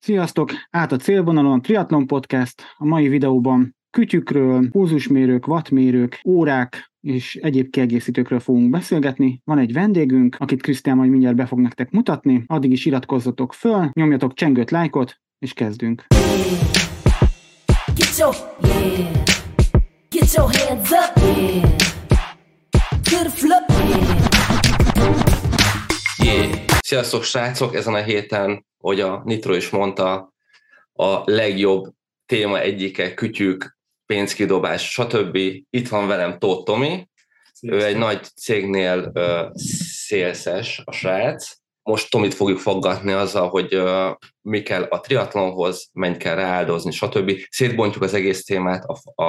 Sziasztok! Át a célvonalon Triathlon Podcast. A mai videóban kütyükről, pulzusmérők, wattmérők, órák és egyéb kiegészítőkről fogunk beszélgetni. Van egy vendégünk, akit Krisztián majd mindjárt be fog nektek mutatni. Addig is iratkozzatok föl, nyomjatok csengőt, lájkot, és kezdünk. Get your hands up, to the floor, Sziasztok srácok! Ezen a héten, hogy a Nitro is mondta, a legjobb téma egyike, kütyük, pénzkidobás, stb. Itt van velem Tóth Tomi. Ő egy nagy cégnél szélszes a srác. Most Tomit fogjuk foggatni azzal, hogy mi kell a triatlonhoz, mennyit kell rááldozni, stb. Szétbontjuk az egész témát,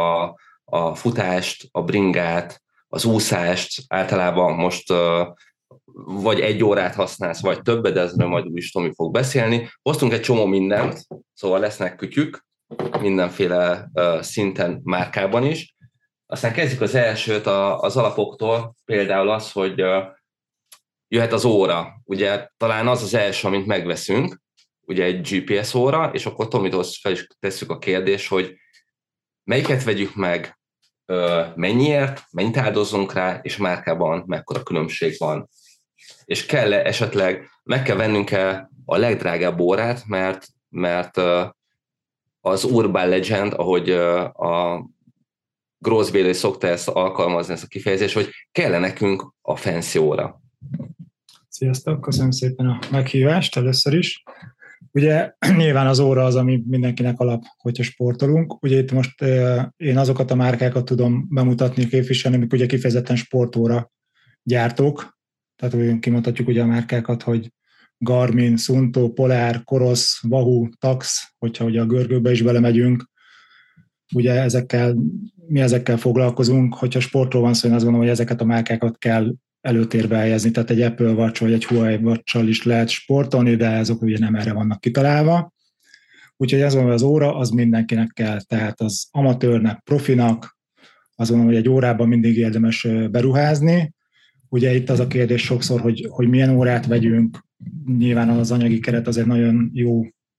a futást, a bringát, az úszást. Általában most vagy egy órát használsz, vagy többet, de ezzel majd úgyis Tomi fog beszélni. Hoztunk egy csomó mindent, szóval lesznek kütyük, mindenféle szinten, márkában is. Aztán kezdjük az elsőt az alapoktól, például az, hogy jöhet az óra. Ugye talán az első, amit megveszünk, ugye egy GPS óra, és akkor Tomithoz fel is tesszük a kérdést, hogy melyiket vegyük meg, mennyiért, mennyit áldozzunk rá, és márkában mekkora különbség van. És kell-e esetleg, meg kell vennünk-e a legdrágább órát, mert az Urban Legend, ahogy a Gross Bailey szokta ezt alkalmazni, ezt a kifejezést, hogy kell-e nekünk a fancy óra. Sziasztok, köszönöm szépen a meghívást először is. Ugye nyilván az óra az, ami mindenkinek alap, hogyha sportolunk. Ugye itt most én azokat a márkákat tudom bemutatni, képviselni, amik ugye kifejezetten sportóra gyártók. Tehát úgy kimondhatjuk ugye a márkákat, hogy Garmin, Suunto, Polar, Coros, Wahoo, Tax, hogyha ugye a görgőbe is belemegyünk. Ugye mi ezekkel foglalkozunk, hogyha sportról van szó, én azt gondolom, hogy ezeket a márkákat kell előtérbe helyezni, tehát egy Apple Watch vagy egy Huawei Watch-sal is lehet sportolni, de ezek ugye nem erre vannak kitalálva. Úgyhogy azt mondom, hogy az óra az mindenkinek kell, tehát az amatőrnek, profinak, azt mondom, hogy egy órában mindig érdemes beruházni. Ugye itt az a kérdés sokszor, hogy milyen órát vegyünk, nyilván az anyagi keret az egy nagyon jó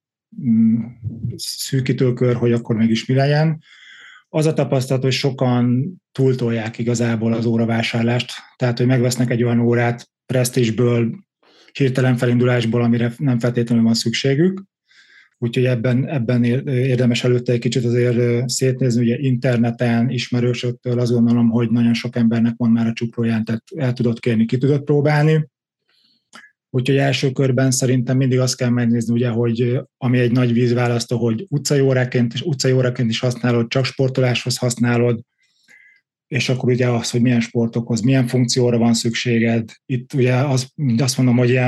szűkítőkör, hogy akkor mégis mi legyen. Az a tapasztalat, hogy sokan túltolják igazából az óravásárlást, tehát hogy megvesznek egy olyan órát presztízsből, hirtelen felindulásból, amire nem feltétlenül van szükségük. Úgyhogy ebben érdemes előtte egy kicsit azért szétnézni, ugye interneten, ismerősöktől azt gondolom, hogy nagyon sok embernek van már a csupróján, tehát el tudott kérni, ki tudott próbálni. Úgyhogy első körben szerintem mindig azt kell megnézni, ugye, hogy ami egy nagy vízválasztó, hogy utcai óraként is használod, csak sportoláshoz használod, és akkor ugye az, hogy milyen sportokhoz, milyen funkcióra van szükséged. Itt ugye azt mondom, hogy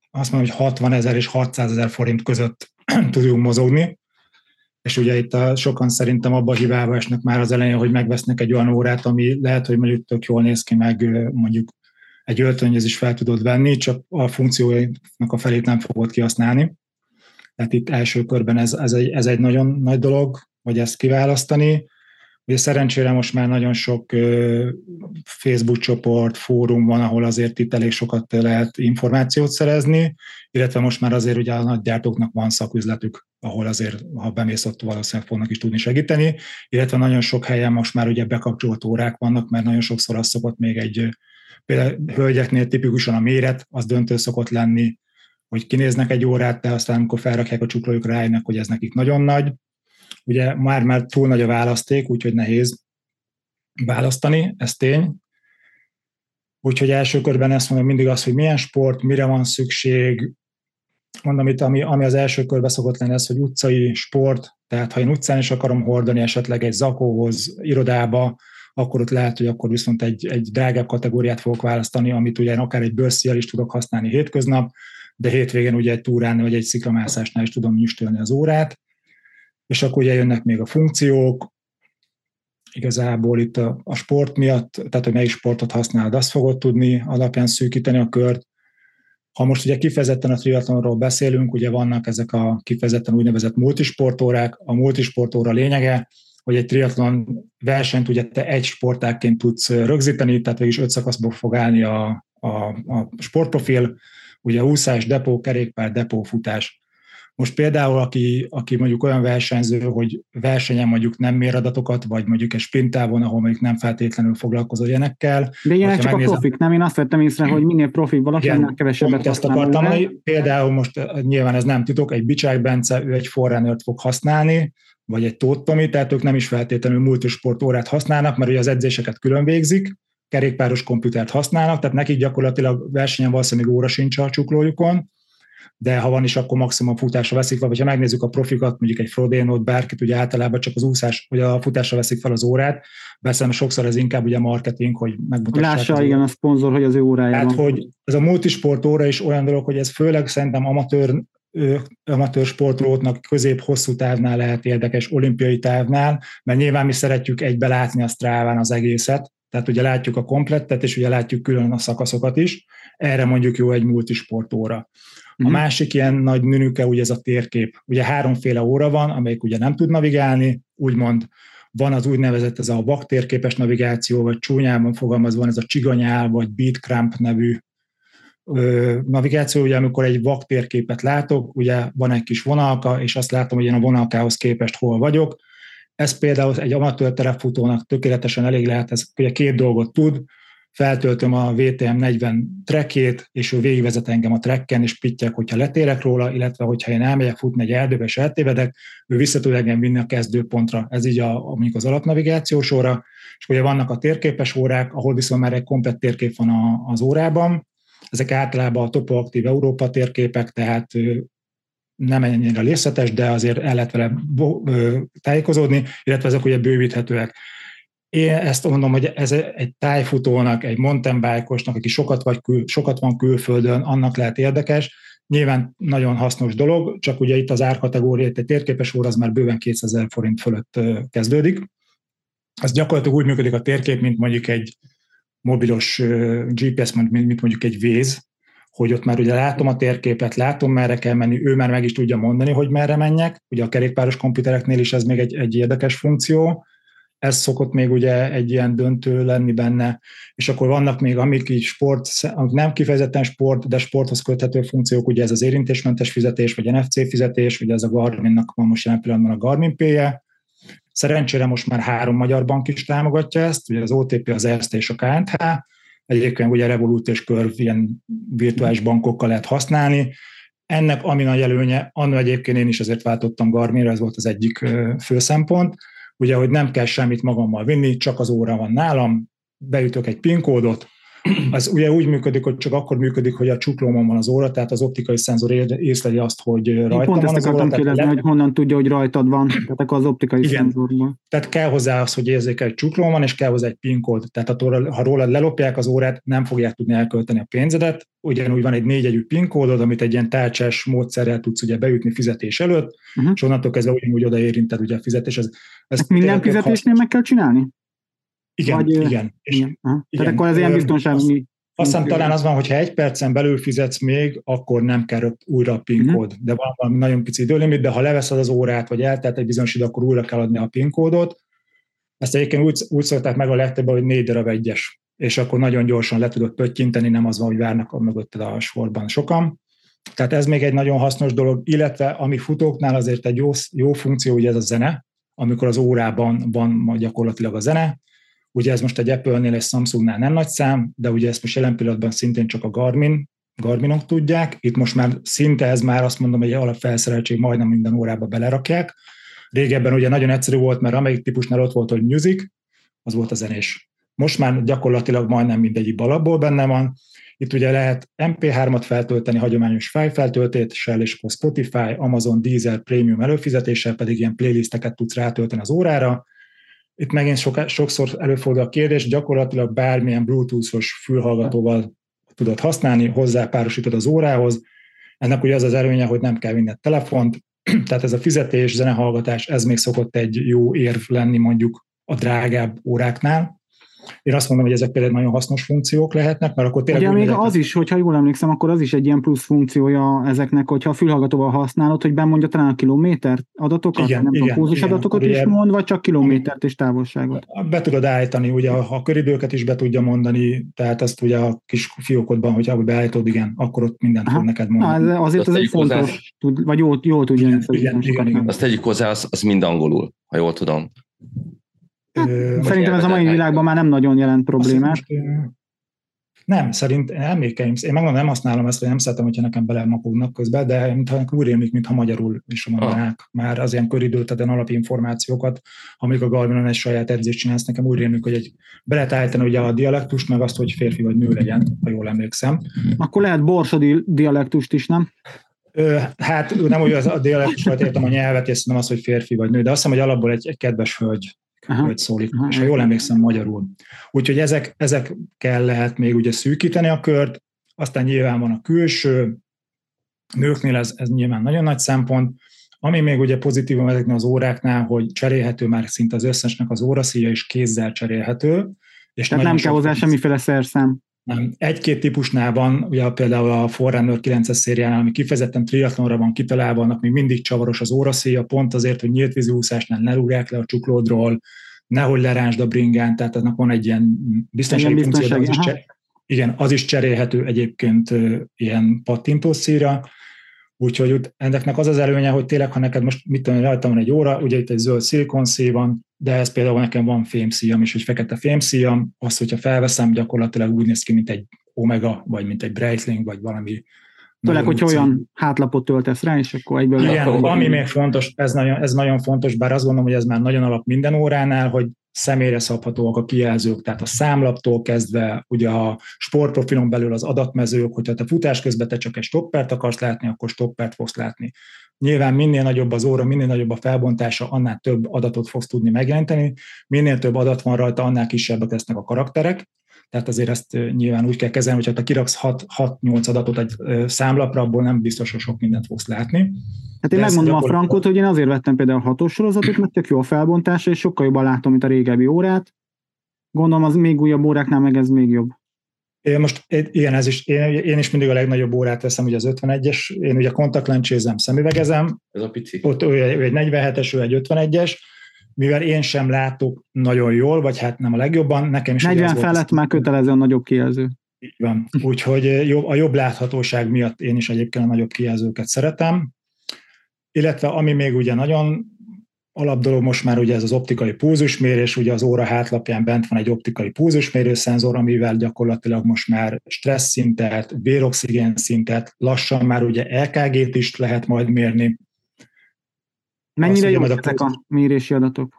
60 000 és 600 000 forint között tudunk mozogni, és ugye itt sokan szerintem abba a hibába esnek már az elején, hogy megvesznek egy olyan órát, ami lehet, hogy mondjuk tök jól néz ki, meg mondjuk egy öltönyhöz is fel tudod venni, csak a funkcióinak a felét nem fogod kihasználni. Tehát itt első körben ez egy nagyon nagy dolog, hogy ezt kiválasztani. Ugye szerencsére most már nagyon sok Facebook csoport, fórum van, ahol azért itt elég sokat lehet információt szerezni, illetve most már azért ugye a nagygyártóknak van szaküzletük, ahol azért, ha bemész, ott valószínűleg fognak is tudni segíteni, illetve nagyon sok helyen most már ugye bekapcsolt órák vannak, mert nagyon sokszor az szokott még például hölgyeknél tipikusan a méret, az döntő szokott lenni, hogy kinéznek egy órát, de aztán amikor felrakják a csuklójukra, rájönnek, hogy ez nekik nagyon nagy. Ugye már túl nagy a választék, úgyhogy nehéz választani, ez tény. Úgyhogy első körben ezt mondom mindig az, hogy milyen sport, mire van szükség. Mondom itt, ami az első körben szokott lenni, az, hogy utcai sport, tehát ha én utcán is akarom hordani esetleg egy zakóhoz, irodába, akkor ott lehet, hogy akkor viszont egy drágább kategóriát fogok választani, amit ugye akár egy bőrszíjjal is tudok használni hétköznap, de hétvégén ugye egy túrán vagy egy sziklamászásnál is tudom nyüstölni az órát. És akkor ugye jönnek még a funkciók, igazából itt a sport miatt, tehát hogy melyik sportot használod, azt fogod tudni alapján szűkíteni a kört. Ha most ugye kifejezetten a triatlonról beszélünk, ugye vannak ezek a kifejezetten úgynevezett multisportórák. A multisportóra lényege, hogy egy triatlon versenyt ugye te egy sportágként tudsz rögzíteni, tehát végig 5 szakaszból fog állni a sportprofil, ugye úszás, depó, kerékpár, depó, futás. Most például, aki mondjuk olyan versenyző, hogy versenyen mondjuk nem mér adatokat, vagy mondjuk egy sprinttávon, ahol mondjuk nem feltétlenül foglalkozó ilyenekkel. De ilyenek csak a profik, nem? Én azt vettem észre, hogy minél profibb valaki, annál kevesebbet ezt akartam mondani. Például most nyilván ez nem titok, egy Bicsák Bence, ő egy Forerunnert fog használni, vagy egy Tóth Tomi, tehát ők nem is feltétlenül multisport órát használnak, mert ugye az edzéseket külön végzik, kerékpáros komputert használnak, tehát nekik gyakorlatilag versenyen valószínűleg óra sincs a csuklójukon, de ha van is, akkor maximum futásra veszik fel, vagy ha megnézzük a profikat, mondjuk egy Frodénot, bárkit, ugye általában csak az úszás, vagy a futásra veszik fel az órát, beszélve sokszor ez inkább ugye marketing, hogy megmutassák. Lássa, igen, a szponzor, hogy az ő órája tehát, van. hogy ez a multisport óra is olyan dolog, hogy ez főleg szerintem amatőr sportolóknak közép-hosszú távnál lehet érdekes, olimpiai távnál, mert nyilván mi szeretjük egybe látni a Stráván az egészet, tehát ugye látjuk a komplettet, és ugye látjuk külön a szakaszokat is, erre mondjuk jó egy multisport óra. A másik ilyen nagy nünüke ugye ez a térkép. Ugye 3 óra van, amelyik ugye nem tud navigálni, úgymond van az úgynevezett ez a vaktérképes navigáció, vagy csúnyában fogalmazva van ez a csiganyál, vagy beatcramp nevű navigáció, ugye amikor egy vaktérképet látok, ugye van egy kis vonalka, és azt látom, hogy én a vonalkához képest hol vagyok. Ez például egy amatőr terepfutónak tökéletesen elég lehet, ez ugye 2 dolgot tud, feltöltöm a VTM 40 trackjét, és ő végigvezet engem a tracken, és pittyek, hogyha letérek róla, illetve hogyha én elmegyek futni egy erdőbe, és eltévedek, ő vissza tud engem vinni a kezdőpontra. Ez így mondjuk az alapnavigációs óra, és ugye vannak a térképes órák, ahol viszont már egy komplett térkép van az órában. Ezek általában a topoaktív Európa térképek, tehát nem ennyire részletes, de azért el lehet vele tájékozódni, illetve ezek ugye bővíthetőek. Én ezt mondom, hogy ez egy tájfutónak, egy mountain bike-osnak, aki sokat van külföldön, annak lehet érdekes. Nyilván nagyon hasznos dolog, csak ugye itt az árkategória, egy térképes óra az már bőven 200 000 forint fölött kezdődik. Az gyakorlatilag úgy működik a térkép, mint mondjuk egy mobilos GPS, mint mondjuk egy Waze, hogy ott már ugye látom a térképet, látom, merre kell menni, ő már meg is tudja mondani, hogy merre menjek. Ugye a kerékpáros komputereknél is ez még egy érdekes funkció. Ez szokott még ugye egy ilyen döntő lenni benne, és akkor vannak még, amik így nem kifejezetten sport, de sporthoz köthető funkciók, ugye ez az érintésmentes fizetés, vagy NFC fizetés, ugye ez a Garminnak van most jelen pillanatban a Garmin Pay-je. Szerencsére most már 3 magyar bank is támogatja ezt, ugye az OTP, az Erste és a KNH. Egyébként ugye Revolut és Curve ilyen virtuális bankokkal lehet használni. Ennek ami nagy előnye, annak egyébként én is azért váltottam Garminra, ez volt az egyik fő szempont, ugye, hogy nem kell semmit magammal vinni, csak az óra van nálam, beütök egy PIN kódot, az ugye úgy működik, hogy csak akkor működik, hogy a csuklómon van az óra, tehát az optikai szenzor észleli azt, hogy rajta van az óra. Pont ezt kérdezni, hogy honnan tudja, hogy rajtad van, tehát akkor az optikai szenzorból. Tehát kell hozzá az, hogy érzékel, hogy csuklón van, és kell hozzá egy PIN kód. Tehát ha rólad lelopják az órát, nem fogják tudni elkölteni a pénzedet. Ugyanúgy van egy 4 jegyű PIN kódod, amit egy ilyen tárcsás módszerrel tudsz ugye beütni fizetés előtt, és onnantól kezdve ugyanúgy oda érinted ugye a fizetés. Ezt minden fizetésnél meg kell csinálni? Igen. Tehát akkor ez ilyen biztonsági... Aztán talán az van, hogy ha 1 percen belül fizetsz még, akkor nem kell újra a PIN kód. De van valami nagyon pici időlimit, de ha leveszed az órát, vagy eltelt egy bizonyos idő, akkor újra kell adni a PIN kódot. Ezt egyébként úgy szokták meg a legtöbben, hogy 4 darab egyes, és akkor nagyon gyorsan le tudod pöttyinteni, nem az van, hogy várnak mögötted a sorban sokan. Tehát ez még egy nagyon hasznos dolog, illetve ami futóknál azért egy jó funkció, ugye ez a zene, amikor az órában van gyakorlatilag a zene. Ugye ez most egy Apple-nél és Samsungnál nem nagy szám, de ugye ezt most jelen pillanatban szintén csak a Garminok tudják. Itt most már szinte ez már azt mondom, hogy egy alapfelszereltség, majdnem minden órába belerakják. Régebben ugye nagyon egyszerű volt, mert amelyik típusnál ott volt, hogy music, az volt a zenés. Most már gyakorlatilag majdnem mindegyik alapból benne van. Itt ugye lehet MP3-at feltölteni, hagyományos fájlfeltöltéssel, és akkor Spotify, Amazon, Deezer, Premium előfizetéssel pedig ilyen playlisteket tudsz rátölteni az órára. Itt megint sokszor előfordul a kérdés, gyakorlatilag bármilyen Bluetooth-os fülhallgatóval tudod használni, hozzápárosítod az órához. Ennek ugye az az előnye, hogy nem kell vinned telefont, tehát ez a fizetés, zenehallgatás, ez még szokott egy jó érv lenni mondjuk a drágább óráknál. Én azt mondom, hogy ezek például nagyon hasznos funkciók lehetnek, mert akkor tényleg... Ugye még az is, hogyha jól emlékszem, akkor az is egy ilyen plusz funkciója ezeknek, hogyha a fülhallgatóval használod, hogy bemondja talán a kilométer adatokat, igen, nem tudom, pulzus adatokat is mond, vagy csak kilométert és távolságot. Be tudod állítani, ugye a köridőket is be tudja mondani, tehát azt ugye a kis fiókodban, hogyha beállítod, igen, akkor ott mindent fog neked mondani. Azért az egy fontos, vagy jól tudja. Igen. Azt tegyük hozzá, az mind angolul, ha jól tudom. Szerintem ez a mai világban már nem nagyon jelent problémát. Nem, szerintem emlékeim, én megmondom, nem használom ezt, vagy nem szeretem, hogyha nekem belemapognak közben, de úgy rémlik, mintha magyarul is mondanák már az ilyen köridőt, tehát alapinformációkat, amikor a Garminon egy saját edzést csinálsz, nekem úgy rémlik, hogy be lehet állítani ugye a dialektust, meg azt, hogy férfi vagy nő legyen, ha jól emlékszem. Akkor lehet borsodi dialektust is, nem? Hát nem úgy a dialektust, vagy értem a nyelvet, és nem az, hogy férfi vagy nő, de azt hiszem, hogy alapból egy kedves hölgy szólít, és ha jól emlékszem magyarul. Úgyhogy ezekkel lehet még ugye szűkíteni a kört, aztán nyilván van a külső, nőknél ez nyilván nagyon nagy szempont, ami még ugye pozitívum ezeknél az óráknál, hogy cserélhető már szinte az összesnek az óraszíja, és kézzel cserélhető. És tehát nem kell hozzá semmiféle szerszám. Nem. Egy-két típusnál van, ugye például a Forerunner 9-es szériánál, ami kifejezetten triatlonra van kitalálva, annak még mindig csavaros az óraszíja, pont azért, hogy nyílt vízi úszásnál ne rúgják le a csuklódról, nehogy leránsd a bringán, tehát annak van egy ilyen biztonsági funkció, igen, az is cserélhető egyébként ilyen pattintószíjra, úgyhogy ennek az előnye, hogy tényleg, ha neked most mit tudom, rajta van egy óra, ugye itt egy zöld szilikonszíj van, de ez például nekem van fémszíjam is, egy fekete fémszíjam, azt, hogyha felveszem, gyakorlatilag úgy néz ki, mint egy Omega, vagy mint egy Breitling, vagy valami. Főleg, hogy olyan hátlapot töltesz rá, és akkor egyből... Igen, ami még fontos, ez nagyon fontos, bár azt gondolom, hogy ez már nagyon alap minden óránál, hogy személyre szabhatóak a kijelzők, tehát a számlaptól kezdve, ugye a sportprofilon belül az adatmezők, hogyha te futás közben te csak egy stoppert akarsz látni, akkor stoppert fogsz látni. Nyilván minél nagyobb az óra, minél nagyobb a felbontása, annál több adatot fogsz tudni megjelenteni, minél több adat van rajta, annál kisebbek lesznek a karakterek, tehát azért ezt nyilván úgy kell kezelni, hogyha te kiraksz 6-8 adatot egy számlapra, abból nem biztos, hogy sok mindent fogsz látni. Hát én megmondom a frankot, hogy én azért vettem például a 6-os sorozatot, mert tök jó a felbontása, és sokkal jobban látom, mint a régebbi órát. Gondolom, az még újabb óráknál meg ez még jobb. Igen, én is mindig a legnagyobb órát veszem, ugye az 51-es, én ugye kontaktlencsézem, szemüvegezem. Ez a pici. Ott ő egy 47-es, ő egy 51-es, mivel én sem látok nagyon jól, vagy hát nem a legjobban, nekem is... 40 felett már kötelező a nagyobb kijelző. Így van. Úgyhogy a jobb láthatóság miatt én is egyébként a nagyobb kijelzőket szeretem. Illetve ami még ugye nagyon alapdolog most már ugye ez az optikai pulzusmérés, ugye az óra hátlapján bent van egy optikai pulzusmérő szenzor, amivel gyakorlatilag most már stressz szintet, véroxigén szintet, lassan már ugye EKG-t is lehet majd mérni. Mennyire jók ezek a mérési adatok?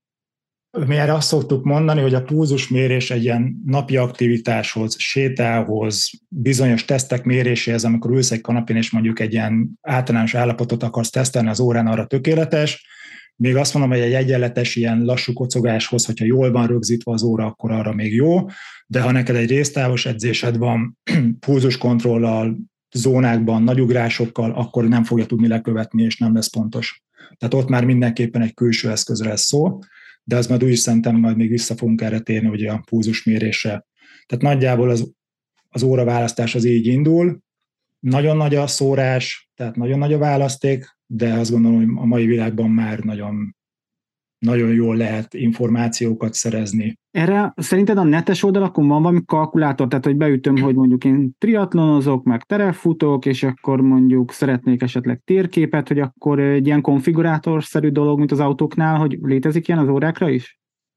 Mi erre azt szoktuk mondani, hogy a pulzusmérés egy ilyen napi aktivitáshoz, sétához, bizonyos tesztek méréséhez, amikor ülsz egy kanapén, és mondjuk egy ilyen általános állapotot akarsz tesztelni az órán, arra tökéletes. Még azt mondom, hogy egy egyenletes ilyen lassú kocogáshoz, hogyha jól van rögzítve az óra, akkor arra még jó, de ha neked egy résztávos edzésed van, pulzuskontrollal, zónákban, nagyugrásokkal, akkor nem fogja tudni lekövetni, és nem lesz pontos. Tehát ott már mindenképpen egy külső eszközre lesz szó, de az majd úgy is szerintem majd még vissza fogunk erre térni, ugye a pulzusmérésre. Tehát nagyjából az óraválasztás az így indul, nagyon nagy a szórás, tehát nagyon nagy a választék, de azt gondolom, hogy a mai világban már nagyon, nagyon jól lehet információkat szerezni. Erre szerinted a netes oldalakon van valami kalkulátor, tehát hogy beütöm, hogy mondjuk én triatlonozok, meg terepfutok, és akkor mondjuk szeretnék esetleg térképet, hogy akkor egy ilyen konfigurátorszerű dolog, mint az autóknál, hogy létezik ilyen az órákra is?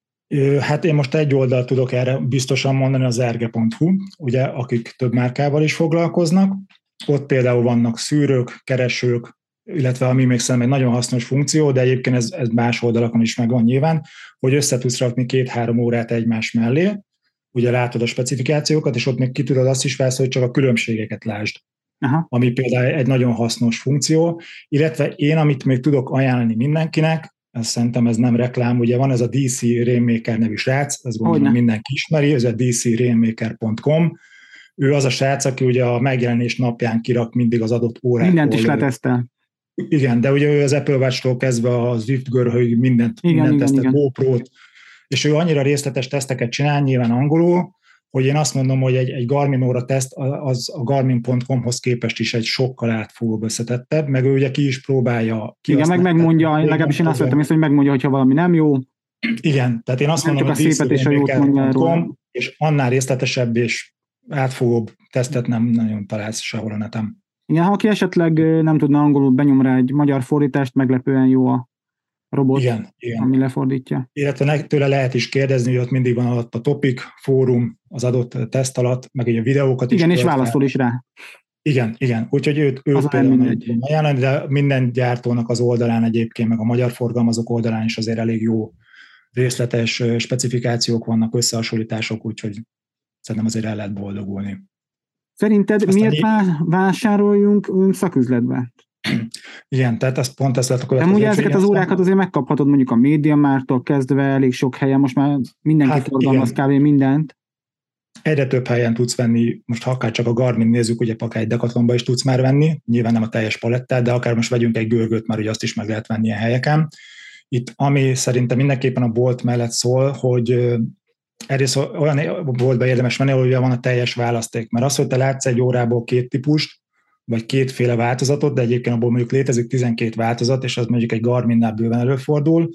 Hát én most egy oldalt tudok erre biztosan mondani, az erge.hu, ugye, akik több márkával is foglalkoznak. Ott például vannak szűrők, keresők, illetve ami még szerintem egy nagyon hasznos funkció, de egyébként ez más oldalakon is megvan nyilván, hogy össze tudsz rakni 2-3 órát egymás mellé, ugye látod a specifikációkat, és ott még ki tudod azt is felszólni, hogy csak a különbségeket lásd. Aha. Ami például egy nagyon hasznos funkció, illetve én, amit még tudok ajánlani mindenkinek, szerintem ez nem reklám, ugye van ez a DC Rainmaker nevű srác, ezt gondolom mindenki ismeri, ez a dcrainmaker.com, ő az a srác, aki ugye a megjelenés napján kirak mindig az adott órát. Mindent is letesztel. Igen, de ugye ő az Apple Watch-tól kezdve a Zwift görhöig mindent tesztelt, GoPro-t, és ő annyira részletes teszteket csinál, nyilván angolul, hogy én azt mondom, hogy egy Garmin óra teszt az a Garmin.com-hoz képest is egy sokkal átfogóbb, összetettebb, meg ő ugye ki is próbálja. Igen, meg megmondja, legalábbis én azt vettem észre, hogy megmondja, hogyha valami nem jó. Igen, tehát én azt mondom, hogy szépet és a jót mondja róla. És annál részletesebb és átfogóbb tesztet nem nagyon találsz sehol a neten. Igen, ha aki esetleg nem tudna angolul, benyom rá egy magyar fordítást, meglepően jó a robot, igen. Ami lefordítja. Illetve tőle lehet is kérdezni, hogy ott mindig van alatt a topic, fórum, az adott teszt alatt, meg így a videókat is. Igen, és válaszol is rá. Igen. Úgyhogy őt például ajánlani, de minden gyártónak az oldalán egyébként, meg a magyar forgalmazók oldalán is azért elég jó részletes specifikációk vannak, összehasonlítások, úgyhogy szerintem azért el lehet boldogulni. Szerinted aztán miért vásároljunk szaküzletbe? Igen, tehát ezt pont ezt lehet a következő. De ugye ezeket az órákat azért megkaphatod mondjuk a MediaMarkt-tól kezdve elég sok helyen, most már mindenki forgalmaz kb. Mindent. Egyre több helyen tudsz venni, most ha akár csak a Garmin nézzük, ugye akár egy Decathlonba is tudsz már venni, nyilván nem a teljes palettát, de akár most vegyünk egy Görgöt, már ugye azt is meg lehet venni ilyen helyeken. Itt, ami szerintem mindenképpen a bolt mellett szól, hogy egyrészt olyan boltba érdemes menni, ahol ugye van a teljes választék, mert az, hogy te látsz egy órából 2 típust, vagy 2 változatot, de egyébként abból mondjuk létezik 12 változat, és az mondjuk egy Garminnál bőven előfordul,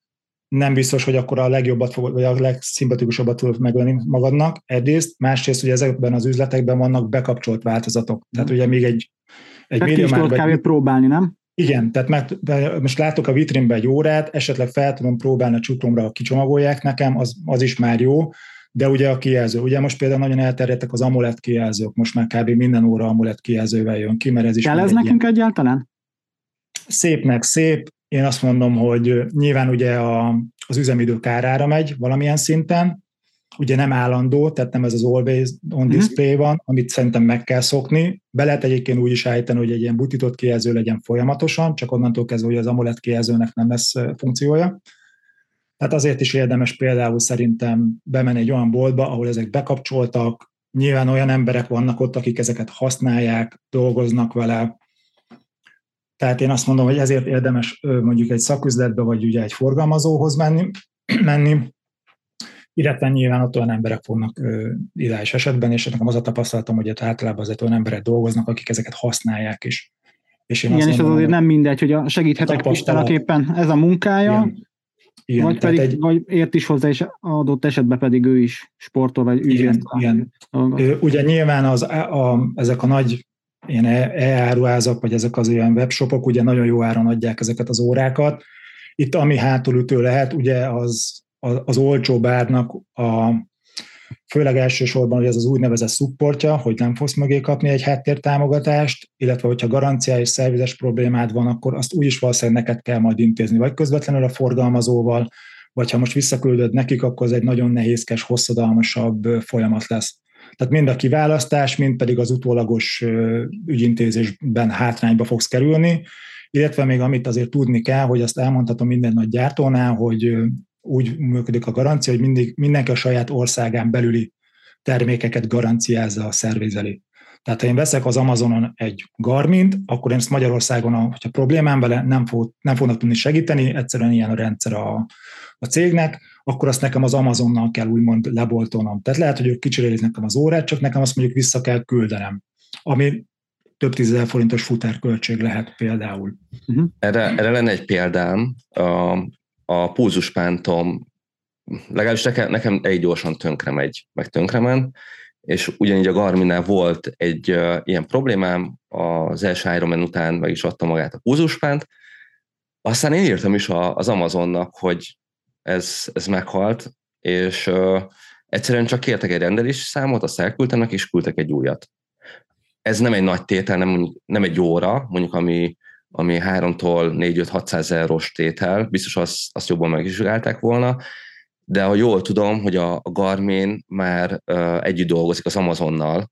nem biztos, hogy akkor a legjobbat vagy a legszimpatikusabbat tudod megvenni magadnak, egyrészt, másrészt ugye ezekben az üzletekben vannak bekapcsolt változatok. Tehát ugye még egy MediaMarkt próbálni, nem? Igen, tehát most látok a vitrínbe egy órát, esetleg fel tudom próbálni a csuklomra, ha kicsomagolják nekem, az is már jó, de ugye a kijelző. Ugye most például nagyon elterjedtek az AMOLED kijelzők, most már kb. Minden óra AMOLED kijelzővel jön ki, mert ez is... Kell ez nekünk egyáltalán? Szépnek szép, én azt mondom, hogy nyilván ugye az üzemidő kárára megy valamilyen szinten, ugye nem állandó, tehát nem ez az always on display van, amit szerintem meg kell szokni. Be lehet egyébként úgy is állítani, hogy egy ilyen butított kijelző legyen folyamatosan, csak onnantól kezdve, hogy az AMOLED kijelzőnek nem lesz funkciója. Tehát azért is érdemes például szerintem bemenni egy olyan boltba, ahol ezek bekapcsoltak, nyilván olyan emberek vannak ott, akik ezeket használják, dolgoznak vele. Tehát én azt mondom, hogy ezért érdemes mondjuk egy szaküzletbe, vagy ugye egy forgalmazóhoz menni, illetve nyilván ott olyan emberek fognak ideális esetben, és nekem az a tapasztalatom, hogy általában azért olyan emberek dolgoznak, akik ezeket használják is. És én igen, és az azért nem mindegy, hogy segíthetek Pistának éppen ez a munkája, igen, vagy pedig vagy ért is hozzá, és adott esetben pedig ő is sportol, vagy ügyért. Igen. Ugye nyilván ezek a nagy ilyen e-áruházak, vagy ezek az ilyen webshopok ugye nagyon jó áron adják ezeket az órákat. Itt ami hátulütő lehet, ugye az olcsóbb árnak főleg elsősorban, hogy ez az úgynevezett supportja, hogy nem fogsz mögé kapni egy háttértámogatást, illetve hogyha garancia és szervizes problémád van, akkor azt úgyis valószínűleg neked kell majd intézni, vagy közvetlenül a forgalmazóval, vagy ha most visszaküldöd nekik, akkor ez egy nagyon nehézkes, hosszadalmasabb folyamat lesz. Tehát mind a kiválasztás, mind pedig az utólagos ügyintézésben hátrányba fogsz kerülni, illetve még amit azért tudni kell, hogy azt elmondhatom minden nagy gyártónál, hogy úgy működik a garancia, hogy mindenki a saját országán belüli termékeket garanciázza, szervizeli. Tehát ha én veszek az Amazonon egy Garmint, akkor én ezt Magyarországon, hogyha problémám vele, nem fognak tudni segíteni, egyszerűen ilyen a rendszer a cégnek, akkor azt nekem az Amazonnal kell úgymond leboltolnom. Tehát lehet, hogy ők kicserélik nekem az órát, csak nekem azt mondjuk vissza kell küldenem, ami több 10 000 forintos futárköltség lehet például. Erre lenne egy példám, a pulzuspántom legalábbis nekem egy gyorsan tönkremen, és ugyanígy a Garminnál volt egy ilyen problémám, az első Ironman után meg is adta magát a pulzuspánt, aztán én írtam is az Amazonnak, hogy ez meghalt, és egyszerűen csak kértek egy rendelési számot, azt elküldtenek, és küldtek egy újat. Ez nem egy nagy tétel, nem egy óra, mondjuk ami 3-tól 4-5-600 eurós tétel, biztos azt jobban megvizsgálták volna, de ha jól tudom, hogy a Garmin már együtt dolgozik az Amazonnal,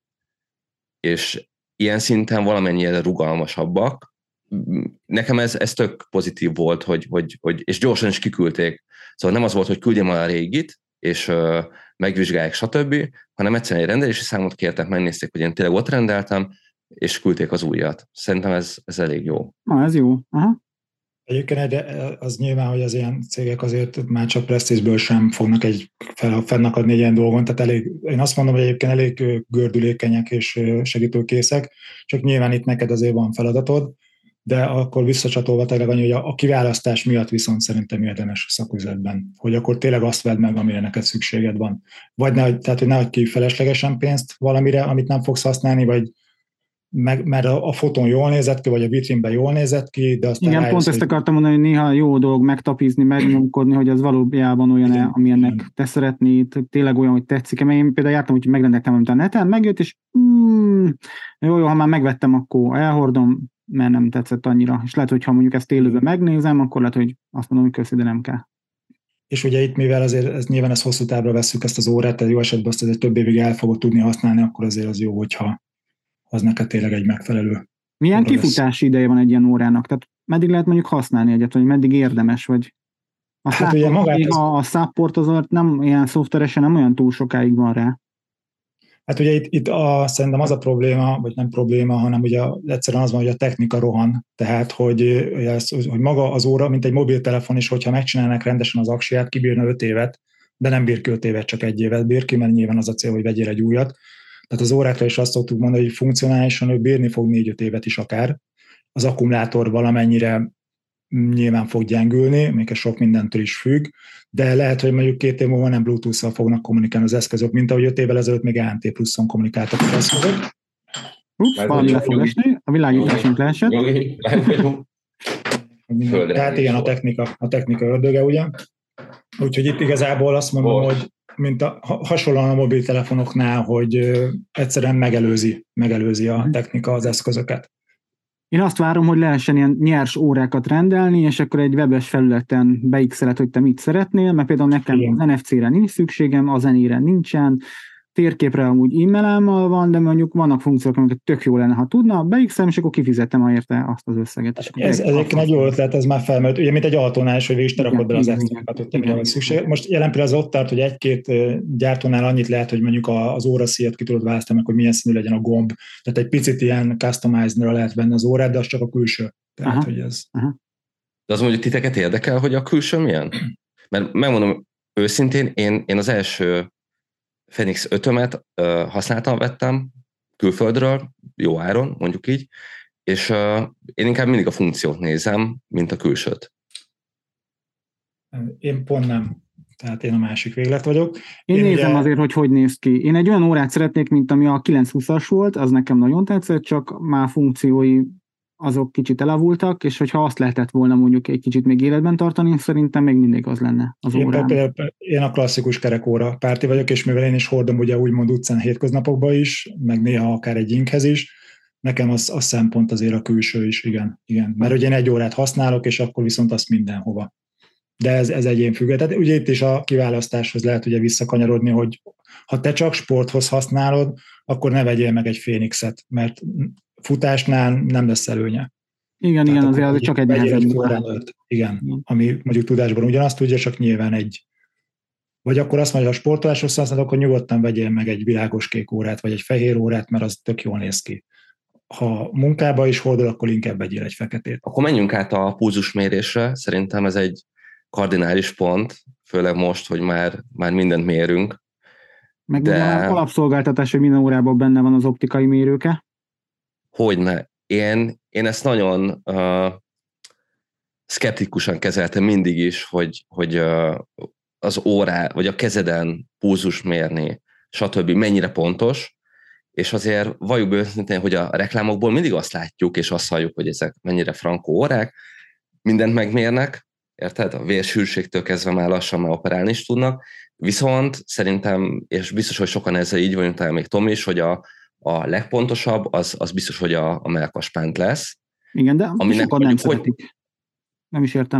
és ilyen szinten valamennyire rugalmasabbak. Nekem ez tök pozitív volt, hogy és gyorsan is kiküldték. Szóval nem az volt, hogy küldjem el a régit, és megvizsgálják, stb., hanem egyszerűen egy rendelési számot kértek, megnézték, hogy én tényleg ott rendeltem, és küldték az újat. Szerintem ez elég jó. Ez jó. Aha. Egyébként az nyilván, hogy az ilyen cégek azért már csak presztízsből sem fognak fennakadni egy ilyen dolgon, tehát én azt mondom, hogy egyébként elég gördülékenyek és segítőkészek, csak nyilván itt neked azért van feladatod, de akkor visszacsatolva tényleg annyi, hogy a kiválasztás miatt viszont szerintem érdemes a szaküzletben, hogy akkor tényleg azt vedd meg, amire neked szükséged van. Vagy tehát, hogy ne hagyj ki feleslegesen pénzt valamire, amit nem fogsz használni, vagy mert a fotón jól nézett ki, vagy a vitrínben jól nézett ki, de aztán igen, pont ezt akartam mondani, hogy néha jó dolog megtapizni, megnyomkodni, hogy az valójában olyan, amilyennek te szeretnéd, tényleg olyan, hogy tetszik. Mert én például jártam, hogy megrendeltem valamit a neten, megjött, és jó, ha már megvettem, akkor elhordom, mert nem tetszett annyira. És lehet, hogy ha mondjuk ezt élőben megnézem, akkor lehet, hogy azt mondom, hogy köszi, de nem kell. És ugye itt, mivel azért nyilván ezt hosszú távra vesszük ezt az órát, tehát jó esetben azt azért több évig el fogod tudni használni, akkor azért az jó, hogyha az neked tényleg egy megfelelő. Milyen kifutási ideje van egy ilyen órának? Tehát meddig lehet mondjuk használni egyet, vagy meddig érdemes, vagy a support azért nem ilyen szoftveresen nem olyan túl sokáig van rá. Hát ugye itt szerintem az a probléma, vagy nem probléma, hanem ugye egyszerűen az van, hogy a technika rohan, tehát hogy maga az óra, mint egy mobiltelefon is, hogyha megcsinálnak rendesen az aksiját, kibírna 5 évet, de nem bír ki 5 évet, csak 1 évet bír ki, mert nyilván az a cél, hogy vegyél egy újat. Tehát az órákra is azt szoktuk mondani, hogy funkcionálisan ő bírni fog 4-5 évet is akár. Az akkumulátor valamennyire nyilván fog gyengülni, még sok mindentől is függ, de lehet, hogy mondjuk 2 év múlva nem Bluetooth-szal fognak kommunikálni az eszközök, mint ahogy 5 évvel ezelőtt még ANT pluszon kommunikáltak az eszközök. Valami le fog esni, a világításunk leesett. Tehát igen, a technika ördöge, ugye? Úgyhogy itt igazából azt mondom, hogy mint hasonlóan a mobiltelefonoknál, hogy egyszerűen megelőzi a technika az eszközöket. Én azt várom, hogy lehessen ilyen nyers órákat rendelni, és akkor egy webes felületen beixeled, hogy te mit szeretnél, mert például nekem az NFC-re nincs szükségem, a zenére nincsen, térképre amúgy e-mailámmal van, de mondjuk vannak funkciók, amiket tök jó lenne, ha tudna, beixelem, és akkor kifizettem érte azt az összeget. Ez egyébként egy jó ötlet, ez már felmerült. Ugye, mint egy autónál is, hogy végig te rakod bele az extrákat, hogy mire van szükség. Most jelen pillanatban az ott tart, hogy egy-két gyártónál annyit lehet, hogy mondjuk az óraszíjat ki tudod választani, hogy milyen színű legyen a gomb. Tehát egy picit ilyen customized-ra lehet benne az órát, de az csak a külső. Tehát, hogy ez... De az mondjuk titeket érdekel, hogy a külső milyen? Mert megmondom őszintén, én az első Fenix 5-ömet használtam, vettem külföldről, jó áron, mondjuk így, és én inkább mindig a funkciót nézem, mint a külsőt. Én pont nem. Tehát én a másik véglet vagyok. Én nézem azért, hogy néz ki. Én egy olyan órát szeretnék, mint ami a 920-as volt, az nekem nagyon tetszett, csak már funkciói azok kicsit elavultak, és hogyha azt lehetett volna mondjuk egy kicsit még életben tartani, szerintem még mindig az lenne az órám. Én a klasszikus kerekóra párti vagyok, és mivel én is hordom ugye úgymond utcán hétköznapokban is, meg néha akár egy inkhez is, nekem az szempont azért a külső is, igen. Mert ugye én 1 órát használok, és akkor viszont azt mindenhova. De ez egyén függő. Tehát ugye itt is a kiválasztáshoz lehet ugye visszakanyarodni, hogy ha te csak sporthoz használod, akkor ne vegyél meg egy Fenixet, mert futásnál nem lesz előnye. Igen, azért csak egy nehezebb. Igen, ami mondjuk tudásban ugyanazt tudja, csak nyilván vagy akkor azt mondja, ha sportoláshoz használod, akkor nyugodtan vegyél meg egy világos kék órát, vagy egy fehér órát, mert az tök jól néz ki. Ha munkába is hordol, akkor inkább vegyél egy feketét. Akkor menjünk át a pulzusmérésre. Szerintem ez egy kardinális pont, főleg most, hogy már mindent mérünk. Meg de... alapszolgáltatás, hogy minden órában benne van az optikai mérőke. Hogyne. Én ezt nagyon szkeptikusan kezeltem mindig is, hogy az órá, vagy a kezeden pulzus mérni, stb. Mennyire pontos, és azért valljuk be őszintén, hogy a reklámokból mindig azt látjuk, és azt halljuk, hogy ezek mennyire frankó órák, mindent megmérnek, érted? A vérsűrűségtől kezdve már lassan már operálni is tudnak, viszont szerintem, és biztos, hogy sokan ezzel így vagyunk, talán még Tomi is, hogy a legpontosabb, az biztos, hogy a mellkaspánt lesz. Igen, de sokan nem szeretik. Nem is értem.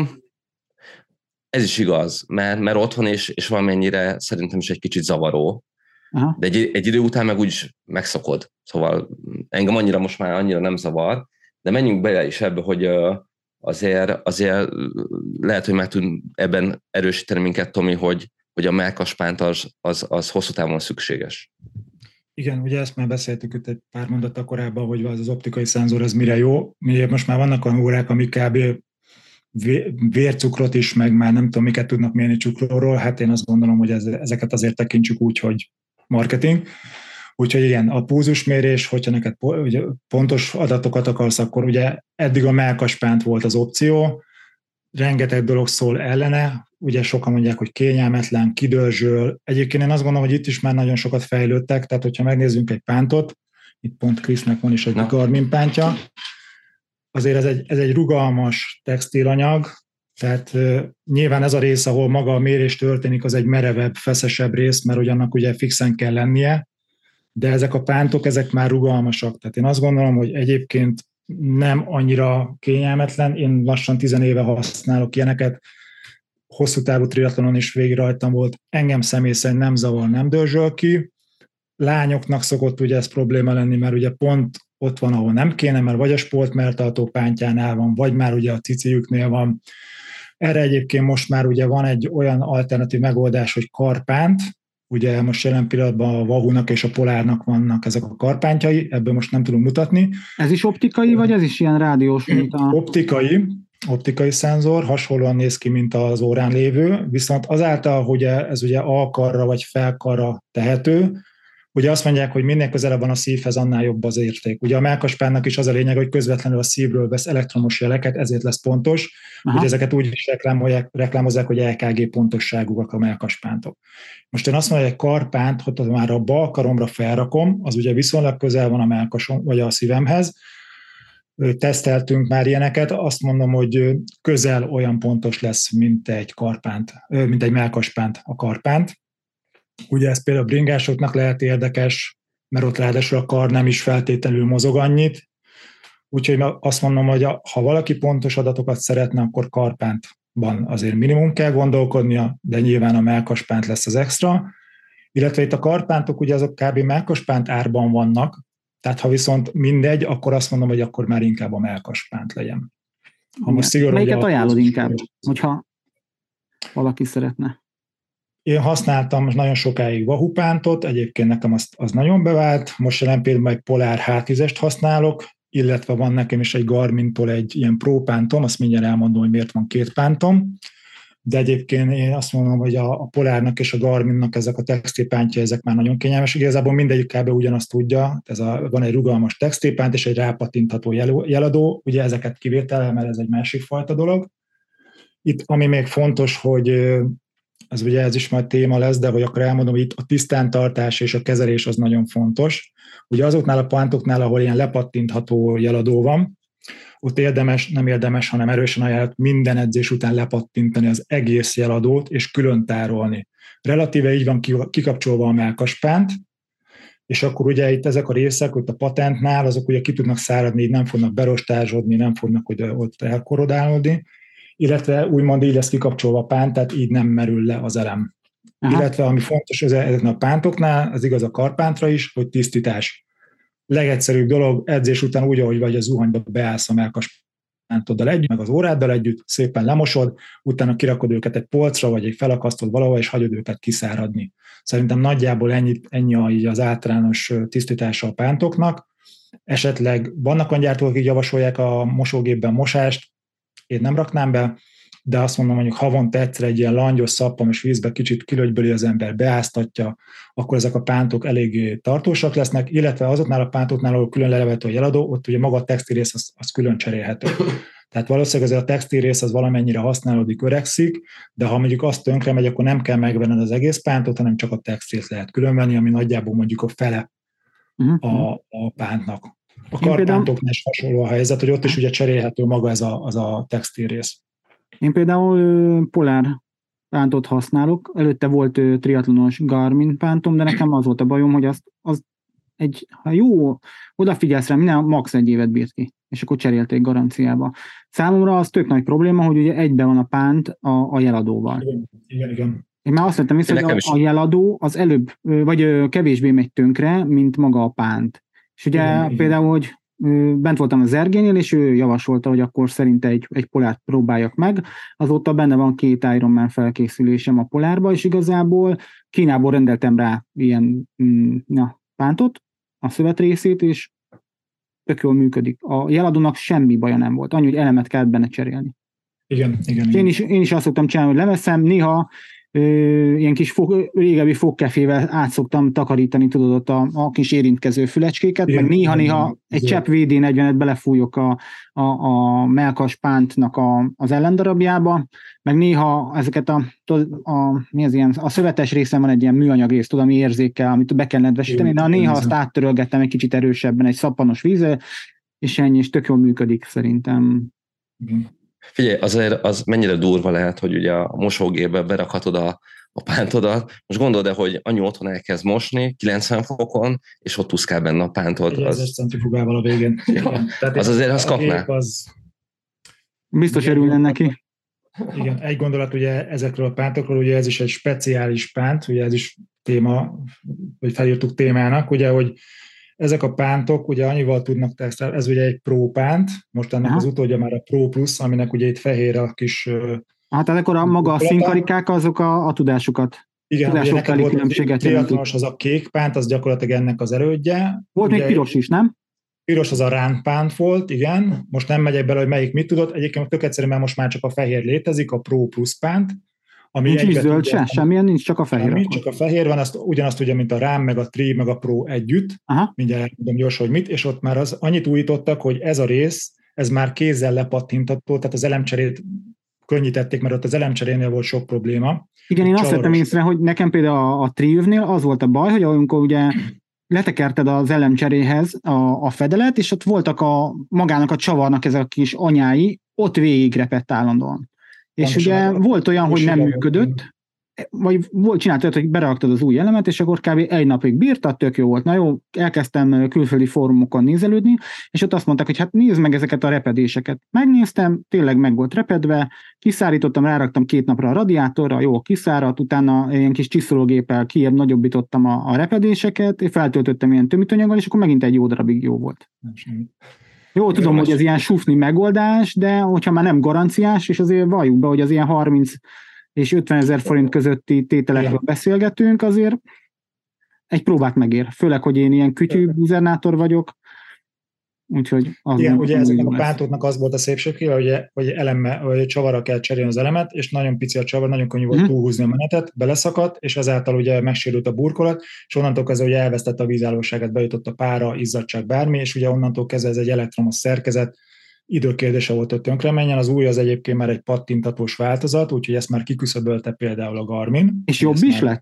Ez is igaz, mert otthon és valamennyire szerintem is egy kicsit zavaró. Aha. De egy idő után meg úgyis megszokod. Szóval engem annyira most már annyira nem zavar, de menjünk bele is ebbe, hogy azért lehet, hogy meg tud ebben erősíteni minket, Tomi, hogy a mellkaspánt az hosszú távon szükséges. Igen, ugye ezt már beszéltük itt egy pár mondattal korábban, hogy az optikai szenzor az mire jó. Most már vannak olyan órák, amik kb. vércukrot is, meg már nem tudom, miket tudnak mérni cukrorról, hát én azt gondolom, hogy ezeket azért tekintsük úgy, hogy marketing. Úgyhogy igen, a pulzusmérés, hogyha neked ugye, pontos adatokat akarsz, akkor ugye eddig a mellkaspánt volt az opció, rengeteg dolog szól ellene, ugye sokan mondják, hogy kényelmetlen, kidörzsöl. Egyébként én azt gondolom, hogy itt is már nagyon sokat fejlődtek, tehát hogyha megnézzünk egy pántot, itt pont Krisznek van is egy Garmin pántja, azért ez egy rugalmas textilanyag, tehát nyilván ez a rész, ahol maga a mérés történik, az egy merevebb, feszesebb rész, mert hogy annak ugye fixen kell lennie, de ezek a pántok, ezek már rugalmasak. Tehát én azt gondolom, hogy egyébként nem annyira kényelmetlen. Én lassan 10 éve használok ilyeneket, hosszú távú triatlonon is végig rajtam volt. Engem személy szerint nem zavar, nem dörzsöl ki. Lányoknak szokott ugye ez probléma lenni, mert ugye pont ott van, ahol nem kéne, mert vagy a sportmeltartó pántjánál van, vagy már ugye a cicijüknél van. Erre egyébként most már ugye van egy olyan alternatív megoldás, hogy karpánt, ugye most jelen pillanatban a Wahoo-nak és a Polárnak vannak ezek a karpántjai, ebből most nem tudunk mutatni. Ez is optikai, vagy ez is ilyen rádiós, mint a... Optikai szenzor, hasonlóan néz ki, mint az órán lévő, viszont azáltal, hogy ez ugye alkarra vagy felkarra tehető, ugye azt mondják, hogy minél közelebb van a szívhez, annál jobb az érték. Ugye a mellkaspánnak is az a lényeg, hogy közvetlenül a szívről vesz elektromos jeleket, ezért lesz pontos. Ugye ezeket úgy is reklámozzák, hogy EKG pontosságúak a mellkaspántok. Most én azt mondom, hogy egy karpánt, hogy már a bal karomra felrakom, az ugye viszonylag közel van a mellkasom, vagy a szívemhez. Teszteltünk már ilyeneket, azt mondom, hogy közel olyan pontos lesz, mint egy karpánt, mint egy mellkaspánt a karpánt. Ugye ez például a bringásoknak lehet érdekes, mert ott ráadásul a kar nem is feltétlenül mozog annyit. Úgyhogy azt mondom, hogy ha valaki pontos adatokat szeretne, akkor karpántban azért minimum kell gondolkodnia, de nyilván a mellkaspánt lesz az extra. Illetve itt a karpántok ugye azok kb. Mellkaspánt árban vannak, tehát ha viszont mindegy, akkor azt mondom, hogy akkor már inkább a mellkaspánt legyen. Ha most szigorú, melyiket ajánlod inkább, hogyha valaki szeretne? Én használtam most nagyon sokáig Wahoo pántot, egyébként nekem az nagyon bevált, most jelen például egy Polar H10-est használok, illetve van nekem is egy Garmin-tól egy ilyen Pro pántom, azt mindjárt elmondom, hogy miért van 2 pántom, de egyébként én azt mondom, hogy a Polárnak és a Garminnak ezek a textilpántja, ezek már nagyon kényelmesek, igazából mindegyik kb. Ugyanazt tudja, van egy rugalmas textilpánt és egy rápattintható jeladó, ugye ezeket kivétel, mert ez egy másik fajta dolog. Itt ami még fontos, hogy az ugye ez is majd téma lesz, de vagy akkor elmondom, hogy itt a tisztántartás és a kezelés az nagyon fontos. Ugye azoknál a pántoknál, ahol ilyen lepattintható jeladó van, ott nem érdemes, hanem erősen ajánlott minden edzés után lepattintani az egész jeladót és külön tárolni. Relatíve így van kikapcsolva a mellkaspánt, és akkor ugye itt ezek a részek, ott a patentnál, azok ugye ki tudnak száradni, így nem fognak berostázsodni, nem fognak ugye ott elkorodálódni, illetve úgymond így lesz kikapcsolva a pánt, tehát így nem merül le az elem. Aha. Illetve ami fontos ezeknek a pántoknál, az igaz a karpántra is, hogy tisztítás. Legegyszerűbb dolog, edzés után úgy, ahogy vagy a zuhanyba beállsz a mellkaspántoddal együtt, meg az óráddal együtt, szépen lemosod, utána kirakod őket egy polcra, vagy egy felakasztod valahol, és hagyod őket kiszáradni. Szerintem nagyjából ennyi az általános tisztítása a pántoknak. Esetleg vannak olyan gyártók, akik javasolják a mosógépben mosást, én nem raknám be, de azt mondom, hogy havonta egyszer egy ilyen langyos, szappamos vízbe kicsit kilögyböli az ember, beáztatja, akkor ezek a pántok eléggé tartósak lesznek, illetve azoknál a pántoknál, ahol külön lelevető a jeladó, ott ugye maga a textilrész az külön cserélhető. Tehát valószínűleg azért a textilrész az valamennyire használódik, öregszik, de ha mondjuk azt tönkre megy, akkor nem kell megvenned az egész pántot, hanem csak a textilt lehet különvenni, ami nagyjából mondjuk a fele a pántnak. A karpántoknál is hasonló a helyzet, hogy ott is ugye cserélhető maga az a textilrész. Én például Polar pántot használok, előtte volt triatlonos Garmin pántom, de nekem az volt a bajom, hogy ha jó, odafigyelsz rá, minden max. 1 évet bírt ki, és akkor cserélték garanciába. Számomra az tök nagy probléma, hogy ugye egyben van a pánt a jeladóval. Igen. Én már azt vettem észre, hogy a jeladó az előbb, vagy kevésbé megy tönkre, mint maga a pánt. És ugye igen. Például, hogy bent voltam az Ergénél, és ő javasolta, hogy akkor szerinte egy Polárt próbáljak meg. Azóta benne van 2 Ironman felkészülésem a Polárba, és igazából Kínából rendeltem rá ilyen pántot, a szövetrészét, és tök jól működik. A jeladónak semmi baja nem volt, annyi, hogy elemet kellett benne cserélni. Igen. Én is azt szoktam csinálni, hogy leveszem, néha ilyen kis régebbi fogkefével át szoktam takarítani, tudod, ott a kis érintkező fülecskéket, igen, meg néha egy csepp WD-40-et belefújok a mellkas pántnak az ellendarabjába, meg néha ezeket a szövetes részen van egy ilyen műanyag rész, tudom, ami érzékel, amit be kell nedvesíteni, de néha azt áttörölgettem egy kicsit erősebben egy szappanos vízzel, és ennyi, és tök jól működik szerintem. Igen. Figyelj, azért az mennyire durva lehet, hogy ugye a mosógépbe berakhatod a pántodat. Most gondold el, hogy anyu otthon elkezd mosni 90 fokon, és ott úszkál benne a pántod. Az centrifugával a végén. Ja, az azért azt kapná. Biztos örülne neki. Igen, egy gondolat ugye ezekről a pántokról, ugye ez is egy speciális pánt, ugye ez is téma, vagy felírtuk témának, ugye, hogy ezek a pántok ugye annyival tudnak tesztelni, ez ugye egy Pro pánt, most ennek az utódja már a Pro Plus, aminek ugye itt fehér a kis... Hát akkor maga a színkarikák azok a tudásukat. Igen, ugye neked volt a triatlonos, az a kék pánt, az gyakorlatilag ennek az erődje. Volt ugye, még piros is, nem? Piros az a rántpánt volt, igen. Most nem megyek bele, hogy melyik mit tudott. Egyébként tök egyszerűen, mert most már csak a fehér létezik, a Pro Plus pánt. Ami nincs is zöld se, semmilyen nincs, csak a fehér. Nincs, csak a fehér van, ugyanazt ugye, mint a rám, meg a tri, meg a pro együtt. Aha. Mindjárt elmondom gyorsan, hogy mit, és ott már annyit újítottak, hogy ez a rész, ez már kézzel lepattintató, tehát az elemcserét könnyítették, mert ott az elemcserénél volt sok probléma. Igen, én azt vettem észre, hogy nekem például a triövnél az volt a baj, hogy amikor ugye letekerted az elemcseréhez a fedelet, és ott voltak magának a csavarnak ezek a kis anyái, ott végigrepett állandóan. És ugye volt olyan, hogy nem működött, vagy csináltad, hogy beraktad az új elemet, és akkor kb. Egy napig bírtad, tök jó volt. Na jó, elkezdtem külföldi fórumokon nézelődni, és ott azt mondták, hogy hát nézd meg ezeket a repedéseket. Megnéztem, tényleg meg volt repedve, kiszárítottam, ráraktam 2 napra a radiátorra, jó, kiszáradt, utána ilyen kis csiszológéppel kijebb nagyobbítottam a repedéseket, és feltöltöttem ilyen tömítőanyaggal, és akkor megint egy jó darabig jó volt. Jó, tudom, hogy ez ilyen sufni megoldás, de hogyha már nem garanciás, és azért valljuk be, hogy az ilyen 30 és 50 000 forint közötti tételekről beszélgetünk, azért egy próbát megér. Főleg, hogy én ilyen kütyű buzenátor vagyok, úgyhogy... Igen, ugye ezeknek a pántoknak az volt a szépsége, hogy csavarra kell cserélni az elemet, és nagyon pici a csavar, nagyon könnyű volt túlhúzni a menetet, beleszakadt, és ezáltal ugye megsérült a burkolat, és onnantól kezdve ugye elvesztette a vízállóságát, bejutott a pára, izzadság, bármi, és ugye onnantól kezdve ez egy elektromos szerkezet, időkérdése volt, hogy tönkre menjen, az új az egyébként már egy pattintatós változat, úgyhogy ezt már kiküszöbölte például a Garmin. És jobb is lett?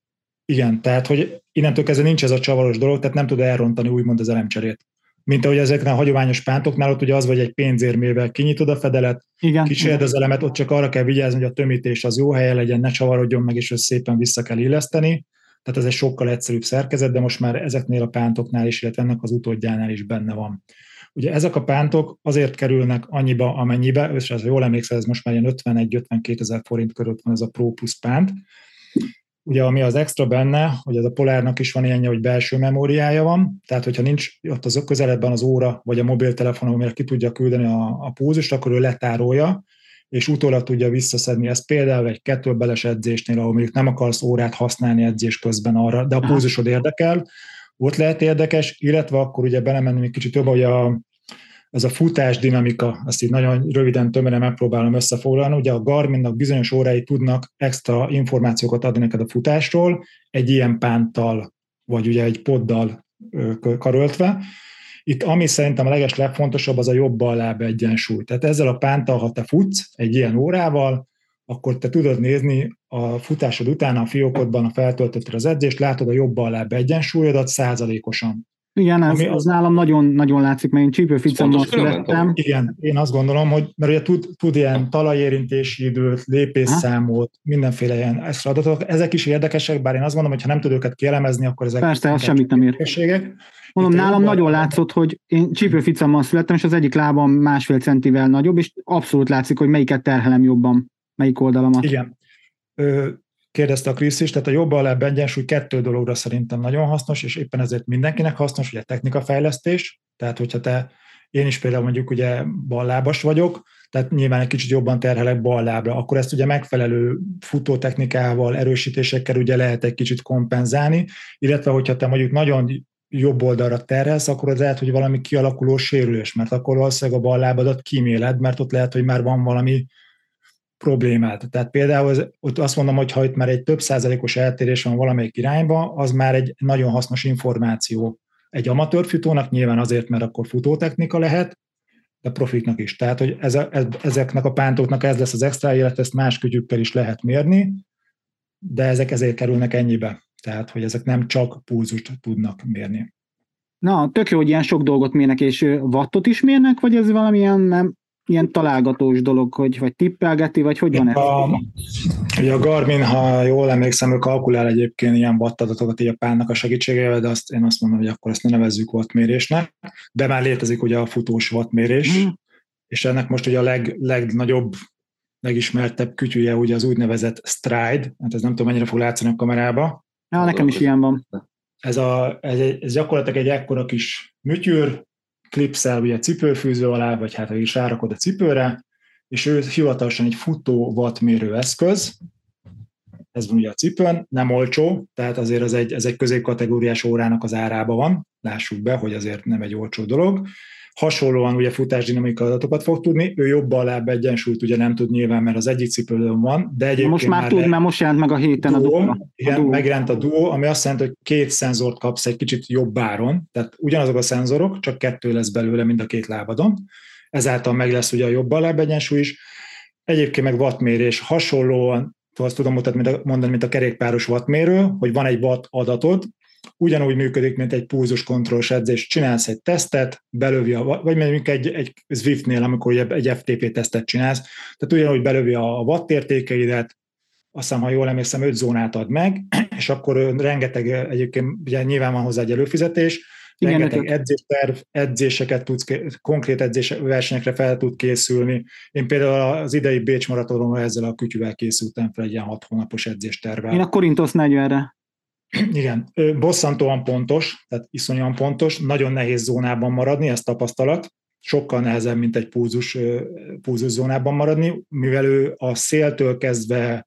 Igen, tehát hogy innentől kezdve nincs ez a csavaros dolog, tehát nem tud elrontani úgymond az elemcserét. Mint ahogy ezeknél a hagyományos pántoknál, ott ugye az, hogy egy pénzérmével kinyitod a fedelet, kíséred az elemet, ott csak arra kell vigyázni, hogy a tömítés az jó helyen legyen, ne csavarodjon meg, és szépen vissza kell illeszteni. Tehát ez egy sokkal egyszerűbb szerkezet, de most már ezeknél a pántoknál is, illetve ennek az utódjánál is benne van. Ugye ezek a pántok azért kerülnek annyiba, amennyibe, és ha jól emlékszel, ez most már ilyen 51-52 000 forint körül van ez a Pro Plus pánt. Ugye ami az extra benne, hogy ez a Polárnak is van ilyenje, hogy belső memóriája van, tehát hogyha nincs ott az közeledben az óra, vagy a mobiltelefon, amire ki tudja küldeni a pulzust, akkor ő letárolja, és utólag tudja visszaszedni. Ez például egy kettlebelles edzésnél, ahol mondjuk nem akarsz órát használni edzés közben arra, de a pulzusod érdekel, ott lehet érdekes, illetve akkor ugye belemenni egy kicsit több, hogy ez a futás dinamika, azt így nagyon röviden, tömören megpróbálom összefoglalni. Ugye a Garminnak bizonyos órái tudnak extra információkat adni neked a futásról, egy ilyen pánttal, vagy ugye egy poddal karöltve. Itt ami szerintem a legfontosabb, az a jobb balláb egyensúly. Tehát ezzel a pánttal, ha te futsz egy ilyen órával, akkor te tudod nézni a futásod után a fiókodban, a feltöltötted az edzést, látod a jobb balláb egyensúlyodat százalékosan. Igen, az nálam nagyon, nagyon látszik, mert én csípőficammal születtem. Igen, én azt gondolom, hogy mert ugye tud ilyen talajérintési időt, lépésszámot, mindenféle ilyen extra adatok. Ezek is érdekesek, bár én azt gondolom, hogy ha nem tud őket kielemezni, akkor ezek persze, az semmit nem ér. Mondom, nálam nagyon látszott, hogy én csípőficammal születtem, és az egyik lábam 1,5 centivel nagyobb, és abszolút látszik, hogy melyiket terhelem jobban, melyik oldalamat. Igen. Kérdezte a Krisz is, tehát a jobb balláb egyensúly 2 dologra szerintem nagyon hasznos, és éppen ezért mindenkinek hasznos, ugye technikafejlesztés, tehát hogyha én is például mondjuk ugye ballábas vagyok, tehát nyilván egy kicsit jobban terhelek ballábra, akkor ezt ugye megfelelő futótechnikával, erősítésekkel ugye lehet egy kicsit kompenzálni, illetve hogyha te mondjuk nagyon jobb oldalra terhelsz, akkor az lehet, hogy valami kialakuló sérülés, mert akkor valószínűleg a ballábadat kíméled, mert ott lehet, hogy már van valami problémát. Tehát például ott azt mondom, hogy ha itt már egy több százalékos eltérés van valamelyik irányba, az már egy nagyon hasznos információ egy amatőr futónak, nyilván azért, mert akkor futótechnika lehet, de profiknak is. Tehát, hogy ezeknek a pántóknak ez lesz az extra élet, ezt más kütyükkel is lehet mérni, de ezek ezért kerülnek ennyibe. Tehát, hogy ezek nem csak pulzust tudnak mérni. Na, tök jó, hogy ilyen sok dolgot mérnek, és wattot is mérnek, vagy ez valamilyen nem, ilyen találgatós dolog, vagy tippelgeti, vagy hogy van ez? Ugye a Garmin, ha jól emlékszem, ő kalkulál egyébként ilyen wattadatokat így a pánnak a segítségével, de én azt mondom, hogy akkor ezt ne nevezzük wattmérésnek, de már létezik ugye a futós wattmérés, és ennek most ugye a legnagyobb, legismertebb kütyüje ugye az úgynevezett Stride, hát ez nem tudom, mennyire fog látszani a kamerába. Ja, nekem is ilyen van. Ez gyakorlatilag egy ekkora kis műtyűr, klipszel ugye cipőfűző alá, vagy hát is rárakod a cipőre, és ő hivatalosan egy futó wattmérő eszköz, ez van ugye a cipőn, nem olcsó, tehát azért ez egy középkategóriás órának az árában van, lássuk be, hogy azért nem egy olcsó dolog. Hasonlóan ugye futásdinamikai adatokat fog tudni, ő jobb a láb egyensúlyt ugye nem tud nyilván, mert az egyik cipőn van, de egyébként most már tud, mert most jelent meg a héten a Duo. Igen, megjelent a Duo, ami azt jelenti, hogy 2 szenzort kapsz egy kicsit jobb áron, tehát ugyanazok a szenzorok, csak 2 lesz belőle mind a 2 lábadon, ezáltal meg lesz ugye a jobb a lábegyensúly is. Egyébként meg wattmérés hasonlóan, azt tudom mondani, mint a kerékpáros wattmérő, hogy van egy watt adatod, ugyanúgy működik, mint egy pulzus kontrollos edzés. Csinálsz egy tesztet, belövi vagy mondjuk egy Zwift-nél, amikor egy FTP tesztet csinálsz, tehát ugyanúgy belövi a watt értékeidet, azt hiszem, ha jól emlékszem, 5 zónát ad meg, és akkor rengeteg, egyébként ugye nyilván van hozzá egy előfizetés, rengeteg edzésterv, edzéseket tudsz, konkrét versenyekre fel tud készülni. Én például az idei Bécs maratonon ezzel a kütyüvel készültem fel egy ilyen 6 hónapos edzéstervvel. Én a Korintos 40-re. Igen, bosszantóan pontos, tehát iszonyúan pontos, nagyon nehéz zónában maradni, ez tapasztalat, sokkal nehezebb, mint egy pulzus zónában maradni, mivel ő a széltől kezdve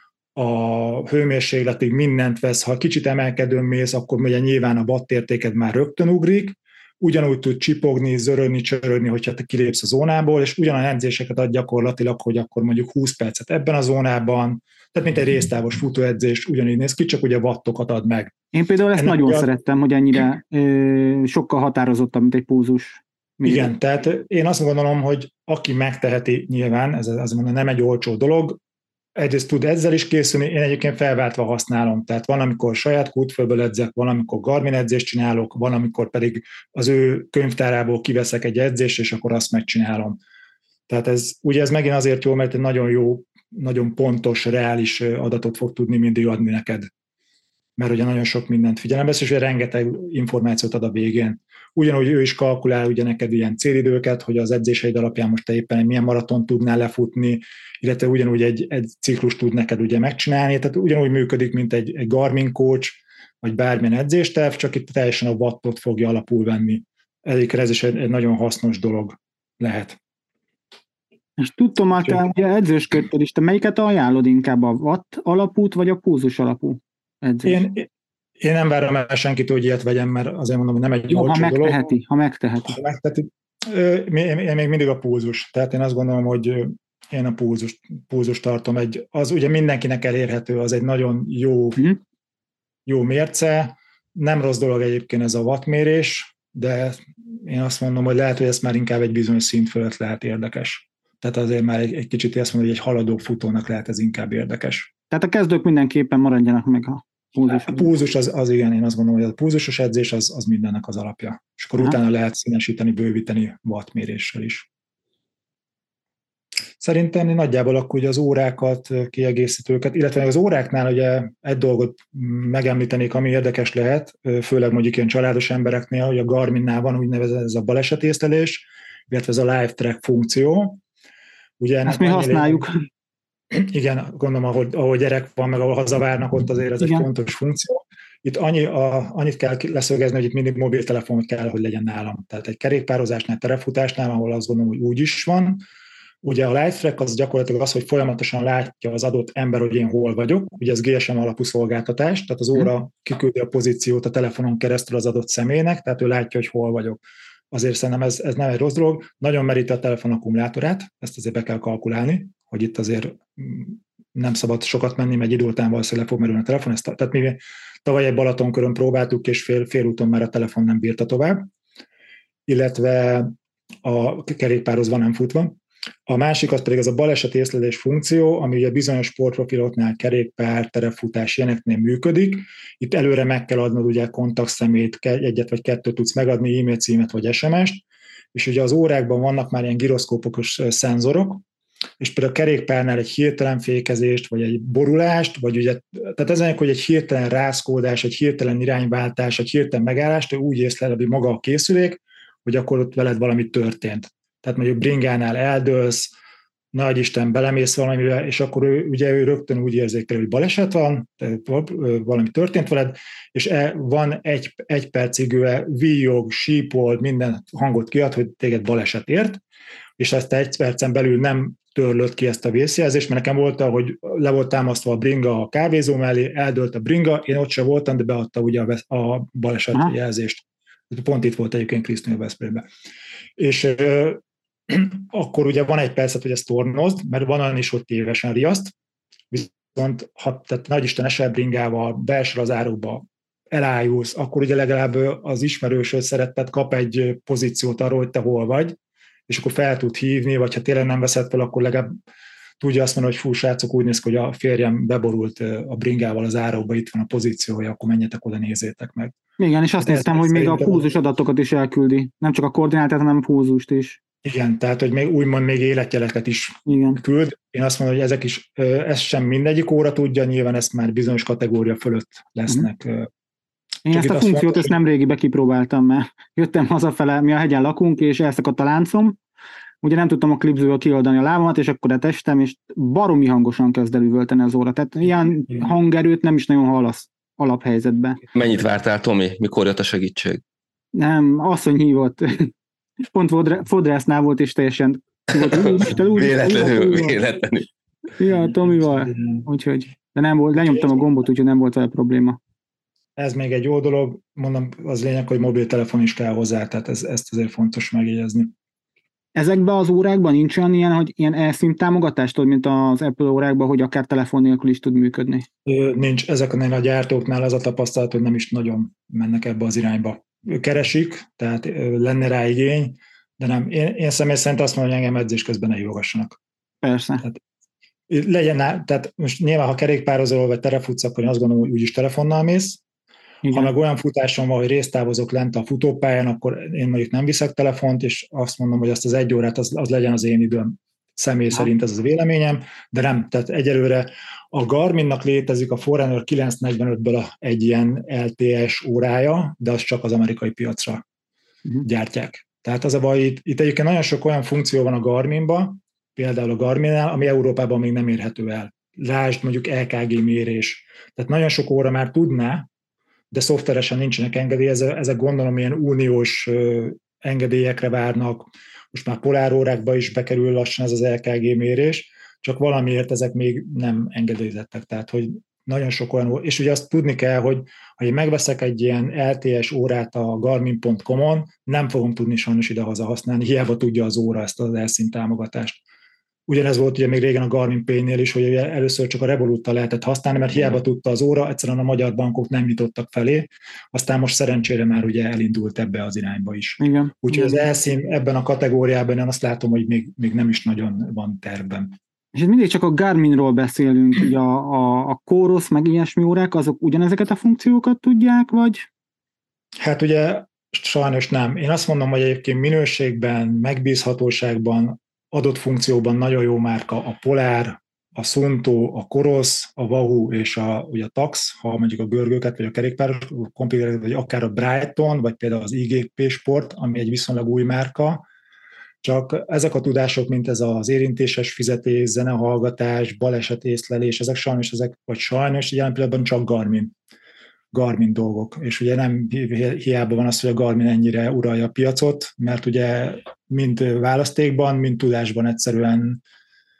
a hőmérsékletig mindent vesz, ha kicsit emelkedőn mész, akkor ugye nyilván a wattértéked már rögtön ugrik, ugyanúgy tud csipogni, zörögni, csörögni, hogyha te kilépsz a zónából, és ugyanolyan edzéseket ad gyakorlatilag, hogy akkor mondjuk 20 percet ebben a zónában, tehát mint egy résztávos futóedzés, ugyanígy néz ki, csak ugye wattokat ad meg. Én például ezt nagyon szerettem, hogy ennyire sokkal határozottabb, mint egy pulzus. Igen, tehát én azt gondolom, hogy aki megteheti nyilván, ez azt mondom, nem egy olcsó dolog, egyrészt tud ezzel is készülni, én egyébként felváltva használom, tehát van, amikor saját kútfőből edzek, van, amikor Garmin edzést csinálok, van, amikor pedig az ő könyvtárából kiveszek egy edzést, és akkor azt megcsinálom. Tehát ez megint azért jó, mert egy nagyon jó, nagyon pontos, reális adatot fog tudni mindig adni neked. Mert ugye nagyon sok mindent figyelembe vesz, és ugye rengeteg információt ad a végén. Ugyanúgy ő is kalkulál ugye neked ilyen célidőket, hogy az edzéseid alapján most te éppen milyen maraton tudnál lefutni, illetve ugyanúgy egy ciklus tud neked ugye megcsinálni, tehát ugyanúgy működik, mint egy Garmin coach, vagy bármilyen edzésterv, csak itt teljesen a wattot fogja alapul venni. Egyébként ez is egy nagyon hasznos dolog lehet. És tudtam, hogy te ugye edzősködtél is, te melyiket ajánlod inkább, a watt alapút, vagy a pulzus alapú edzés? Én nem várom el senkit, hogy ilyet vegyem, mert azért mondom, hogy nem egy olcsó dolog. Ha megteheti. Én még mindig a pulzus. Tehát én azt gondolom, hogy én a pulzus tartom. Az ugye mindenkinek elérhető, az egy nagyon jó mérce. Nem rossz dolog egyébként ez a wattmérés, de én azt mondom, hogy lehet, hogy ez már inkább egy bizonyos szint fölött lehet érdekes. Tehát azért már egy kicsit azt mondom, hogy egy haladó futónak lehet ez inkább érdekes. Tehát a kezdők mindenképpen maradjanak meg a pulzus. A pulzus az igen, én azt gondolom, hogy a pulzusos edzés az mindennek az alapja. És akkor utána lehet színesíteni, bővíteni wattméréssel is. Szerintem nagyjából akkor ugye az órákat, kiegészítőket, illetve az óráknál ugye egy dolgot megemlítenék, ami érdekes lehet, főleg mondjuk ilyen családos embereknél, hogy a Garminnál van úgynevezett ez a balesetésztelés, illetve ez a live track funkció. Ugye ezt mi használjuk. Igen, gondolom, ahol gyerek van, meg ahol hazavárnak, ott azért ez egy fontos funkció. Itt annyit kell leszögezni, hogy itt mindig mobiltelefon kell, hogy legyen nálam. Tehát egy kerékpározásnál, terepfutásnál, ahol azt gondolom, hogy úgy is van. Ugye a live track az gyakorlatilag az, hogy folyamatosan látja az adott ember, hogy én hol vagyok. Ugye ez GSM alapú szolgáltatás, tehát az óra kiküldi a pozíciót a telefonon keresztül az adott személynek, tehát ő látja, hogy hol vagyok. Azért szerintem ez nem egy rossz dolog. Nagyon meríti a telefon akkumulátorát, ezt azért be kell kalkulálni, hogy itt azért nem szabad sokat menni, mert idő után valószínűleg le fog merülni a telefon. Tehát mi tavaly egy Balatonkörön próbáltuk, és félúton már a telefon nem bírta tovább, illetve a kerékpárhoz van nem futva. A másik az pedig az a balesetészlelés funkció, ami ugye bizonyos sportprofiloknál, kerékpár, terepfutás ilyeneknél működik. Itt előre meg kell adnod ugye kontaktszemét, egyet vagy kettőt tudsz megadni, e-mail címet vagy SMS-t, és ugye az órákban vannak már ilyen gyroszkópokos szenzorok, és például a kerékpárnál egy hirtelen fékezést, vagy egy borulást, vagy ugye, tehát ezenek, hogy egy hirtelen rázkódás, egy hirtelen irányváltás, egy hirtelen megállást, úgy észlel, hogy maga a készülék, hogy akkor ott veled valami történt. Tehát mondjuk bringánál eldőlsz, nagy Isten, belemész valamivel, és akkor ő rögtön úgy érzékel, hogy baleset van, valami történt veled, és van egy percig víjog, sípol, minden hangot kiad, hogy téged baleset ért, és ezt egy percen belül nem törlött ki ezt a vészjelzést, mert nekem volt, hogy le volt támasztva a bringa a kávézó mellé, eldőlt a bringa, én ott sem voltam, de beadta ugye a baleset jelzést. Pont itt volt egyébként Krisztina Veszprémben. És akkor ugye van egy percet, hogy ezt tornozd, mert van olyan is, hogy tévesen riaszt, viszont ha tehát nagy Isten esel bringával, belső az árokba elájulsz, akkor ugye legalább az ismerősöd, szeretted kap egy pozíciót arról, hogy te hol vagy, és akkor fel tud hívni, vagy ha tényleg nem veszed fel, akkor legalább tudja azt mondani, hogy fú, srácok, úgy néz ki, hogy a férjem beborult a bringával az árokba, itt van a pozíciója, akkor menjetek oda, nézzétek meg. Igen, és azt néztem, hogy még a pulzus adatokat is elküldi. Nem csak a koordinátát, hanem a pulzust is. Igen, tehát, hogy még úgymond még életjeleket is küld. Én azt mondom, hogy ezek is, ez sem mindegyik óra tudja, nyilván ezt már bizonyos kategória fölött lesznek. Én ezt a funkciót ezt nemrégibe kipróbáltam, mert jöttem hazafele, mi a hegyen lakunk, és elszakadt a láncom. Ugye nem tudtam a klipzőből kioldani a lábamat, és akkor etestem, és baromi hangosan kezd el üvölteni az óra. Tehát ilyen hangerőt nem is nagyon hallasz alaphelyzetben. Mennyit vártál, Tomi? Mikor jött a segítség? Nem, asszony hívott. Pont fodrásznál volt, és teljesen véletlenül. Ja, Tomival. Úgyhogy, de nem volt, lenyomtam a gombot, úgyhogy nem volt vele probléma. Ez még egy jó dolog, mondom, az lényeg, hogy mobiltelefon is kell hozzá, tehát ezt azért fontos megjegyezni. Ezekben az órákban nincs olyan ilyen, hogy ilyen eSIM támogatást, mint az Apple órákban, hogy akár telefon nélkül is tud működni? Nincs. Ezeknél a gyártóknál az a tapasztalat, hogy nem is nagyon mennek ebbe az irányba. Keresik, tehát lenne rá igény, de nem. Én személy szerint azt mondom, hogy engem edzés közben ne hívogassanak. Persze. Tehát, tehát most nyilván, ha kerékpározol, vagy terefutsz, akkor én azt gondolom, hogy úgyis telefonnal mész. Igen. Ha meg olyan futásom van, hogy résztávozok lent a futópályán, akkor én mondjuk nem viszek telefont, és azt mondom, hogy azt az egy órát, az legyen az én időm. Személy szerint ez az véleményem, de nem. Tehát egyelőre a Garminnak létezik a Forerunner 945-ből egy ilyen LTS órája, de az csak az amerikai piacra gyártják. Tehát az a baj, itt egyébként nagyon sok olyan funkció van a Garminban, például a Garminnál, ami Európában még nem érhető el. Lásd mondjuk EKG mérés. Tehát nagyon sok óra már tudná, de szoftveresen nincsenek engedélyezve, ezek gondolom ilyen uniós engedélyekre várnak, most már polárórákba is bekerül lassan ez az EKG mérés, csak valamiért ezek még nem engedélyezettek, tehát hogy nagyon sok olyan, és ugye azt tudni kell, hogy ha én megveszek egy ilyen LTS órát a Garmin.com-on, nem fogom tudni sajnos idehaza használni, hiába tudja az óra ezt az eSIM támogatást. Ugyanez volt ugye még régen a Garmin Pay-nél is, hogy először csak a Revoluttal lehetett használni, mert hiába tudta az óra, egyszerűen a magyar bankok nem nyitottak felé, aztán most szerencsére már ugye elindult ebbe az irányba is. Igen. Úgyhogy az eSIM ebben a kategóriában én azt látom, hogy még nem is nagyon van tervben. És itt mindig csak a Garminról beszélünk, ugye a Coros meg ilyesmi órák, azok ugyanezeket a funkciókat tudják, vagy? Hát ugye sajnos nem. Én azt mondom, hogy egyébként minőségben, megbízhatóságban, adott funkcióban nagyon jó márka a Polar, a Suunto, a Coros, a Wahoo és ugye a Tax, ha mondjuk a görgőket vagy a kerékpáros komplikálják, vagy akár a Brighton, vagy például az IGP Sport, ami egy viszonylag új márka, csak ezek a tudások, mint ez az érintéses fizetés, zenehallgatás, balesetészlelés, ezek jelen pillanatban csak Garmin dolgok, és ugye nem hiába van az, hogy a Garmin ennyire uralja a piacot, mert ugye mind választékban, mind tudásban egyszerűen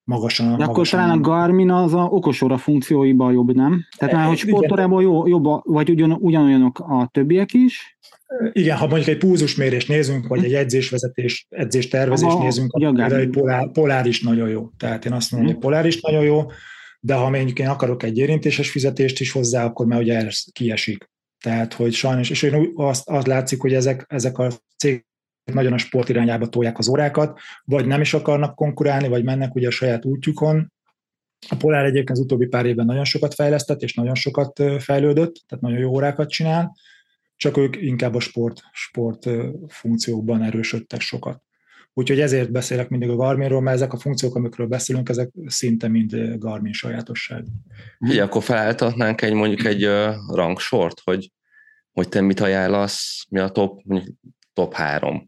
magasan. De akkor talán a Garmin az a okosóra funkcióiban jobb, nem? Tehát már, hogy sportórában jobb, vagy ugyanolyanok a többiek is? Igen, ha mondjuk egy pulzusmérést nézünk, vagy egy edzéstervezést nézünk, akkor egy Polar is nagyon jó. Tehát én azt mondom, hogy Polar is nagyon jó, de ha mondjuk én akarok egy érintéses fizetést is hozzá, akkor már ugye ez kiesik. Tehát, hogy sajnos, és azt látszik, hogy ezek a cégek nagyon a sport irányába tolják az órákat, vagy nem is akarnak konkurálni, vagy mennek ugye a saját útjukon. A Polar egyébként az utóbbi pár évben nagyon sokat fejlesztett, és nagyon sokat fejlődött, tehát nagyon jó órákat csinál, csak ők inkább a sport funkciókban erősödtek sokat. Úgyhogy ezért beszélek mindig a Garminról, mert ezek a funkciók, amikről beszélünk, ezek szinte mind Garmin sajátosság. Ugye akkor felálltatnánk mondjuk egy rangsort, hogy te mit ajánlasz, mi a top 3?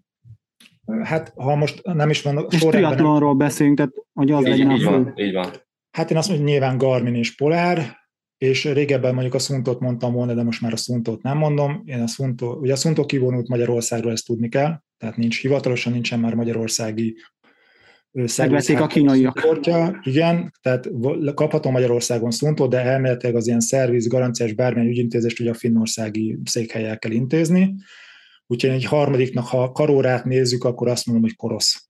Hát, ha most nem is van... És triatlonról beszélünk, tehát hogy az legyen a fő. Így van. Hát én azt mondom, hogy nyilván Garmin és Polar, és régebben mondjuk a Suntot mondtam volna, de most már a Suntot nem mondom. Ugye a Sunto kivonult Magyarországról, ezt tudni kell, tehát hivatalosan nincsen már magyarországi megvették a kínaiak. Igen, tehát kaphatom Magyarországon Suntot, de elméletileg az ilyen szerviz, garanciás bármilyen ügyintézést ugye a finnországi székhellyel kell intézni. Úgyhogy egy harmadiknak, ha a karórát nézzük, akkor azt mondom, hogy Korosz.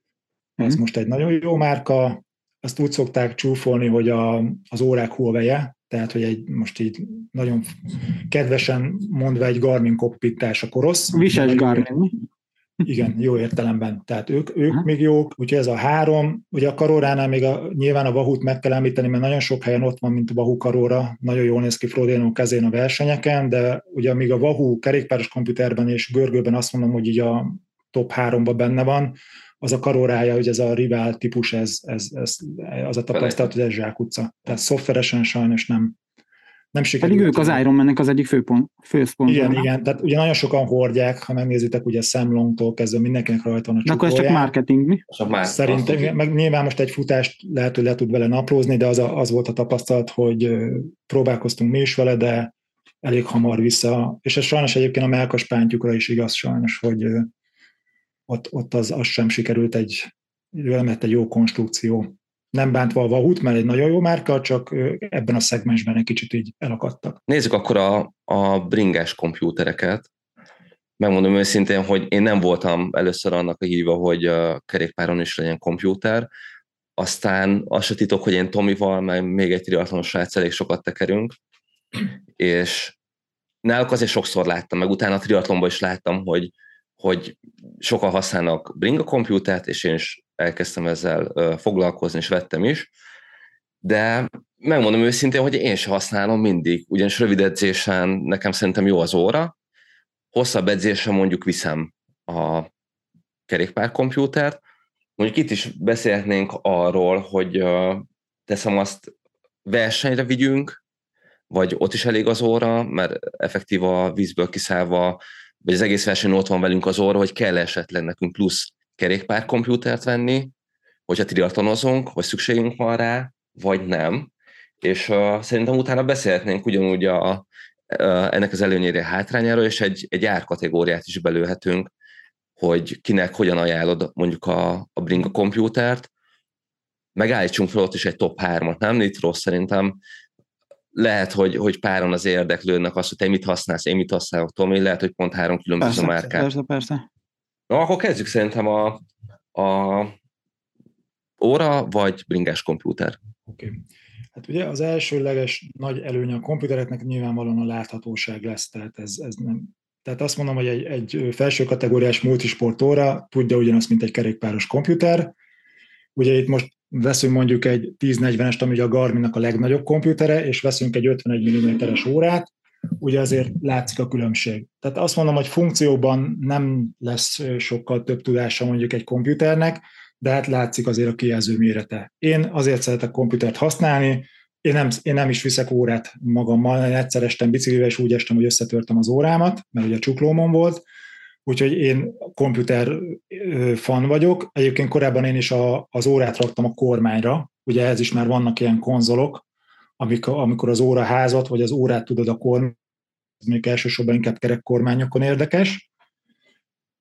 Ez most egy nagyon jó márka, azt úgy szokták csúfolni, hogy az órák Huawei-je, tehát hogy most így nagyon kedvesen mondva egy Garmin kokpittás a Korosz. Vises Garmin. Igen, jó értelemben. Tehát ők még jók, úgyhogy ez a 3. Ugye a Karóránál még nyilván a Wahoo-t meg kell említeni, mert nagyon sok helyen ott van, mint a Wahoo Karóra, nagyon jól néz ki Frodeno kezén a versenyeken, de ugye amíg a Wahoo kerékpáros komputerben és görgőben azt mondom, hogy így a top 3-ban benne van, az a Karórája, hogy ez a rivál típus, ez az a tapasztalat, hogy ez zsákutca. Tehát szoftveresen sajnos nem sikerült. Pedig ők az Ironman-nek az egyik főszponzor. Igen, tehát ugye nagyon sokan hordják, ha megnézitek, ugye Samlongtól kezdve mindenkinek rajta van a csukóján. Akkor ez csak marketing, mi? Szerintem, meg nyilván most egy futást lehet, hogy le tud vele naplózni, de az volt a tapasztalat, hogy próbálkoztunk mi is vele, de elég hamar vissza. És ez sajnos egyébként a mellkas pántjukra is igaz sajnos, hogy ott az sem sikerült egy jó konstrukció. Nem bántva a Wahoo-t, mert egy nagyon jó márka, csak ebben a szegmensben egy kicsit így elakadtak. Nézzük akkor a bringás kompjútereket. Megmondom őszintén, hogy én nem voltam először annak a híva, hogy kerékpáron is legyen kompjúter. Aztán az se titok, hogy én Tomival, meg még egy triatlonos srác elég sokat tekerünk, és náluk azért sokszor láttam, meg utána a triatlonban is láttam, hogy sokan használnak bringa kompjútert, és én is elkezdtem ezzel foglalkozni, és vettem is, de megmondom őszintén, hogy én sem használom mindig, ugyanis rövid edzésen nekem szerintem jó az óra, hosszabb edzésen mondjuk viszem a kerékpárkompjútert. Mondjuk itt is beszélhetnénk arról, hogy teszem azt versenyre vigyünk, vagy ott is elég az óra, mert effektív a vízből kiszállva, vagy az egész versenyen ott van velünk az óra, hogy kell esetleg nekünk plusz kerékpárkompjútert venni, hogyha triatlonozunk, vagy szükségünk van rá, vagy nem. És szerintem utána beszélhetnénk ugyanúgy ennek az előnyére, hátrányáról, és egy árkategóriát is belőhetünk, hogy kinek hogyan ajánlod mondjuk a bringa kompjútert. Megállítsunk fel ott is egy top 3-at, nem? Nitro szerintem lehet, hogy páron az érdeklődnek azt, hogy te mit használsz, én mit használok, Tomi, lehet, hogy pont 3 különböző márkát. Persze. Na, akkor kezdjük szerintem a óra vagy bringás kompjúter. Oké. Hát ugye az elsőleges nagy előnye a komputereknek nyilvánvalóan a láthatóság lesz, tehát ez nem. Tehát azt mondom, hogy egy felső kategóriás multisport óra tudja ugyanazt, mint egy kerékpáros komputer. Ugye itt most veszünk mondjuk egy 1040-est, ami a Garminnak a legnagyobb komputere, és veszünk egy 51 mm-es órát, ugye azért látszik a különbség. Tehát azt mondom, hogy funkcióban nem lesz sokkal több tudása mondjuk egy komputernek, de hát látszik azért a kijelző mérete. Én azért szeretek komputert használni, én nem is viszek órát magammal, én egyszer estem biciklivel, és úgy estem, hogy összetörtem az órámat, mert ugye a csuklómon volt, úgyhogy én komputer fan vagyok. Egyébként korábban én is az órát raktam a kormányra, ugye ez is már vannak ilyen konzolok, amikor az óraházat, vagy az órát tudod a kormány, ez még elsősorban inkább kerekkormányokon érdekes.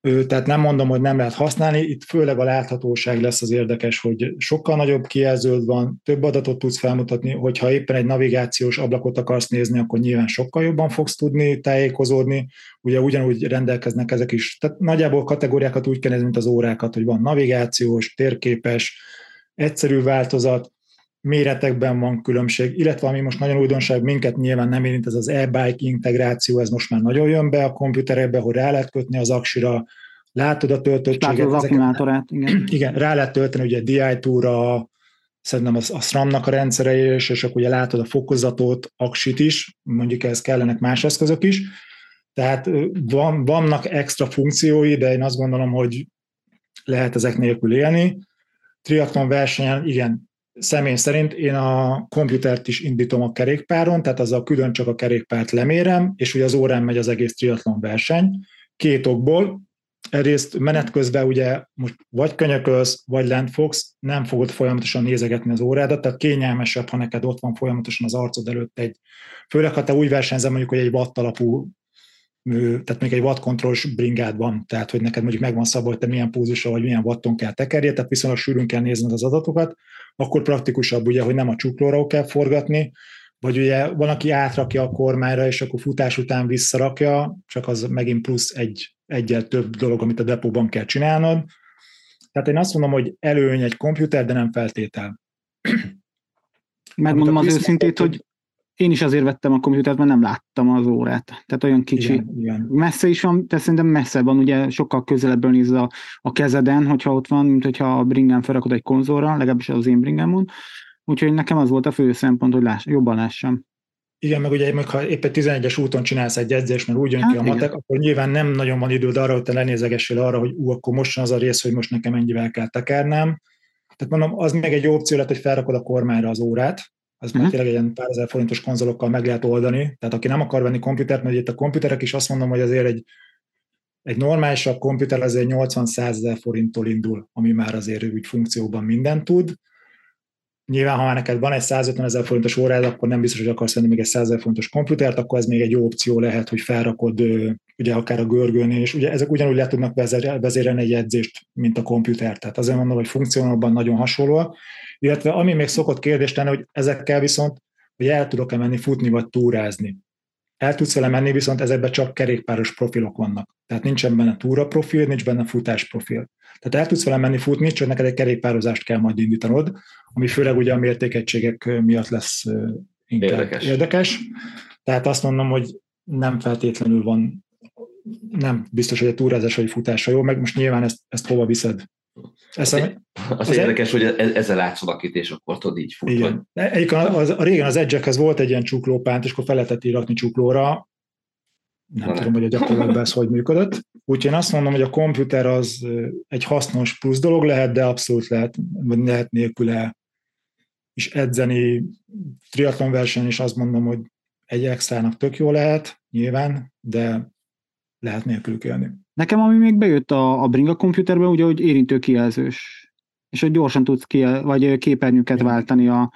Tehát nem mondom, hogy nem lehet használni, itt főleg a láthatóság lesz az érdekes, hogy sokkal nagyobb kijelződ van, több adatot tudsz felmutatni, hogyha éppen egy navigációs ablakot akarsz nézni, akkor nyilván sokkal jobban fogsz tudni tájékozódni, ugye ugyanúgy rendelkeznek ezek is. Tehát nagyjából kategóriákat úgy kell nézni, mint az órákat, hogy van navigációs, térképes, egyszerű változat, méretekben van különbség, illetve ami most nagyon újdonság, minket nyilván nem érint, ez az e-bike integráció, ez most már nagyon jön be a komputerekbe, hogy rá lehet kötni az aksira, látod a töltöttséget. Látod az akkumulátorát, igen. Igen, rá lehet tölteni ugye DI2-ra, szerintem a SRAM-nak a rendszere is, és akkor ugye látod a fokozatot, aksit is, mondjuk ehhez kellenek más eszközök is, tehát vannak extra funkciói, de én azt gondolom, hogy lehet ezek nélkül élni. Triatlon versenyen, igen, személy szerint én a komputert is indítom a kerékpáron, tehát azzal külön csak a kerékpárt lemérem, és ugye az órán megy az egész triatlon verseny. Két okból. Egyrészt menet közben ugye most vagy könyökölsz, vagy lent fogsz, nem fogod folyamatosan nézegetni az órádat, tehát kényelmesebb, ha neked ott van folyamatosan az arcod előtt főleg ha te úgy versenyzel mondjuk, hogy egy watt alapú, tehát még egy watt kontrollos bringád van, tehát hogy neked mondjuk megvan szabva, hogy te milyen pulzusra vagy milyen watton kell tekerje, tehát viszonylag sűrűn kell nézned az adatokat, akkor praktikusabb ugye, hogy nem a csuklóra kell forgatni, vagy ugye van, aki átrakja a kormányra, és akkor futás után visszarakja, csak az megint plusz egyel több dolog, amit a depóban kell csinálnod. Tehát én azt mondom, hogy előny egy komputer, de nem feltétel. Megmondom az őszintét, hogy én is azért vettem a komputert, mert nem láttam az órát. Tehát olyan kicsi. Igen. Messze is van, de szerintem messze van, ugye sokkal közelebből nézd a kezeden, hogyha ott van, mint hogyha a bringán felrakod egy konzolra, legalábbis az én bringámon. Úgyhogy nekem az volt a fő szempont, hogy jobban lássam. Igen, meg ugye, ha éppen 11-es úton csinálsz egy edzést, mert úgy jön ki a matek, akkor nyilván nem nagyon van időd arra, hogy te lenézegessél arra, hogy akkor most az a rész, hogy most nekem ennyivel kell tekernem. Tehát mondom, az még egy opció lett, hogy felrakod a kormányra az órát, az már tényleg egy ilyen pár ezer forintos konzolokkal meg lehet oldani. Tehát aki nem akar venni komputert, mert itt a komputerek is azt mondom, hogy azért egy normálisabb komputer azért 80-100 ezer forinttól indul, ami már azért úgy funkcióban mindent tud. Nyilván, ha már neked van egy 150 ezer forintos órád, akkor nem biztos, hogy akarsz venni még egy 100 ezer forintos komputert, akkor ez még egy jó opció lehet, hogy felrakod ugye akár a görgőnél, és ugye ezek ugyanúgy le tudnak vezérelni egy edzést, mint a komputer. Tehát azért mondom, hogy funkciónalban nagyon hasonló. Illetve ami még szokott kérdést tenni, hogy ezekkel viszont, hogy el tudok-e menni futni vagy túrázni. El tudsz vele menni, viszont ezekben csak kerékpáros profilok vannak. Tehát nincsen benne túra profil, nincs benne futás profil. Tehát el tudsz vele menni futni, csak neked egy kerékpározást kell majd indítanod, ami főleg ugye a mértékegységek miatt lesz inkább érdekes. Tehát azt mondom, hogy nem feltétlenül van, nem biztos, hogy a túrázás vagy futása jó, meg most nyilván ezt hova viszed. Az érdekes, hogy ezzel látsz valakit, és akkor tudod így futni. Igen. Régen az Edge-ekhez volt egy ilyen csuklópánt, és akkor fel lehetett rakni csuklóra. Nem tudom, hogy a gyakorlatban ez hogy működött. Úgyhogy én azt mondom, hogy a komputer az egy hasznos plusz dolog lehet, de abszolút lehet nélküle is edzeni. Triatlon versenyen is azt mondom, hogy egy extrának tök jó lehet, nyilván, de lehet nélkülük élni. Nekem ami még bejött a bringa komputerbe, ugye, hogy érintő kijelzős, és hogy gyorsan tudsz vagy képernyőket váltani a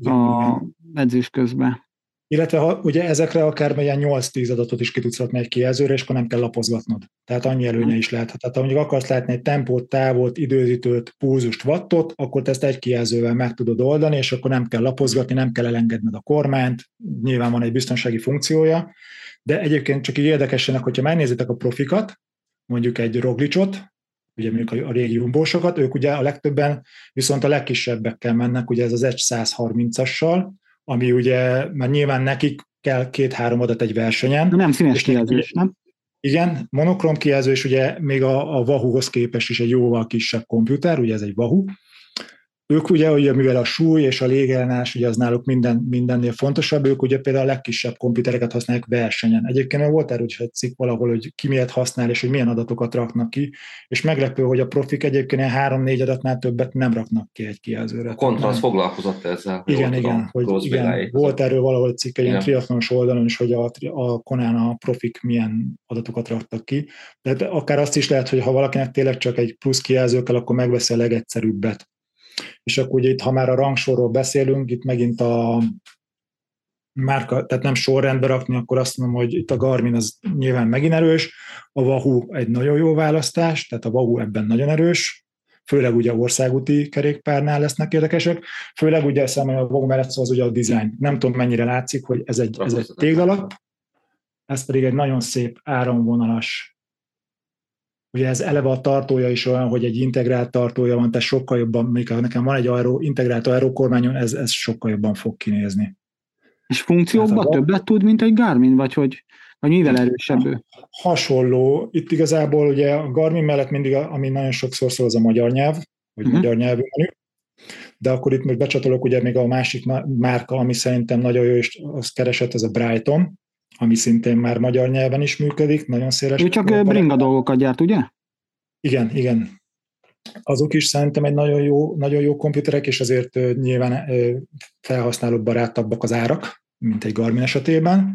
edzés közben. Illetve ugye ezekre akár ilyen 8-10 adatot is ki tudsz rakni egy kijelzőre, és akkor nem kell lapozgatnod. Tehát annyi előnye is lehet. Tehát ha mondjuk akarsz látni egy tempót, távot, időzítőt, pulzust, wattot, akkor te ezt egy kijelzővel meg tudod oldani, és akkor nem kell lapozgatni, nem kell elengedned a kormányt, nyilván van egy biztonsági funkciója, de egyébként csak így érdekesenek, hogyha megnézitek a profikat, mondjuk egy Roglicot, ugye mondjuk a régi jumbósokat, ők ugye a legtöbben viszont a legkisebbekkel mennek, ugye ez az Edge 130-assal, ami ugye, mert nyilván nekik kell 2-3 adat egy versenyen. Nem színes kijelzős, nem? Igen, monokrom kijelző, és ugye még a Wahoo-hoz képest is egy jóval kisebb komputer, ugye ez egy Wahoo. Ők ugye, mivel a súly és a légellenállás, ugye az náluk mindennél fontosabb, ők ugye például a legkisebb komputereket használják versenyen. Egyébként volt erről is egy cikk valahol, hogy ki miért használ, és hogy milyen adatokat raknak ki, és meglepő, hogy a profik egyébként 3-4 adatnál többet nem raknak ki egy kijelzőre. A Kontrasz foglalkozott ezzel. Igen, volt erről valahol egy cikk egy ilyen triatlonos oldalon is, hogy a Konán a profik milyen adatokat raktak ki. De akár azt is lehet, hogy ha valakinek tényleg csak egy plusz kijelző kell, akkor megveszi a legegyszerűbbet. És akkor ugye itt, ha már a rangsorról beszélünk, itt megint márka, tehát nem sorrendbe rakni, akkor azt mondom, hogy itt a Garmin az nyilván megint erős, a Wahoo egy nagyon jó választás, tehát a Wahoo ebben nagyon erős, főleg ugye országúti kerékpárnál lesznek érdekesek, főleg ugye szemben a Wahoo mellett szó az ugye a design. Nem tudom, mennyire látszik, hogy ez egy téglalap, ez pedig egy nagyon szép áramvonalas. Ugye ez eleve a tartója is olyan, hogy egy integrált tartója van, tehát sokkal jobban, mikor nekem van egy integrált aerokormányon, ez sokkal jobban fog kinézni. És funkciókban többet tud, mint egy Garmin, vagy mivel erősebb ő? Hasonló. Itt igazából ugye a Garmin mellett mindig, ami nagyon sokszor szól, az a magyar nyelv, vagy magyar nyelvű menü. De akkor itt most becsatolok ugye még a másik márka, ami szerintem nagyon jó, és azt keresett, ez a Brighton, ami szintén már magyar nyelven is működik, nagyon széles. Ő csak bringa dolgokat gyárt, ugye? Igen. Azok is szerintem egy nagyon jó komputerek, és azért nyilván felhasználók barátabbak az árak, mint egy Garmin esetében.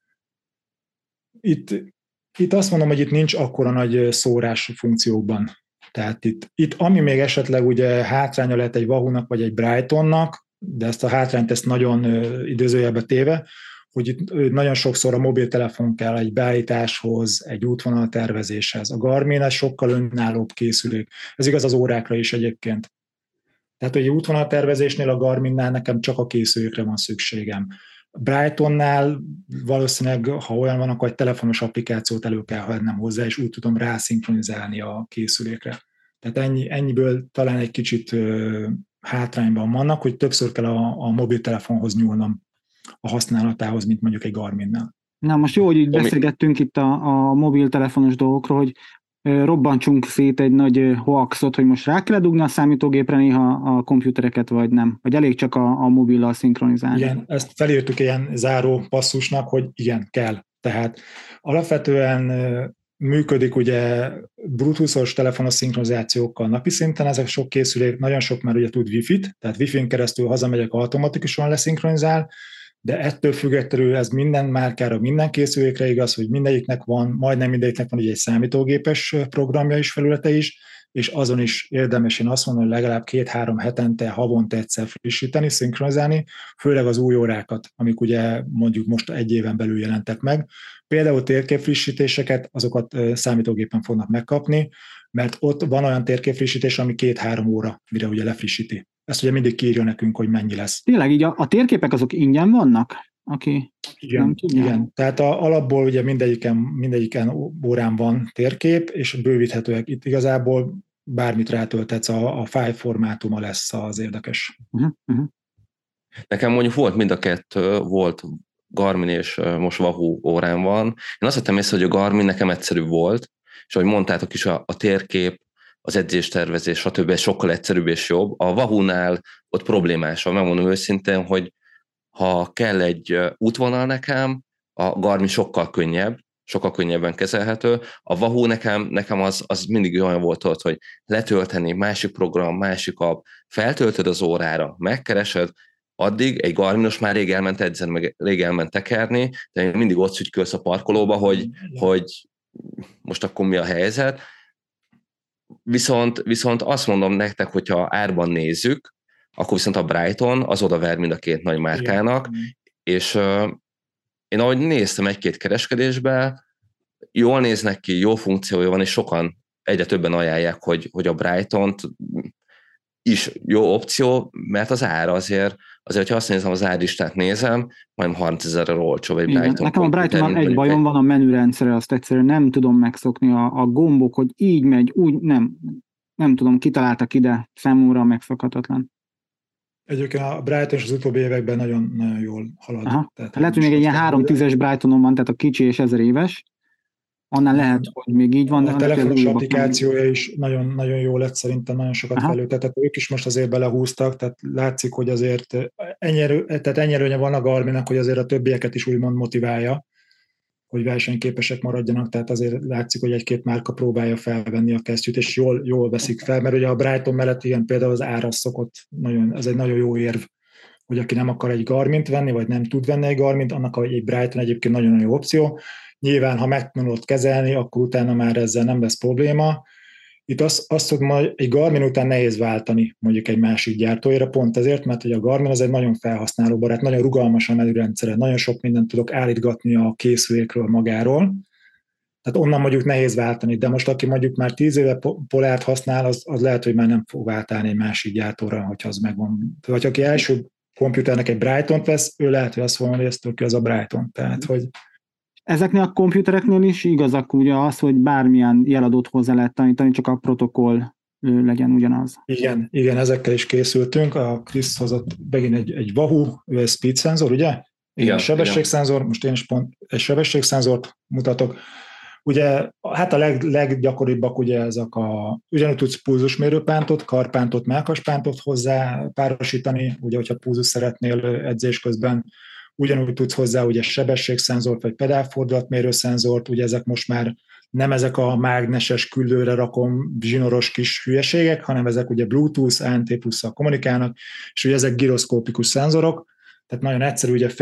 Itt azt mondom, hogy itt nincs akkora nagy szórás funkciókban. Tehát itt ami még esetleg ugye hátránya lehet egy Wahoo-nak vagy egy Brightonnak, de ezt a hátrányt nagyon időzőjelbe téve, hogy itt nagyon sokszor a mobiltelefon kell egy beállításhoz, egy útvonaltervezéshez. A Garmin ez sokkal önállóbb készülék. Ez igaz az órákra is egyébként. Tehát, hogy egy útvonaltervezésnél a Garminnál nekem csak a készülékre van szükségem. Brightonnál valószínűleg, ha olyan van, akkor egy telefonos applikációt elő kell vennem hozzá, és úgy tudom rászinkronizálni a készülékre. Tehát ennyiből talán egy kicsit hátrányban vannak, hogy többször kell a mobiltelefonhoz nyúlnom a használatához, mint mondjuk egy Garminnál. Na most jó, hogy így beszélgettünk itt a mobiltelefonos dolgokról, hogy robbantsunk szét egy nagy hoaxot, hogy most rá kell dugni a számítógépre néha a komputereket, vagy nem? Vagy elég csak a mobillal szinkronizálni? Igen, ezt felírtuk ilyen záró passzusnak, hogy igen, kell. Tehát alapvetően működik ugye Bluetooth-os telefonos szinkronizációkkal napi szinten, ezek sok készülék, nagyon sok már ugye tud Wi-Fi-t, tehát Wi-Fi-n keresztül hazamegyek, automatikusan leszinkronizál, de ettől függetlenül ez minden márkára, minden készülékre igaz, hogy mindegyiknek van, majdnem mindegyiknek van egy számítógépes programja is, felülete is, és azon is érdemes, én azt mondom, hogy legalább 2-3 hetente, havonta egyszer frissíteni, szinkronizálni, főleg az új órákat, amik ugye mondjuk most egy éven belül jelentek meg. Például térképfrissítéseket, azokat számítógépen fognak megkapni, mert ott van olyan térképfrissítés, ami 2-3 óra, mire ugye lefrissíti. Ezt ugye mindig kiírja nekünk, hogy mennyi lesz. Tényleg így a térképek azok ingyen vannak? Igen. Tehát alapból ugye mindegyiken órán van térkép, és bővíthetőek. Itt igazából bármit rátöltetsz, a file formátuma lesz az érdekes. Nekem mondjuk volt mind a kettő, volt Garmin és most Wahoo órán van. Én azt vettem észre, hogy a Garmin nekem egyszerű volt, és ahogy mondtátok is, a térkép, az edzéstervezés, stb. Sokkal egyszerűbb és jobb. A Wahoo-nál ott problémás van, megmondom őszintén, hogy ha kell egy útvonal nekem, a Garmin sokkal könnyebben kezelhető. A Wahoo nekem az mindig olyan volt ott, hogy letölteni, másik program, másik app, feltöltöd az órára, megkeresed, addig egy Garminos már rég elment edzeni, meg rég elment tekerni, de mindig ott szütykölsz a parkolóba, hogy most akkor mi a helyzet. Viszont azt mondom nektek, hogyha árban nézzük, akkor viszont a Brighton az odaver mind a két nagy márkának, és én ahogy néztem egy-két kereskedésbe, jól néznek ki, jó funkciója van, és sokan egyre többen ajánlják, hogy a Brightont is jó opció, mert az ára azért hogyha azt nézem, az árlistát nézem, majd 30 000-re olcsóbb egy Brighton. Nekem a Brighton egy bajom van, a menürendszere, azt egyszerűen nem tudom megszokni, a gombok, hogy így megy, úgy nem tudom, kitaláltak ide, számomra megszokhatatlan. Egyébként a Brighton az utóbbi években nagyon jól halad. Tehát lehet, hogy még egy ilyen 3-10-es Brightonon van, tehát a kicsi és 1000 éves, annál lehet, hogy még így van. A telefonos applikációja is nagyon jó lett, szerintem nagyon sokat fejlődtetett. Ők is most azért belehúztak, tehát látszik, hogy azért ennyi előnye van a Garminnak, hogy azért a többieket is úgymond motiválja, hogy versenyképesek maradjanak, tehát azért látszik, hogy egy-két márka próbálja felvenni a kesztyűt, és jól veszik fel, mert ugye a Brighton mellett igen, például az ára szokott, ez egy nagyon jó érv, hogy aki nem akar egy Garmint venni, vagy nem tud venni egy Garmint, annak egy Brighton egyébként nagyon jó opció. Nyilván, ha megtanulod kezelni, akkor utána már ezzel nem lesz probléma. itt azt tudom, hogy egy Garmin után nehéz váltani mondjuk egy másik gyártójára, pont ezért, mert hogy a Garmin az egy nagyon felhasználóbarát, nagyon rugalmas a menürendszere, nagyon sok mindent tudok állítgatni a készülékről magáról, tehát onnan mondjuk nehéz váltani, de most aki mondjuk már 10 éve Polárt használ, az lehet, hogy már nem fog váltani egy másik gyártóra, hogyha az megvan. Vagy aki első komputernek egy Brightont vesz, ő lehet, hogy azt mondja, hogy ez tök az a Brighton. Tehát, hogy ezeknél a komputereknél is igazak ugye az, hogy bármilyen jeladót hozzá lehet tanítani, csak a protokoll legyen ugyanaz. Igen, ezekkel is készültünk. A Krisz hozott megint egy Wahoo, ő egy speed szenzor, ugye? Igen, sebességszenzor, most én is pont egy sebességszenzort mutatok. Ugye, hát a leggyakoribbak ugye ezek ugyanúgy tudsz pulzusmérőpántot, karpántot, mellkaspántot hozzá párosítani, ugye, hogyha pulzus szeretnél edzés közben, ugyanúgy tudsz hozzá ugye sebességszenzort, vagy pedálfordulatmérő szenzort, ugye ezek most már nem ezek a mágneses küllőre rakom zsinoros kis hülyeségek, hanem ezek ugye Bluetooth, ANT plusszal kommunikálnak, és ugye ezek giroszkópikus szenzorok, tehát nagyon egyszerű, ugye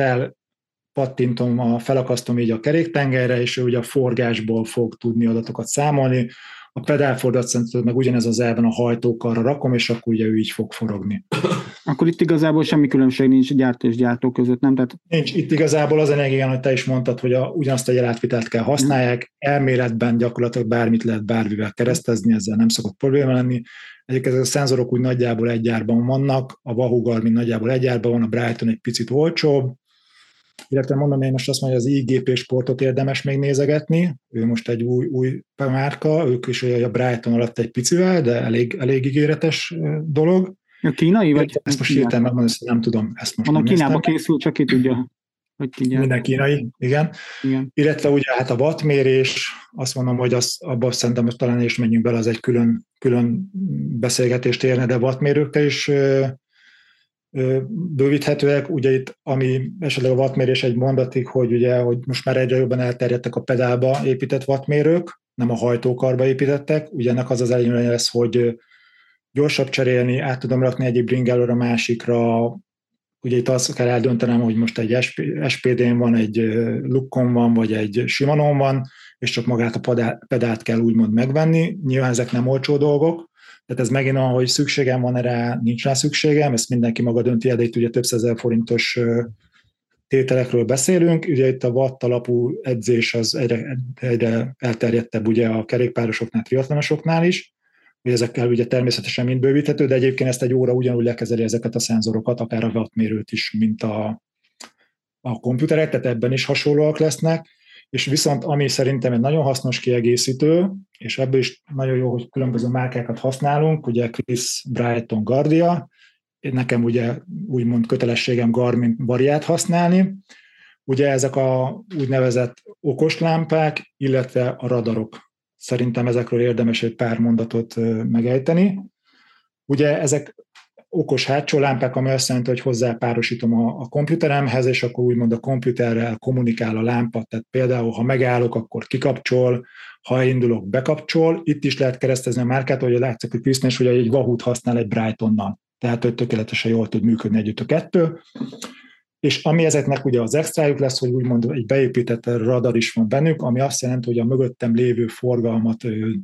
felakasztom így a keréktengelyre, és ő ugye a forgásból fog tudni adatokat számolni. A pedálfordulatszenzort meg ugyanez az elven a hajtókarra rakom, és akkor ugye ő így fog forogni. Akkor itt igazából semmi különbség nincs gyártó és gyártó között, nem? Tehát... Nincs. Itt igazából az a lényeg, hogy te is mondtad, hogy ugyanazt a jelátvitelt kell használják. Elméletben gyakorlatilag bármit lehet bármivel keresztezni, ezzel nem szokott probléma lenni. Egyébként ezek a szenzorok úgy nagyjából egy gyárban vannak, a Wahoo Garmin nagyjából egy gyárban van, a Brighton egy picit olcsóbb, illetve mondom, én most azt mondom, hogy az IGP sportot érdemes még nézegetni, ő most egy új márka, ők is a Brighton alatt egy picivel, de elég ígéretes dolog. A kínai? Vagy ezt most hirtelen megmondani, hogy nem tudom. Ezt most mondom, Kínába készül, csak ki tudja. Hogy minden kínai, igen. Illetve ugye hát a wattmérés, azt mondom, hogy abban szerintem talán is menjünk bele, az egy külön beszélgetést érne, de wattmérőkkel is bővíthetőek. Ugye itt, ami esetleg a wattmérés egy mondatig, hogy most már egyre jobban elterjedtek a pedálba épített wattmérők, nem a hajtókarba építettek. Ugye ennek az előnye lesz, hogy gyorsabb cserélni, át tudom rakni egyik bringelőre a másikra. Ugye itt azt kell eldöntenem, hogy most egy SPD-n van, egy Lukkon van, vagy egy Shimanon van, és csak magát a pedált kell úgymond megvenni. Nyilván ezek nem olcsó dolgok, tehát ez megint olyan, hogy szükségem van erre, nincs rá szükségem, ezt mindenki maga dönti el, de itt ugye több százezer forintos tételekről beszélünk. Ugye itt a watt alapú edzés az egyre elterjedtebb ugye a kerékpárosoknál, triatlonosoknál is. Ezekkel ugye természetesen mind bővíthető, de egyébként ezt egy óra ugyanúgy lekezeli ezeket a szenzorokat, akár a wattmérőt is, mint a komputerek, tehát ebben is hasonlóak lesznek. És viszont ami szerintem egy nagyon hasznos kiegészítő, és ebből is nagyon jó, hogy különböző márkákat használunk, ugye Krisz, Brighton, Guardia, nekem ugye úgymond kötelességem Garmin variát használni, ugye ezek a úgynevezett okoslámpák, illetve a radarok. Szerintem ezekről érdemes egy pár mondatot megejteni. Ugye ezek okos hátsó lámpák, ami azt jelenti, hogy hozzápárosítom a komputeremhez, és akkor úgymond a komputerrel kommunikál a lámpa, tehát például, ha megállok, akkor kikapcsol, ha indulok, bekapcsol. Itt is lehet keresztezni a márkát, ahogy látszik, hogy Krisztán is, hogy egy Wahoo-t használ egy Brightonnal, tehát hogy tökéletesen jól tud működni együtt a kettő. És ami ezeknek ugye az extrájuk lesz, hogy úgymond egy beépített radar is van bennük, ami azt jelenti, hogy a mögöttem lévő forgalmat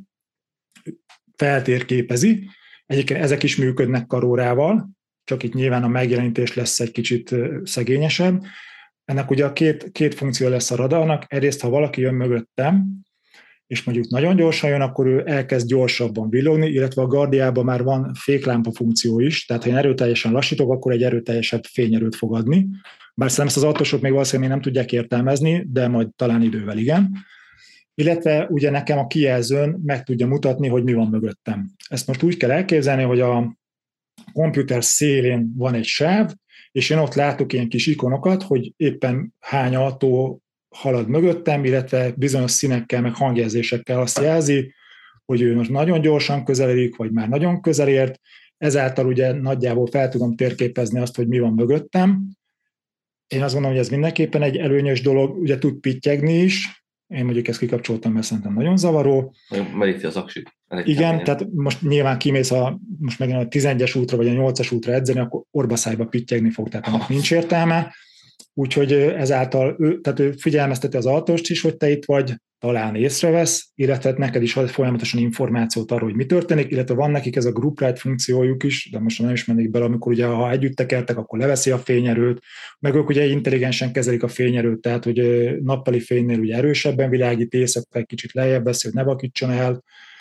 feltérképezi. Egyébként ezek is működnek karórával, csak itt nyilván a megjelenítés lesz egy kicsit szegényesebb. Ennek ugye a két funkció lesz a radarnak. Egyrészt, ha valaki jön mögöttem, és mondjuk nagyon gyorsan jön, akkor ő elkezd gyorsabban villogni, illetve a Guardiában már van féklámpa funkció is, tehát ha én erőteljesen lassítok, akkor egy erőteljesebb fényerőt fog adni. Bár szerintem ezt az autósok még valószínűleg nem tudják értelmezni, de majd talán idővel igen. Illetve ugye nekem a kijelzőn meg tudja mutatni, hogy mi van mögöttem. Ezt most úgy kell elképzelni, hogy a komputer szélén van egy sáv, és én ott látok ilyen kis ikonokat, hogy éppen hány autó halad mögöttem, illetve bizonyos színekkel, meg hangjelzésekkel azt jelzi, hogy ő most nagyon gyorsan közeledik, vagy már nagyon közel ért. Ezáltal ugye nagyjából fel tudom térképezni azt, hogy mi van mögöttem. Én azt gondolom, hogy ez mindenképpen egy előnyös dolog, ugye tud pittyegni is. Én mondjuk ezt kikapcsoltam, mert szerintem nagyon zavaró. Meríti az aksit. Igen, tehát most nyilván kimész most megint a 11-es útra, vagy a 8-as útra edzeni, akkor orbaszájba pittyegni fog, tehát annak nincs értelme. úgyhogy ezáltal tehát ő figyelmezteti az autóst is, hogy te itt vagy, talán észrevesz, illetve neked is ad folyamatosan információt arról, hogy mi történik, illetve van nekik ez a group ride funkciójuk is, de most nem is mennék bele, amikor ugye ha együtt tekertek, akkor leveszi a fényerőt, meg ők ugye intelligensen kezelik a fényerőt, tehát hogy nappali fénynél ugye erősebben világít, éjszaka egy kicsit lejjebb veszi, hogy ne vakítson el,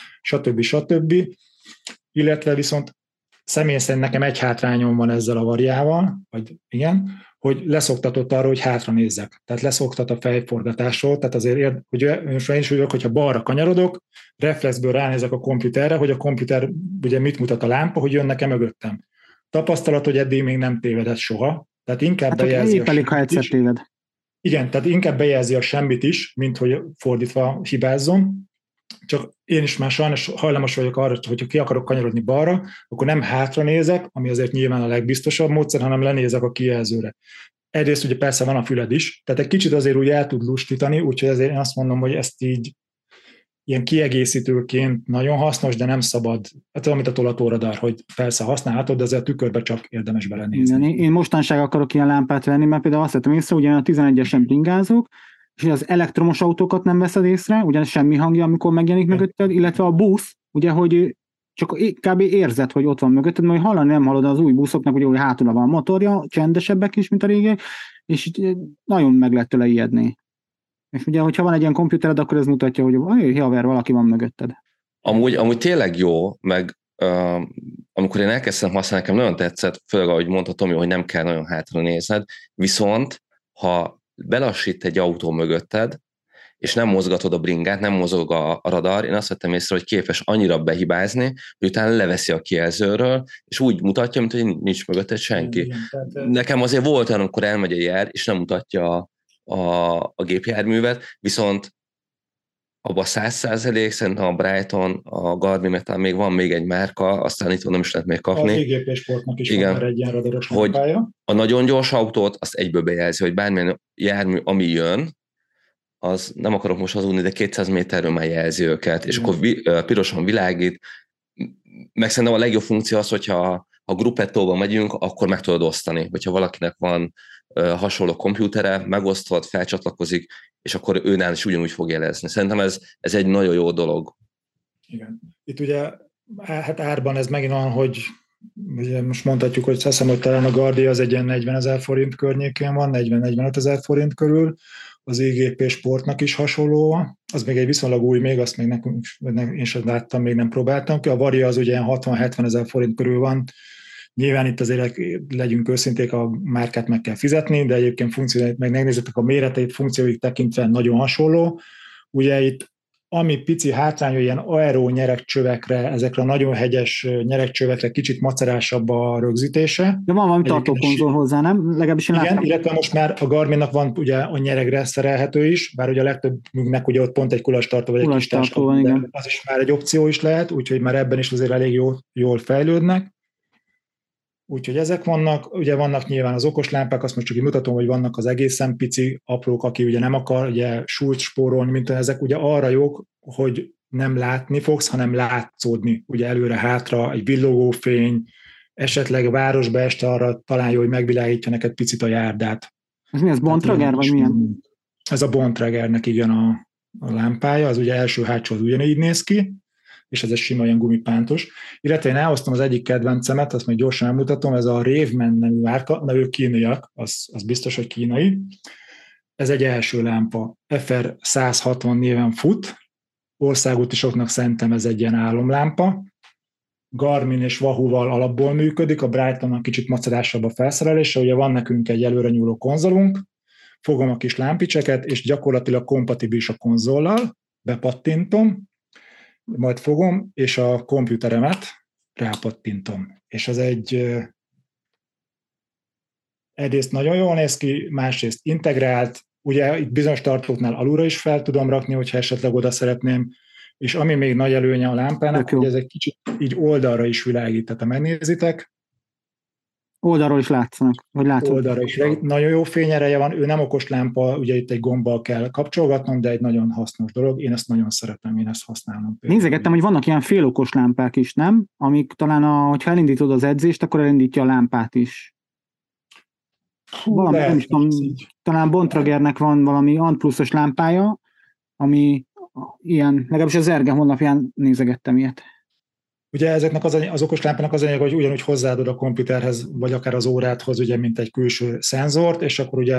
stb. Illetve viszont személy szerint nekem egy hátrányom van ezzel a variával, vagy igen, hogy leszoktatott arra, hogy hátra nézzek. Tehát leszoktat a fejforgatásról, tehát azért, hogy most én is vagyok, hogyha balra kanyarodok, reflexből ránézek a komputerre, hogy a komputer ugye mit mutat a lámpa, hogy jön-e mögöttem. Tapasztalat, hogy eddig még nem tévedett soha, tehát inkább bejelzi a semmit is. Téved. Igen, tehát inkább bejelzi a semmit is, mint hogy fordítva hibázzon. Csak én is már sajnos hajlamos vagyok arra, hogyha ki akarok kanyarodni balra, akkor nem hátra nézek, ami azért nyilván a legbiztosabb módszer, hanem lenézek a kijelzőre. Egyrészt ugye persze van a füled is, tehát egy kicsit azért úgy el tud lustítani, úgyhogy azért én azt mondom, hogy ezt így ilyen kiegészítőként nagyon hasznos, de nem szabad, hát amit a tolatóradar, hogy persze használhatod, de azért a tükörbe csak érdemes belenézni. Igen, én mostanság akarok ilyen lámpát venni, mert például azt vettem észre, ugyan a 11-esen bringázok, és az elektromos autókat nem veszed észre, ugyanis semmi hangja, amikor megjelenik mögötted, illetve a busz, ugye, hogy csak kb. Érzed, hogy ott van mögötted, majd hallani nem hallod az új buszoknak, ugye, hogy hátul van a motorja, csendesebbek is, mint a régi, és nagyon meg lehet tőle ijedni. És ugye, hogyha van egy ilyen komputered, akkor ez mutatja, hogy haver, valaki van mögötted. Amúgy tényleg jó, meg amikor én elkezdtem használni, nekem nagyon tetszett, főleg ahogy mondta Tomi, hogy nem kell nagyon hátra nézned, viszont ha belassít egy autó mögötted, és nem mozgatod a bringát, nem mozog a radar, én azt vettem észre, hogy képes annyira behibázni, hogy utána leveszi a kijelzőről, és úgy mutatja, mint hogy nincs mögötted senki. Igen, nekem azért volt olyan, amikor elmegy a jel, és nem mutatja a gépjárművet, viszont abban 100% szerintem a Brighton, a Garmin, talán még van még egy márka, aztán itt nem is lehet még kapni. Az IGP Sportnak is van egy ilyen radaros lámpája. A nagyon gyors autót azt egyből bejelzi, hogy bármilyen jármű, ami jön, az nem akarok most hazudni, de 200 méterről már jelzi őket, és akkor pirosan világít. Meg szerintem a legjobb funkció az, hogyha gruppettóban megyünk, akkor meg tudod osztani. Hogyha valakinek van hasonló kompjútere, megosztod, felcsatlakozik, és akkor őnál is ugyanúgy fog jelezni. Szerintem ez egy nagyon jó dolog. Igen. Itt ugye, hát árban ez megint olyan, hogy ugye most mondhatjuk, hogy hiszem, hogy talán a Gardi az egy ilyen 40 000 forint környékén van, 40-45 000 forint körül, az IGP Sportnak is hasonló, az még egy viszonylag új még, azt még én sem láttam, még nem próbáltam ki. A Varia az ugye 60-70 000 forint körül van. Nyilván itt azért legyünk őszinték, a márkát meg kell fizetni, de egyébként funkcióit, meg megnézzetek a méreteit, funkcióit tekintve nagyon hasonló. Ugye itt ami pici hátrány, ilyen aero nyeregcsövekre, ezekre a nagyon hegyes nyeregcsövekre kicsit macerásabb a rögzítése. De van valami tartókonzol hozzá, nem? Legalábbis én igen, illetve most már a Garminnak van ugye a nyeregre szerelhető is, bár ugye a legtöbbünknek ugye ott pont egy kulastartó vagy egy kis táska, az is már egy opció is lehet, úgyhogy már ebben is azért elég jól fejlődnek. Úgyhogy ezek vannak, ugye vannak nyilván az okos lámpák, azt most csak így mutatom, hogy vannak az egészen pici aprók, aki ugye nem akar ugye súlyt spórolni, mint ezek ugye arra jók, hogy nem látni fogsz, hanem látszódni, ugye előre-hátra, egy villogó fény, esetleg városba este arra talán jó, hogy megvilágítja neked picit a járdát. Ez mi, ez Bontrager, vagy milyen? Ez a Bontragernek igen a lámpája, az ugye első-hátsó ugyanígy néz ki, és ez egy sima ilyen gumipántos. Illetve én elhoztam az egyik kedvencemet, azt még gyorsan elmutatom, ez a Raveman nevű márka, na ők kínaiak, az biztos, hogy kínai. Ez egy első lámpa, FR 160 néven fut, országútisoknak szerintem ez egy ilyen álomlámpa, Garmin és Wahoo-val alapból működik, a Brightonnak kicsit macerásabb a felszerelése, ugye van nekünk egy előre nyúló konzolunk, fogom a kis lámpicseket, és gyakorlatilag kompatibilis a konzollal, bepattintom, majd fogom, és a komputeremet rápattintom. És ez egyrészt nagyon jól néz ki, másrészt integrált, ugye itt bizonyos tartóknál alulra is fel tudom rakni, hogyha esetleg oda szeretném, és ami még nagy előnye a lámpának, hogy ez egy kicsit így oldalra is világít, tehát ha megnézitek, oldalról is látszanak, vagy látszok. Oldalra is. Nagyon jó fényereje van, ő nem okos lámpa, ugye itt egy gombbal kell kapcsolgatnom, de egy nagyon hasznos dolog. Én ezt nagyon szeretem, én ezt használom. Nézegettem, hogy vannak ilyen félokos lámpák is, nem? Amik talán, hogyha elindítod az edzést, akkor elindítja a lámpát is. valami, nem is tudom, talán Bontragernek van valami Ant+-os lámpája, ami ilyen, legalábbis az Erge honlapján nézegettem ilyet. Ugye ezeknek az okos lámpának az anyag, hogy ugyanúgy hozzáadod a komputerhez, vagy akár az órádhoz, ugye, mint egy külső szenzort, és akkor ugye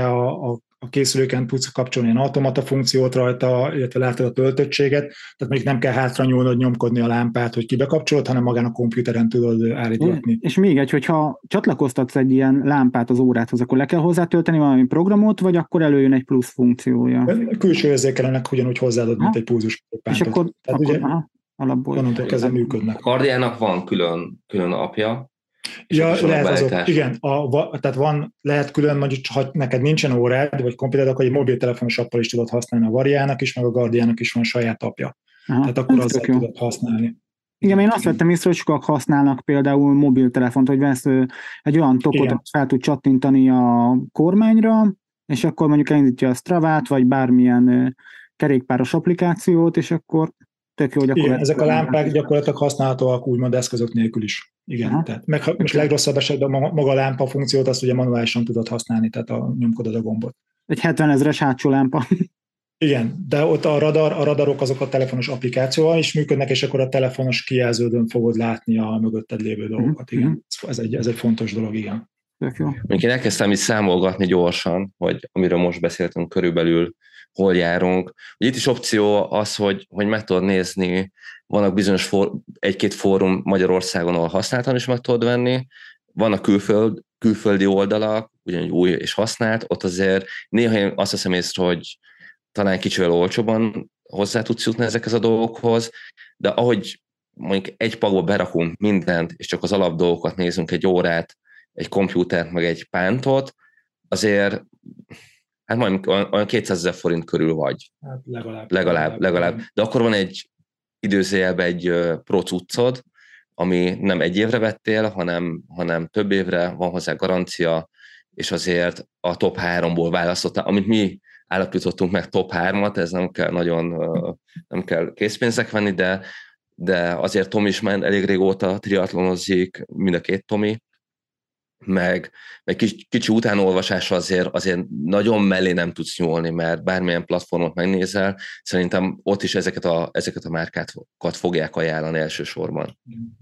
a készüléken tudsz kapcsolni ilyen automata funkciót rajta, illetve látod a töltöttséget, tehát mondjuk nem kell hátra nyúlnod, nyomkodni a lámpát, hogy kibekapcsolod, hanem magán a komputeren tudod állítani. És még egy, hogyha csatlakoztatsz egy ilyen lámpát az órádhoz, akkor le kell hozzátölteni valami programot, vagy akkor előjön egy plusz funkciója? A külső érzékelőnek ugyanúgy hozzáadod, mint egy pulzus pántot. És akkor, tehát akkor ugye, alapból. onnantól kezdve működnek. A Guardiannak van külön apja. Ja, lehet azok, igen, tehát lehet külön, mondjuk, ha neked nincsen órád, vagy komputered, akkor egy mobiltelefonos appal is tudod használni a Variának is, meg a Guardiannak is van saját apja. Aha, tehát akkor azzal tudod használni. Igen, én azt vettem észre, hogy sokak használnak például mobiltelefont, hogy vesz egy olyan tokot, amit fel tud csattintani a kormányra, és akkor mondjuk elindítja a Stravát, vagy bármilyen kerékpáros applikációt, és akkor tök jó, hogy igen, ezek a lámpák gyakorlatilag használhatóak úgymond eszközök nélkül is. Igen, tehát most legrosszabb esetben maga a lámpa funkciót azt ugye manuálisan tudod használni, tehát nyomkodod a gombot. Egy 70 000-es hátsó lámpa. Igen, de ott a radarok azok a telefonos applikációval is működnek, és akkor a telefonos kijelződön fogod látni a mögötted lévő dolgokat. Igen, ez egy fontos dolog, igen. Tök jó. Én elkezdtem is számolgatni gyorsan, hogy amiről most beszéltünk körülbelül, hol járunk. Ugye itt is opció az, hogy meg tudod nézni, vannak bizonyos egy-két fórum Magyarországon, ahol használtan is meg tudod venni, vannak külföldi oldalak, ugyanúgy új és használt, ott azért néha én azt hiszem észre, hogy talán kicsivel olcsóban hozzá tudsz jutni ezekhez a dolgokhoz, de ahogy mondjuk egy pakba berakunk mindent, és csak az alapdolgokat nézünk, egy órát, egy komputert, meg egy pántot, azért hát majd olyan 200 000 forint körül vagy. Hát legalább. De akkor van egy időzőjelben egy pro cuccod, ami nem egy évre vettél, hanem több évre, van hozzá garancia, és azért a top 3-ból választottál, amit mi állapítottunk meg top 3-at, ez nem kell készpénzek venni, de azért Tomi is már elég régóta triatlonozik, mind a két Tomi, meg kicsi utánolvasásra azért nagyon mellé nem tudsz nyúlni, mert bármilyen platformot megnézel, szerintem ott is ezeket a márkákat fogják ajánlani elsősorban.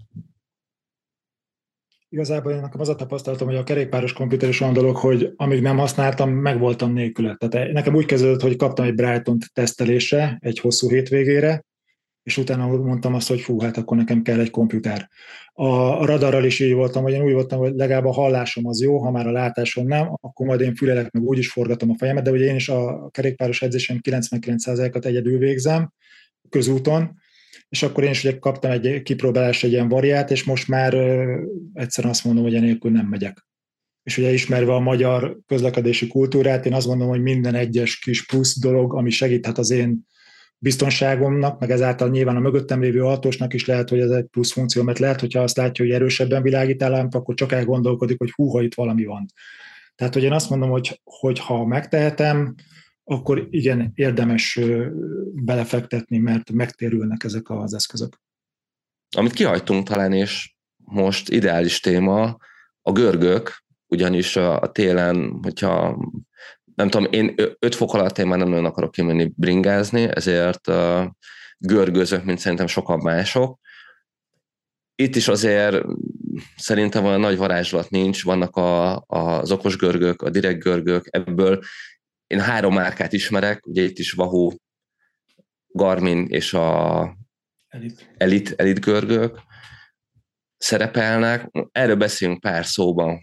Igazából én nekem az a tapasztalatom, hogy a kerékpáros komputer is olyan dolog, hogy amíg nem használtam, meg voltam nélküle. Tehát nekem úgy kezdődött, hogy kaptam egy Brighton-t tesztelésre, egy hosszú hétvégére, és utána mondtam azt, hogy fú, hát akkor nekem kell egy komputer. A radarral is így voltam, vagy én úgy voltam, hogy legalább a hallásom az jó, ha már a látásom nem, akkor majd én fülelek, meg úgy is forgatom a fejemet, de ugye én is a kerékpáros edzésem 99%-at egyedül végzem közúton, és akkor én is ugye kaptam egy kipróbálásra egy ilyen variát, és most már egyszerűen azt mondom, hogy enélkül nem megyek. És ugye ismerve a magyar közlekedési kultúrát, én azt gondolom, hogy minden egyes kis plusz dolog, ami segíthet az én biztonságomnak, meg ezáltal nyilván a mögöttem lévő autósnak is lehet, hogy ez egy plusz funkció, mert lehet, hogyha azt látja, hogy erősebben világít a lámpa, akkor csak elgondolkodik, hogy hú, ha itt valami van. Tehát, hogy én azt mondom, hogy ha megtehetem, akkor igen, érdemes belefektetni, mert megtérülnek ezek az eszközök. Amit kihagytunk talán, és most ideális téma, a görgök, ugyanis a télen, hogyha nem tudom, én 5 fok alatt én már nem nagyon akarok kimenni bringázni, ezért görgözök, mint szerintem sokan mások. Itt is azért szerintem olyan nagy varázslat nincs, vannak az okos görgök, a direkt görgök, ebből én 3 márkát ismerek, ugye itt is Wahoo, Garmin és a Elite görgök szerepelnek. Erről beszélünk pár szóban,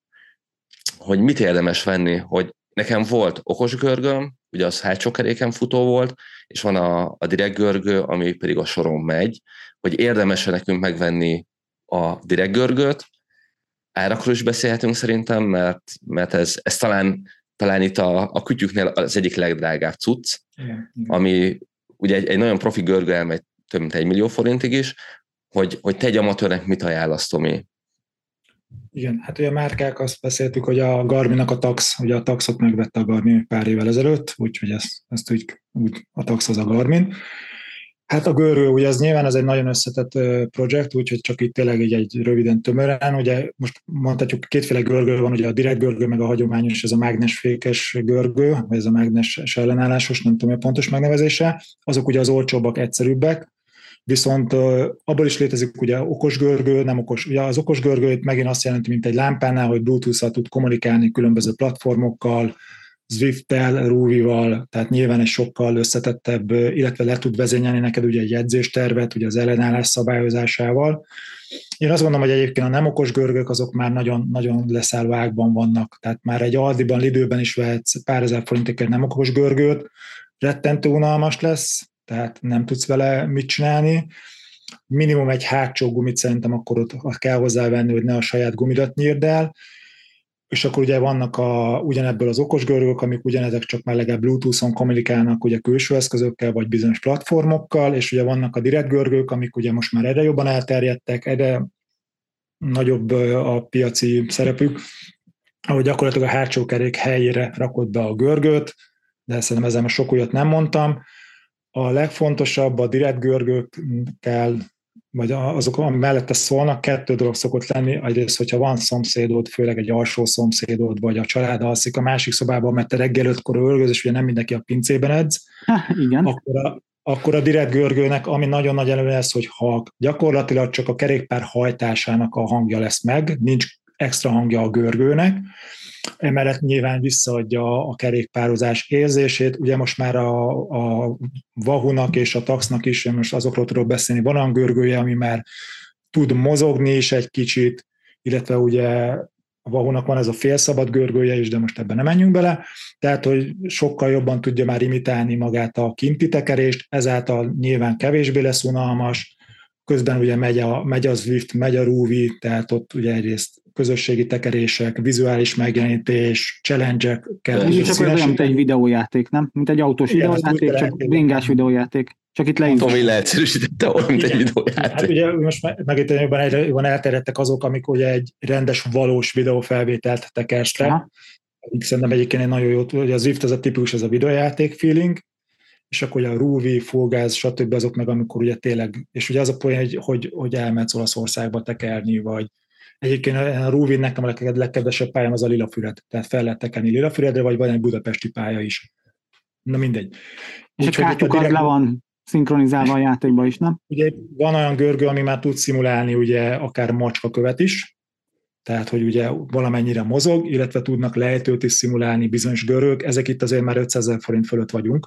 hogy mit érdemes venni, hogy nekem volt okos görgöm, ugye az hátsó keréken futó volt, és van a direkt görgő, ami pedig a soron megy, hogy érdemes nekünk megvenni a direkt görgőt. Árakról is beszélhetünk szerintem, mert ez talán itt a kütyüknél az egyik legdrágább cucc, igen. Ami ugye egy nagyon profi görgő elmegy több mint 1 millió forintig is, hogy te egy amatőrnek mit ajánlasz, Tomi? Igen, hát ugye a márkák, azt beszéltük, hogy a Garminnak a Tax, ugye a Taxot megvette a Garmin pár évvel ezelőtt, úgyhogy ezt úgy a Tax az a Garmin. Hát a görgő, ugye az nyilván ez egy nagyon összetett projekt, úgyhogy csak itt tényleg egy röviden tömören. Ugye most mondhatjuk, kétféle görgő van, ugye a direkt görgő, meg a hagyományos, ez a mágnesfékes görgő, vagy ez a mágneses ellenállásos, nem tudom a pontos megnevezése. Azok ugye az olcsóbbak, egyszerűbbek, viszont abból is létezik ugye okos görgő, nem okos. Ugye az okos görgő megint azt jelenti, mint egy lámpánál, hogy Bluetooth-szal tud kommunikálni különböző platformokkal, Zwift-tel, Ruby-val, tehát nyilván egy sokkal összetettebb, illetve le tud vezényelni neked ugye egy jegyzéstervet, ugye az ellenállás szabályozásával. Én azt gondolom, hogy egyébként a nem okos görgők azok már nagyon, nagyon leszálló ágban vannak, tehát már egy Aldiban, Lidőben is vehetsz pár ezer forintért nem okos görgőt, rettentő unalmas lesz, tehát nem tudsz vele mit csinálni. Minimum egy hátsó gumit szerintem akkor ott kell hozzávenni, hogy ne a saját gumidat nyírd el, és akkor ugye vannak ugyanebből az okos görgők, amik ugyanezek csak már legalább Bluetooth-on kommunikálnak ugye külső eszközökkel, vagy bizonyos platformokkal, és ugye vannak a direkt görgők, amik ugye most már egyre jobban elterjedtek, egyre nagyobb a piaci szerepük, ahogy gyakorlatilag a hátsó kerék helyére rakod be a görgőt, de szerintem ezzel most sok újat nem mondtam. A legfontosabb a direkt görgőkkel, vagy azok, ami mellette szólnak, kettő dolog szokott lenni. Egyrészt, hogyha van szomszédod, főleg egy alsó szomszédod, vagy a család alszik a másik szobában, mert te reggel 5-kor ölgöz, és ugye nem mindenki a pincében edz, igen. Akkor a direkt görgőnek, ami nagyon nagy előnye lesz, hogy gyakorlatilag csak a kerékpár hajtásának a hangja lesz meg, nincs extra hangja a görgőnek, emellett nyilván visszaadja a kerékpározás érzését. Ugye most már a Wahoo-nak és a Tacxnak is, most azokról tudok beszélni, van olyan görgője, ami már tud mozogni is egy kicsit, illetve ugye a Wahoo-nak van ez a félszabad görgője is, de most ebben nem menjünk bele, tehát, hogy sokkal jobban tudja már imitálni magát a kinti tekerést, ezáltal nyilván kevésbé lesz unalmas, közben ugye megy a Zwift, megy a Ruby, tehát ott ugye egyrészt közösségi tekerések, vizuális megjelenítés, challenge-ek kell. És akkor olyan, mint egy videójáték, nem? Mint egy autós videójáték, csak bringás videójáték. Csak itt leírjuk. Tomi leegyszerűsítette olyan, mint egy videójáték. Hát ugye most megint egyre jobban elterjedtek azok, amikor ugye egy rendes, valós videófelvételt tekersz le. Szerintem egyébként egy nagyon jó, hogy a Zwift az a tipikus, ez a videójáték feeling, és akkor ugye a Ruby, Full Gas, stb. Azok meg, amikor ugye tényleg, és ugye az a poén, hogy elmehetsz Olaszországba tekerni, vagy egyébként a Ruby nekem a legkedvesebb pályám az a Lilafüred, tehát fel lehet tekerni Lilafüredre, vagy van egy budapesti pálya is. Na mindegy. És a kártyuk az le van szinkronizálva a játékban is, nem? Ugye van olyan görgő, ami már tud szimulálni ugye akár macskakövet is, tehát hogy ugye valamennyire mozog, illetve tudnak lejtőt is szimulálni bizonyos görgők, ezek itt azért már 500 000 forint fölött vagyunk.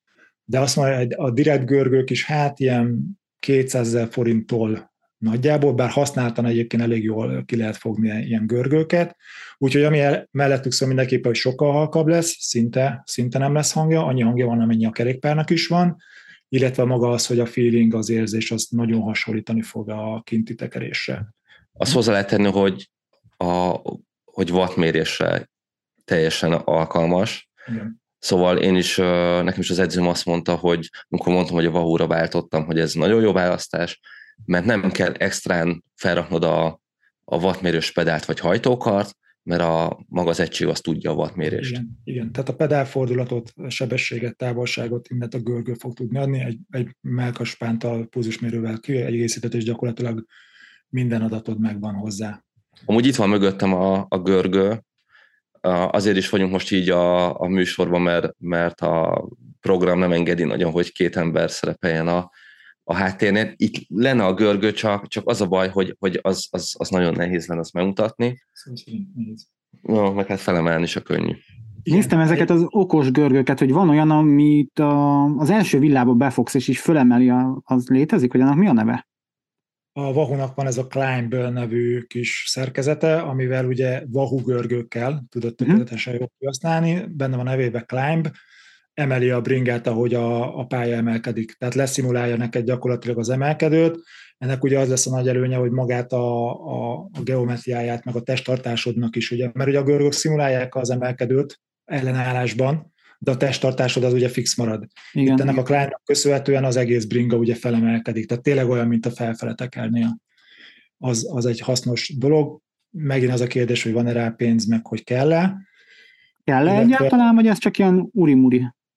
De azt mondja, a direkt görgők is hát ilyen 200 000 forinttól nagyjából, bár használtan egyébként elég jól ki lehet fogni ilyen görgőket. Úgyhogy ami mellettük szól mindenképpen, hogy sokkal halkabb lesz, szinte nem lesz hangja, annyi hangja van, amennyi a kerékpárnak is van, illetve maga az, hogy a feeling, az érzés, az nagyon hasonlítani fog a kinti tekerésre. Azt hozzá lehet tenni, hogy wattmérésre teljesen alkalmas. Igen. Szóval nekem is az edzőm azt mondta, hogy amikor mondtam, hogy a Wahoo-ra váltottam, hogy ez nagyon jó választás, mert nem kell extrán felraknod a wattmérős pedált vagy hajtókart, mert maga az egység azt tudja a wattmérést. Igen, tehát a pedálfordulatot, a sebességet, távolságot innen a görgő fog tudni adni, egy mellkaspántal, pulzusmérővel kiegészített, és gyakorlatilag minden adatod megvan hozzá. Amúgy itt van mögöttem a görgő, azért is vagyunk most így a műsorban, mert a program nem engedi nagyon, hogy két ember szerepeljen a háttérnél. Itt lenne a görgő, csak az a baj, hogy az nagyon nehéz lenne azt megmutatni. No, meg hát felemelni is a könnyű. Néztem ezeket az okos görgőket, hogy van olyan, amit az első villába befogsz, és így fölemeli, az létezik, hogy annak mi a neve? A Wahoo-nak van ez a Climb nevű kis szerkezete, amivel ugye Wahoo görgőkkel tudod tökéletesen jól használni, benne van nevében Climb, emeli a bringát, ahogy a pálya emelkedik. Tehát leszimulálja neked gyakorlatilag az emelkedőt. Ennek ugye az lesz a nagy előnye, hogy magát a geometriáját, meg a testtartásodnak is, ugye, mert ugye a görgők szimulálják az emelkedőt ellenállásban, de a testtartásod az ugye fix marad. Igen. Itt ennek a Climb-nak köszönhetően az egész bringa ugye felemelkedik. Tehát tényleg olyan, mint a felfele tekernél. Az egy hasznos dolog. Megint az a kérdés, hogy van-e rá pénz, meg hogy kell-e. Kell-e egyáltalán, vagy ez csak ilyen uri-muri?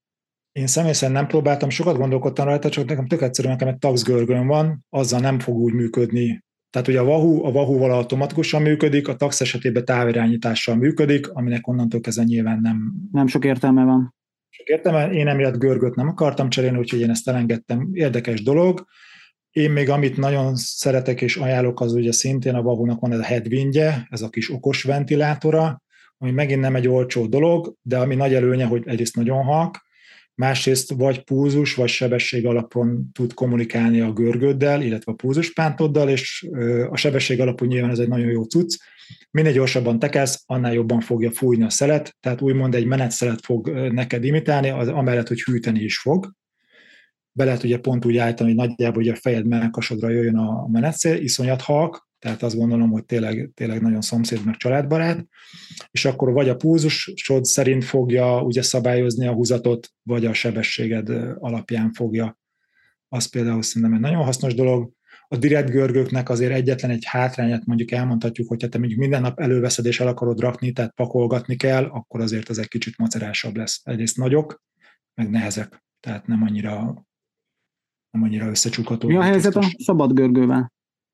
Én személy szerint nem próbáltam, sokat gondolkodtam rajta, csak nekem tök egyszerűen nekem egy taxgörgőm van, azzal nem fog úgy működni. Tehát ugye a Wahoo-val automatikusan működik, a tax esetében távirányítással működik, aminek onnantól kezdve nyilván nem sok értelme van. Sok értelme. Én emiatt görgőt nem akartam cserélni, úgyhogy én ezt elengedtem. Érdekes dolog. Én még amit nagyon szeretek és ajánlok, az ugye szintén a Wahoo-nak van ez a headwindje, ez a kis okos ventilátora, ami megint nem egy olcsó dolog, de ami nagy előnye, hogy egyrészt nagyon halk, másrészt vagy pulzus, vagy sebesség alapon tud kommunikálni a görgőddel, illetve a pulzuspántoddal, és a sebesség alapú nyilván ez egy nagyon jó cucc. Minél gyorsabban tekelsz, annál jobban fogja fújni a szelet, tehát úgymond egy menetszelet fog neked imitálni, amellett, hogy hűteni is fog. Be lehet ugye pont úgy állítani, hogy nagyjából ugye a fejed mellkasodra jöjjön a menetszél, iszonyat halk, tehát azt gondolom, hogy tényleg nagyon szomszéd meg családbarát, és akkor vagy a pulzusod szerint fogja ugye szabályozni a húzatot, vagy a sebességed alapján fogja. Az például szerintem egy nagyon hasznos dolog. A direkt görgőknek azért egyetlen egy hátrányát mondjuk elmondhatjuk, hogyha te mondjuk minden nap előveszed és el akarod rakni, tehát pakolgatni kell, akkor azért ez egy kicsit macerásabb lesz. Egyrészt nagyok, meg nehezek, tehát nem annyira összecsukható. Mi a helyzet a szabad görgővel?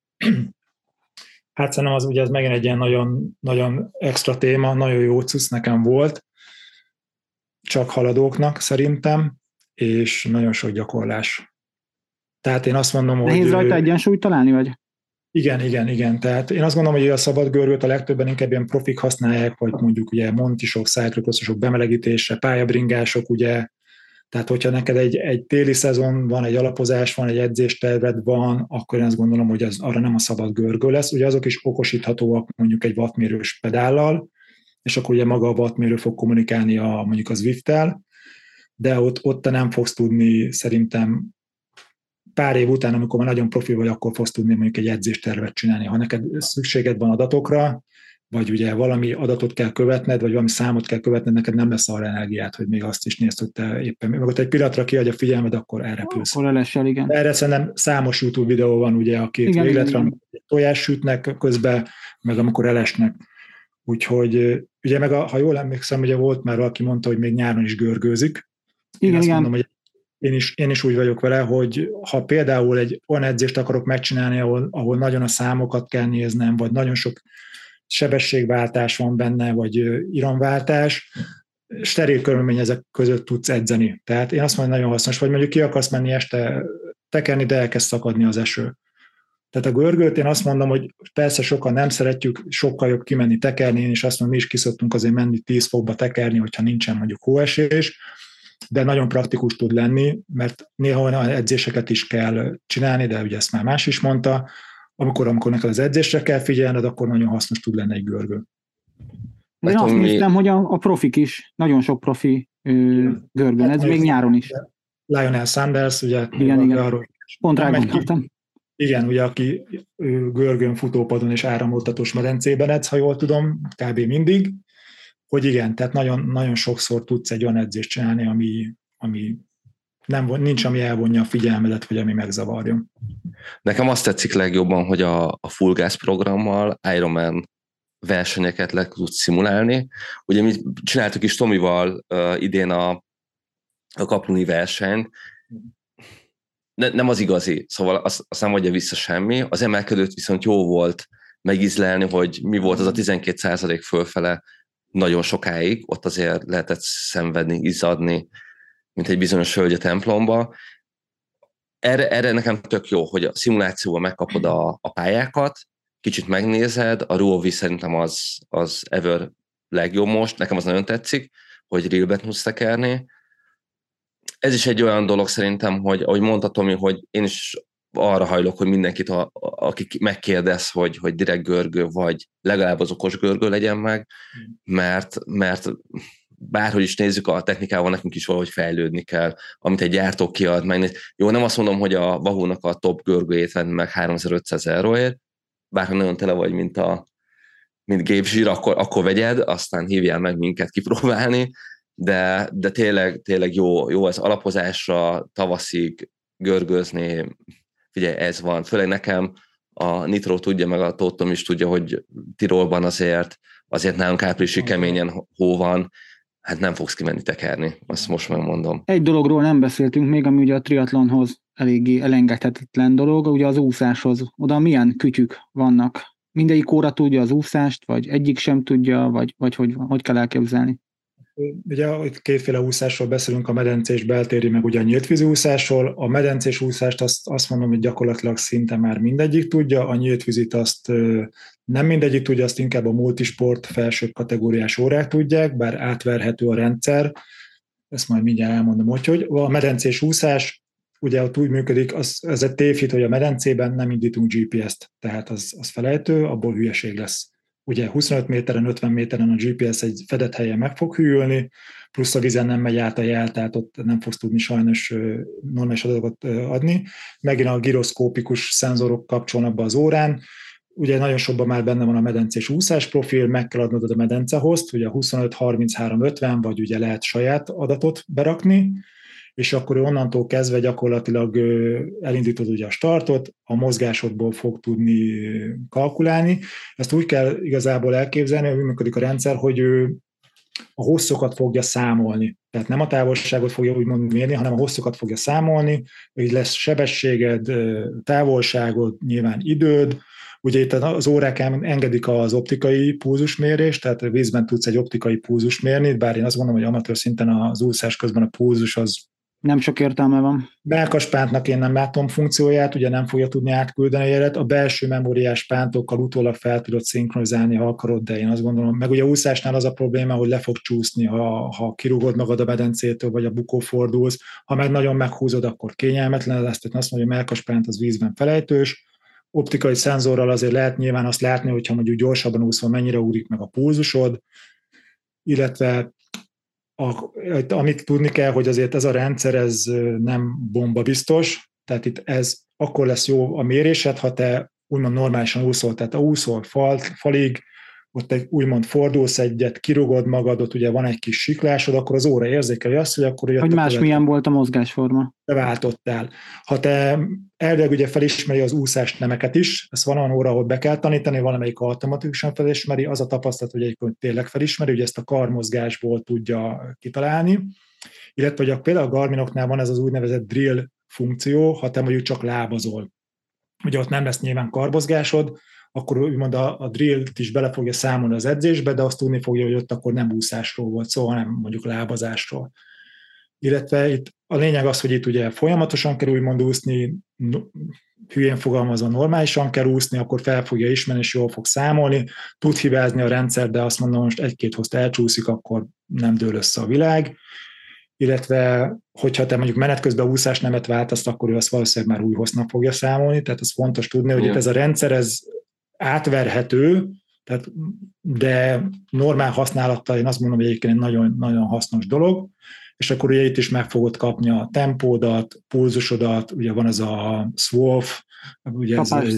Hát szerintem az ugye ez megint egy ilyen nagyon, nagyon extra téma, nagyon jó cucc nekem volt, csak haladóknak szerintem, és nagyon sok gyakorlás. Tehát én azt mondom, hogy... Nehéz rajta egyensúlyt találni, vagy? Igen. Tehát én azt gondolom, hogy a szabad görgőt a legtöbben inkább ilyen profik használják, vagy mondjuk ugye montisok, cyclocrossosok, bemelegítésre, pályabringások, ugye. Tehát hogyha neked egy téli szezon van, egy alapozás van, egy edzésterved van, akkor én azt gondolom, hogy az arra nem a szabad görgő lesz. Ugye azok is okosíthatóak mondjuk egy wattmérős pedállal, és akkor ugye maga a wattmérő fog kommunikálni mondjuk az Zwift-tel, de ott te nem fogsz tudni szerintem pár év után, amikor már nagyon profi vagy, akkor fogsz tudni mondjuk egy edzéstervet csinálni. Ha neked szükséged van adatokra, vagy ugye valami adatot kell követned, vagy valami számot kell követned, neked nem lesz arra energiát, hogy még azt is nézd, hogy te éppen, meg ott egy pillanatra kiadja a figyelmed, akkor elrepülsz. Akkor elesel, igen. Erre szerintem számos YouTube videó van, ugye a két végletre, amikor tojás sütnek közben, meg amikor elesnek. Úgyhogy ugye meg ha jól emlékszem, ugye volt már valaki mondta, hogy még nyáron is görgőzik. Igen. Mondom, hogy én is úgy vagyok vele, hogy ha például egy olyan edzést akarok megcsinálni, ahol nagyon a számokat kell néznem, vagy nagyon sok sebességváltás van benne, vagy iramváltás, steril körülmény ezek között tudsz edzeni. Tehát én azt mondom, nagyon hasznos, vagy mondjuk ki akarsz menni este tekerni, de elkezd szakadni az eső. Tehát a görgőt én azt mondom, hogy persze sokan nem szeretjük, sokkal jobb kimenni tekerni, én is azt mondom, mi is kiszoktunk azért menni 10 fokba tekerni, hogyha nincsen mondjuk hóesés, de nagyon praktikus tud lenni, mert néha olyan edzéseket is kell csinálni, de ugye ezt már más is mondta, amikor neked az edzésre kell figyelned, akkor nagyon hasznos tud lenni egy görgő. Én azt néztem, hogy a profik is, nagyon sok profi görgőn, ez még nyáron is. Lionel Sanders, ugye. Igen. Pont rá gondoltam. Igen, ugye aki görgőn, futópadon és áramoltatós medencében edz, ha jól tudom, kb. Mindig, hogy igen, tehát nagyon, nagyon sokszor tudsz egy olyan edzést csinálni, ami nincs, ami elvonja a figyelmedet, vagy ami megzavarjon. Nekem azt tetszik legjobban, hogy a Full Gas programmal Ironman versenyeket le tudsz szimulálni. Ugye mi csináltuk is Tomival idén a kapluni versenyt, nem az igazi, szóval azt nem adja vissza semmi. Az emelkedőt viszont jó volt megízlelni, hogy mi volt az a 12% fölfele nagyon sokáig, ott azért lehetett szenvedni, izzadni, mint egy bizonyos hölgy a templomba. Erre nekem tök jó, hogy a szimulációval megkapod a pályákat, kicsit megnézed, a ROV szerintem az ever legjobb most, nekem az nagyon tetszik, hogy reelben tudsz tekerni. Ez is egy olyan dolog szerintem, hogy ahogy mondta Tomi, hogy én is arra hajlok, hogy mindenkit, aki megkérdez, hogy direkt görgő, vagy legalább az okos görgő legyen meg, mert bárhogy is nézzük, a technikával nekünk is valahogy fejlődni kell, amit egy gyártó kiad, megnéz. Jó, nem azt mondom, hogy a Wahoo-nak a top görgőjét venni meg 3500 euróért, bárha nagyon tele vagy, mint Gabe Zsír, akkor vegyed, aztán hívjál meg minket kipróbálni, de tényleg jó az alapozásra, tavaszig görgőzni, figyelj, ez van. Főleg nekem a Nitro tudja, meg a Tótom is tudja, hogy Tirolban azért nálunk áprilisig keményen hó van, hát nem fogsz kimenni tekerni, azt most megmondom. Egy dologról nem beszéltünk még, ami ugye a triatlonhoz eléggé elengedhetetlen dolog, ugye az úszáshoz. Oda milyen kütyük vannak? Mindegyik óra tudja az úszást, vagy egyik sem tudja, vagy hogy kell elképzelni? Ugye itt kétféle úszásról beszélünk, a medencés beltéri, meg ugye a nyíltvízi úszásról. A medencés úszást azt mondom, hogy gyakorlatilag szinte már mindegyik tudja, a nyíltvizit azt nem mindegyik tudja, azt inkább a multisport felső kategóriás órák tudják, bár átverhető a rendszer, ezt majd mindjárt elmondom, hogy a medencés úszás, ugye ott úgy működik, ez egy tévhit, hogy a medencében nem indítunk GPS-t, tehát az felejtő, abból hülyeség lesz. Ugye 25 méteren, 50 méteren a GPS egy fedett helyen meg fog hűlni, plusz a vízen nem megy át a jel, tehát ott nem fogsz tudni sajnos normális adatokat adni. Megint a giroszkópikus szenzorok kapcsolnak be az órán, ugye nagyon sokban már benne van a medencés úszás profil, meg kell adnod a medencehozt, ugye 25, 33, 50, vagy ugye lehet saját adatot berakni, és akkor onnantól kezdve gyakorlatilag elindítod ugye a startot, a mozgásodból fog tudni kalkulálni. Ezt úgy kell igazából elképzelni, hogy működik a rendszer, hogy ő a hosszokat fogja számolni. Tehát nem a távolságot fogja úgymond mérni, hanem a hosszokat fogja számolni, hogy lesz sebességed, távolságod, nyilván időd. Ugye itt az órák engedik az optikai pulzusmérést, tehát a vízben tudsz egy optikai pulzus mérni, bár én azt gondolom, hogy amatőr szinten az úszás közben a pulzus az nem sok értelme van. Mellkaspántnak én nem látom funkcióját, ugye nem fogja tudni átküldeni a jelet. A belső memóriás pántokkal utólag fel tudod szinkronizálni, ha akarod, de én azt gondolom, meg ugye úszásnál az a probléma, hogy le fog csúszni, ha kirúgod magad a medencétől, vagy a bukó fordulsz. Ha meg nagyon meghúzod, akkor kényelmetlen, ezt azt mondja, hogy a mellkaspánt az vízben felejtős. Optikai szenzorral azért lehet nyilván azt látni, hogyha mondjuk gyorsabban úszol, mennyire úrik meg a pulzusod, illetve amit tudni kell, hogy azért ez a rendszer ez nem bombabiztos, tehát itt ez akkor lesz jó a mérésed, ha te úgymond normálisan úszol, tehát ha úszol falig, ott egy úgymond fordulsz egyet, kirugod magad, ott ugye van egy kis siklásod, akkor az óra érzékeli azt, hogy akkor... Hogy másmilyen volt a mozgásforma. Te váltottál. Ha te elvileg ugye felismeri az úszás nemeket is, ez van olyan óra, ahol be kell tanítani, valamelyik automatikusan felismeri, az a tapasztalat, hogy egyébként tényleg felismeri, hogy ezt a karmozgásból tudja kitalálni. Illetve, hogy például a Garminoknál van ez az úgynevezett drill funkció, ha te mondjuk csak lábazol. Ugye ott nem lesz nyilván karmozgásod, akkor úgymond a drillt is bele fogja számolni az edzésbe, de azt tudni fogja, hogy ott akkor nem úszásról volt szó, hanem mondjuk lábazásról. Illetve itt a lényeg az, hogy itt ugye folyamatosan kell úgymond úszni, hülyén fogalmazva normálisan kell úszni, akkor fel fogja ismerni, és jól fog számolni, tud hibázni a rendszer, de azt mondom, most egy-két hozt elcsúszik, akkor nem dől össze a világ. Illetve, hogyha te mondjuk menet közben úszás nemet váltasz, akkor ő azt valószínűleg már új hossznak fogja számolni, tehát ez fontos tudni, hogy itt ez a rendszer, ez átverhető, tehát, de normál használattal én azt mondom, hogy egyébként egy nagyon, nagyon hasznos dolog, és akkor ugye itt is meg fogod kapni a tempódat, pulzusodat, ugye van ez a SWOF, ugye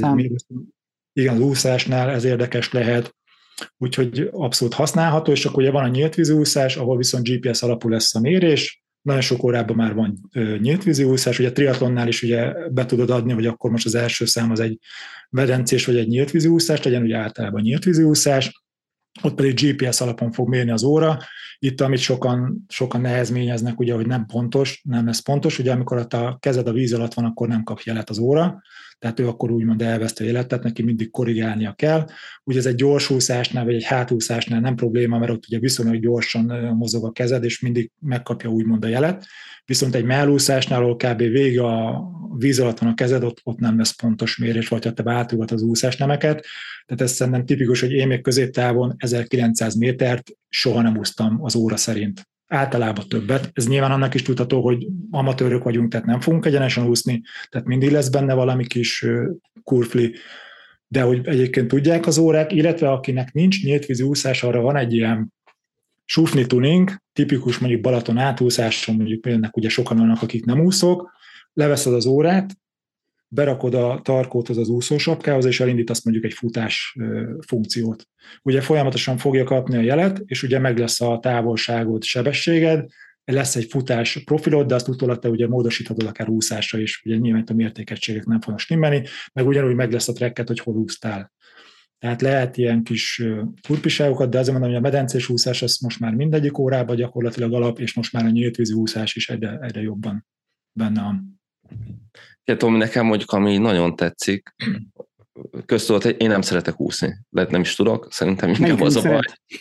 igen, az úszásnál ez érdekes lehet, úgyhogy abszolút használható, és akkor ugye van a nyíltvízi úszás, ahol viszont GPS alapú lesz a mérés, nagyon sok órában már van nyíltvízi úszás, ugye triatlonnál is ugye be tudod adni, hogy akkor most az első szám az egy medencés vagy egy nyíltvízi úszás, legyen ugye általában nyíltvízi úszás, ott pedig GPS alapon fog mérni az óra. Itt, amit sokan nehezményeznek, ugye, hogy nem pontos, nem lesz pontos, ugye amikor a kezed a víz alatt van, akkor nem kap jelet az óra, tehát ő akkor úgymond elveszti a jelet, tehát neki mindig korrigálnia kell. Ugye ez egy gyors úszásnál, vagy egy hátúszásnál nem probléma, mert ott ugye viszonylag gyorsan mozog a kezed, és mindig megkapja úgymond a jelet. Viszont egy mellúszásnál, ahol kb. Végig a víz alatt van a kezed, ott nem lesz pontos mérés, vagy ha te váltogat az úszásnemeket. Tehát ez szerintem tipikus, hogy én még középtávon 1900 métert soha nem úsztam az óra szerint. Általában többet. Ez nyilván annak is tudható, hogy amatőrök vagyunk, tehát nem fogunk egyenesen úszni, tehát mindig lesz benne valami kis kurfli, de hogy egyébként tudják az órák, illetve akinek nincs nyíltvízi úszás, arra van egy ilyen sufni tuning, tipikus mondjuk Balaton átúszáson, mondjuk például ugye sokan vannak, akik nem úszók, leveszed az órát, berakod a tarkót az úszósapkához, és elindítasz mondjuk egy futás funkciót. Ugye folyamatosan fogja kapni a jelet, és ugye meg lesz a távolságod, sebességed, lesz egy futás profilod, de azt utólag te ugye módosíthatod akár úszásra is, ugye nyilván a mértékegységek nem fognak stimmelni, meg ugyanúgy meg lesz a tracket, hogy hol úsztál. Tehát lehet ilyen kis furpiságokat, de azért mondom, hogy a medencés úszás az most már mindegyik órában gyakorlatilag alap, és most már a nyíltvízi úszás is egyre jobban benne van. Ja, Tomi, nekem mondjuk, ami nagyon tetszik, köztudott, hogy én nem szeretek úszni, lehet nem is tudok, szerintem inkább az a baj,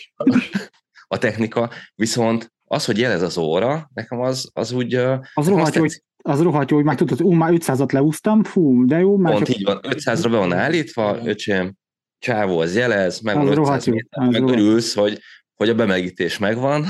a technika, viszont az, hogy jelez az óra, nekem az úgy... Az rohadt jó, hogy már tudod, már 500-at leúsztam, fú, de jó. Pont így van, 500-ra be van állítva, öcsém, csávó, az jelez, meg van 500 méter, meg örülsz, hogy a bemelegítés megvan.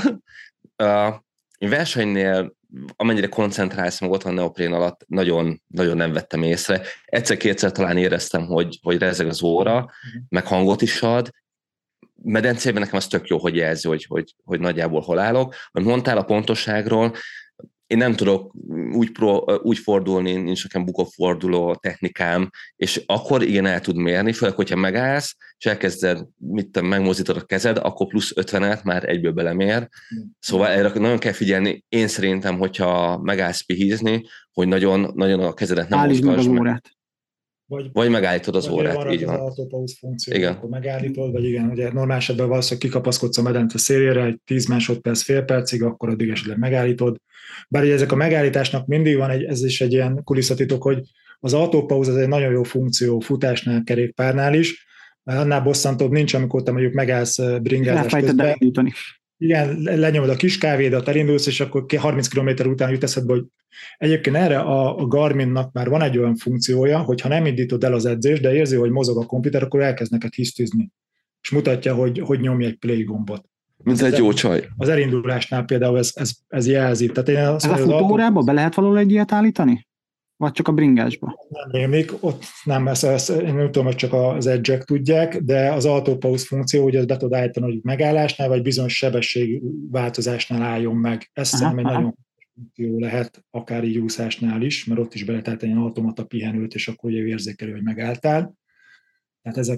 Én versenynél, amennyire koncentrálsz, meg ott van neoprén alatt, nagyon, nagyon nem vettem észre. Egyszer-kétszer talán éreztem, hogy rezeg az óra, meg hangot is ad. Medencében nekem az tök jó, hogy jelzi, hogy nagyjából hol állok. Amit mondtál a pontosságról, én nem tudok úgy fordulni, nincs nekem bukóforduló technikám, és akkor igen el tud mérni, főleg, hogyha megállsz, és elkezded, megmozdítod a kezed, akkor plusz 50-et már egyből belemér. Szóval erre nagyon kell figyelni, én szerintem, hogyha megállsz pihízni, hogy nagyon, nagyon a kezedet nem mozgasd meg. Vagy megállítod az órát, így van. Az autopause funkció, igen. Akkor megállítod, vagy igen, ugye normál esetben valószínűleg kikapaszkodsz a medence szélére egy 10 másodperc, fél percig, akkor addig esetleg megállítod. Bár ugye ezek a megállításnak mindig van, ez is egy ilyen kulisszatitok, hogy az autopause az egy nagyon jó funkció futásnál, kerékpárnál is, mert annál bosszantóbb nincs, amikor te mondjuk megállsz bringázás közben. Igen, lenyomod a kis kávédat, elindulsz, és akkor 30 km után jut eszedbe, hogy egyébként erre a Garminnak már van egy olyan funkciója, hogy ha nem indítod el az edzést, de érzi, hogy mozog a komputer, akkor elkezd neked hisztizni. És mutatja, hogy nyomj egy play gombot. Mint egy jó csaj. Az elindulásnál például ez jelzi. Tehát én ez a futóórába be lehet valahol egy ilyet állítani? Vagy csak a bringásba? Nem rémlik, ott nem, én nem tudom, hogy csak az edge-ek tudják, de az autopause funkció, hogy ezt be tud állítani, hogy megállásnál, vagy bizonyos sebességváltozásnál álljon meg. Ez szerintem egy nagyon funkció lehet, akár így úszásnál is, mert ott is be lehet állítani egy automata pihenőt, és akkor ugye érzékelő, hogy megálltál. Tehát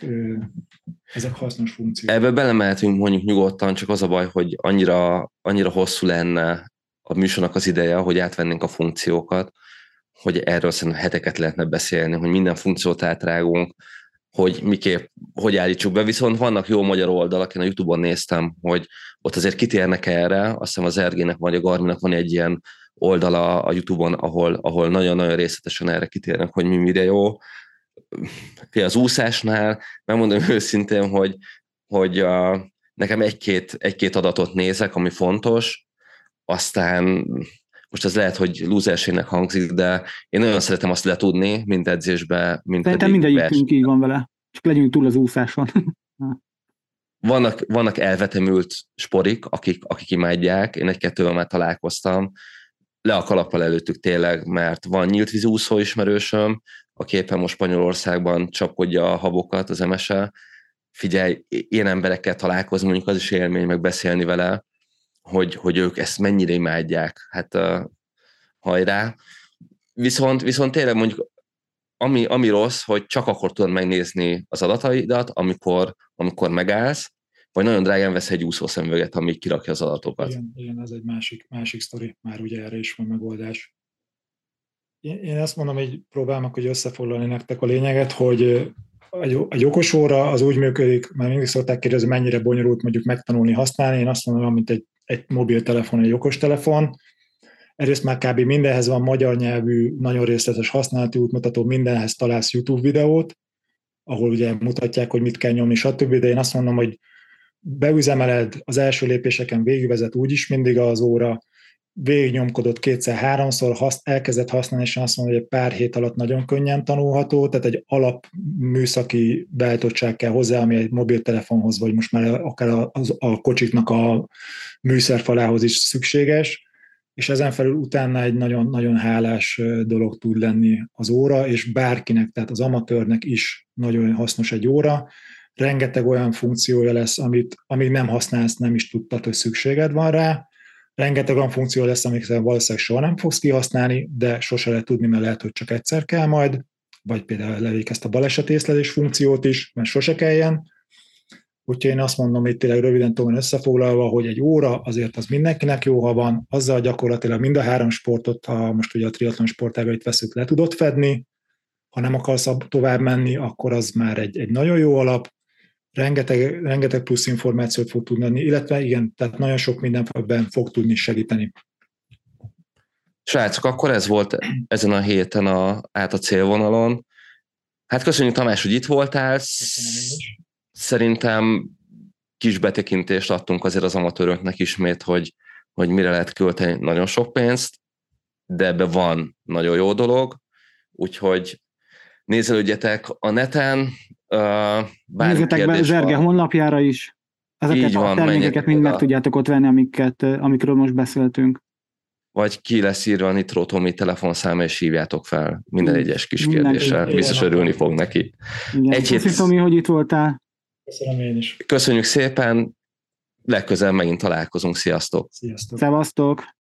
ezek hasznos funkciók. Ebbe belemehetünk mondjuk nyugodtan, csak az a baj, hogy annyira hosszú lenne a műsornak az ideje, hogy átvennénk a funkciókat, hogy erről szerintem heteket lehetne beszélni, hogy minden funkciót átrágunk, hogy miképp, hogy állítsuk be, viszont vannak jó magyar oldalak, én a YouTube-on néztem, hogy ott azért kitérnek erre, azt hiszem az Ergének vagy a Garminnak van egy ilyen oldala a YouTube-on, ahol nagyon-nagyon részletesen erre kitérnek, hogy mire jó. Az úszásnál megmondom őszintén, hogy nekem egy-két adatot nézek, ami fontos, aztán most ez lehet, hogy lúzerségnek hangzik, de én nagyon szeretem azt letudni, mint edzésbe, mint pedig mindegyikünk így van vele, csak legyünk túl az úszáson. Vannak elvetemült sporik, akik imádják, én egy-kettővel már találkoztam, le a kalappal előttük tényleg, mert van nyílt vízi úszó ismerősöm, aki éppen most Spanyolországban csapkodja a habokat az MS-e. Figyelj, ilyen emberekkel találkozni, mondjuk az is élmény, meg beszélni vele, hogy ők ezt mennyire imádják, hát hajrá. Viszont tényleg mondjuk, ami rossz, hogy csak akkor tudod megnézni az adataidat, amikor megállsz, vagy nagyon drágán vesz egy úszószemüveget, ami kirakja az adatokat. Igen, ez egy másik sztori, már ugye erre is van megoldás. Én azt mondom, hogy próbálom, hogy összefoglalni nektek a lényeget, hogy egy okos óra az úgy működik, mert mindig szokták kérdezni, mennyire bonyolult mondjuk megtanulni használni. Én azt mondom, mint egy mobiltelefon, egy okostelefon. Egyrészt már kb. Mindenhez van magyar nyelvű, nagyon részletes használati útmutató, mindenhez találsz YouTube videót, ahol ugye mutatják, hogy mit kell nyomni, stb. De én azt mondom, hogy beüzemeled, az első lépéseken végigvezet úgyis mindig az óra, végignyomkodott 2-3-szor, elkezdett használni, és azt mondom, hogy egy pár hét alatt nagyon könnyen tanulható, tehát egy alapműszaki beállítottság kell hozzá, ami egy mobiltelefonhoz, vagy most már akár a kocsiknak a műszerfalához is szükséges, és ezen felül utána egy nagyon, nagyon hálás dolog tud lenni az óra, és bárkinek, tehát az amatőrnek is nagyon hasznos egy óra. Rengeteg olyan funkciója lesz, amit amíg nem használsz, nem is tudtad, hogy szükséged van rá. Rengeteg olyan funkció lesz, amiket valószínűleg soha nem fogsz kihasználni, de sose lehet tudni, mert lehet, hogy csak egyszer kell majd, vagy például levék ezt a balesetészlelés funkciót is, mert sose kelljen. Úgyhogy én azt mondom, hogy tényleg röviden tudom összefoglalva, hogy egy óra azért az mindenkinek jó, ha van, azzal gyakorlatilag mind a 3 sportot, ha most ugye a triatlon sportágait veszük, le tudod fedni, Ha nem akarsz tovább menni, akkor az már egy nagyon jó alap, rengeteg plusz információt fog tudni adni, illetve igen, tehát nagyon sok mindenben fog tudni segíteni. Srácok, akkor ez volt ezen a héten át a célvonalon. Hát köszönjük, Tamás, hogy itt voltál. Szerintem kis betekintést adtunk azért az amatőröknek ismét, hogy mire lehet költeni nagyon sok pénzt, de ebbe van nagyon jó dolog, úgyhogy nézelődjetek a neten. Nézzetek be Zserge honlapjára is. Ezeket a termékeket mind meg tudjátok ott venni, amikről most beszéltünk. Vagy ki lesz írva a Nitro Tomi telefonszáma, és hívjátok fel minden egyes kis kérdéssel. Biztos örülni fog neki. Köszönöm, Tomi, hogy itt voltál. Köszönöm én is. Köszönjük szépen, legközelebb megint találkozunk. Sziasztok! Sziasztok! Szevasztok!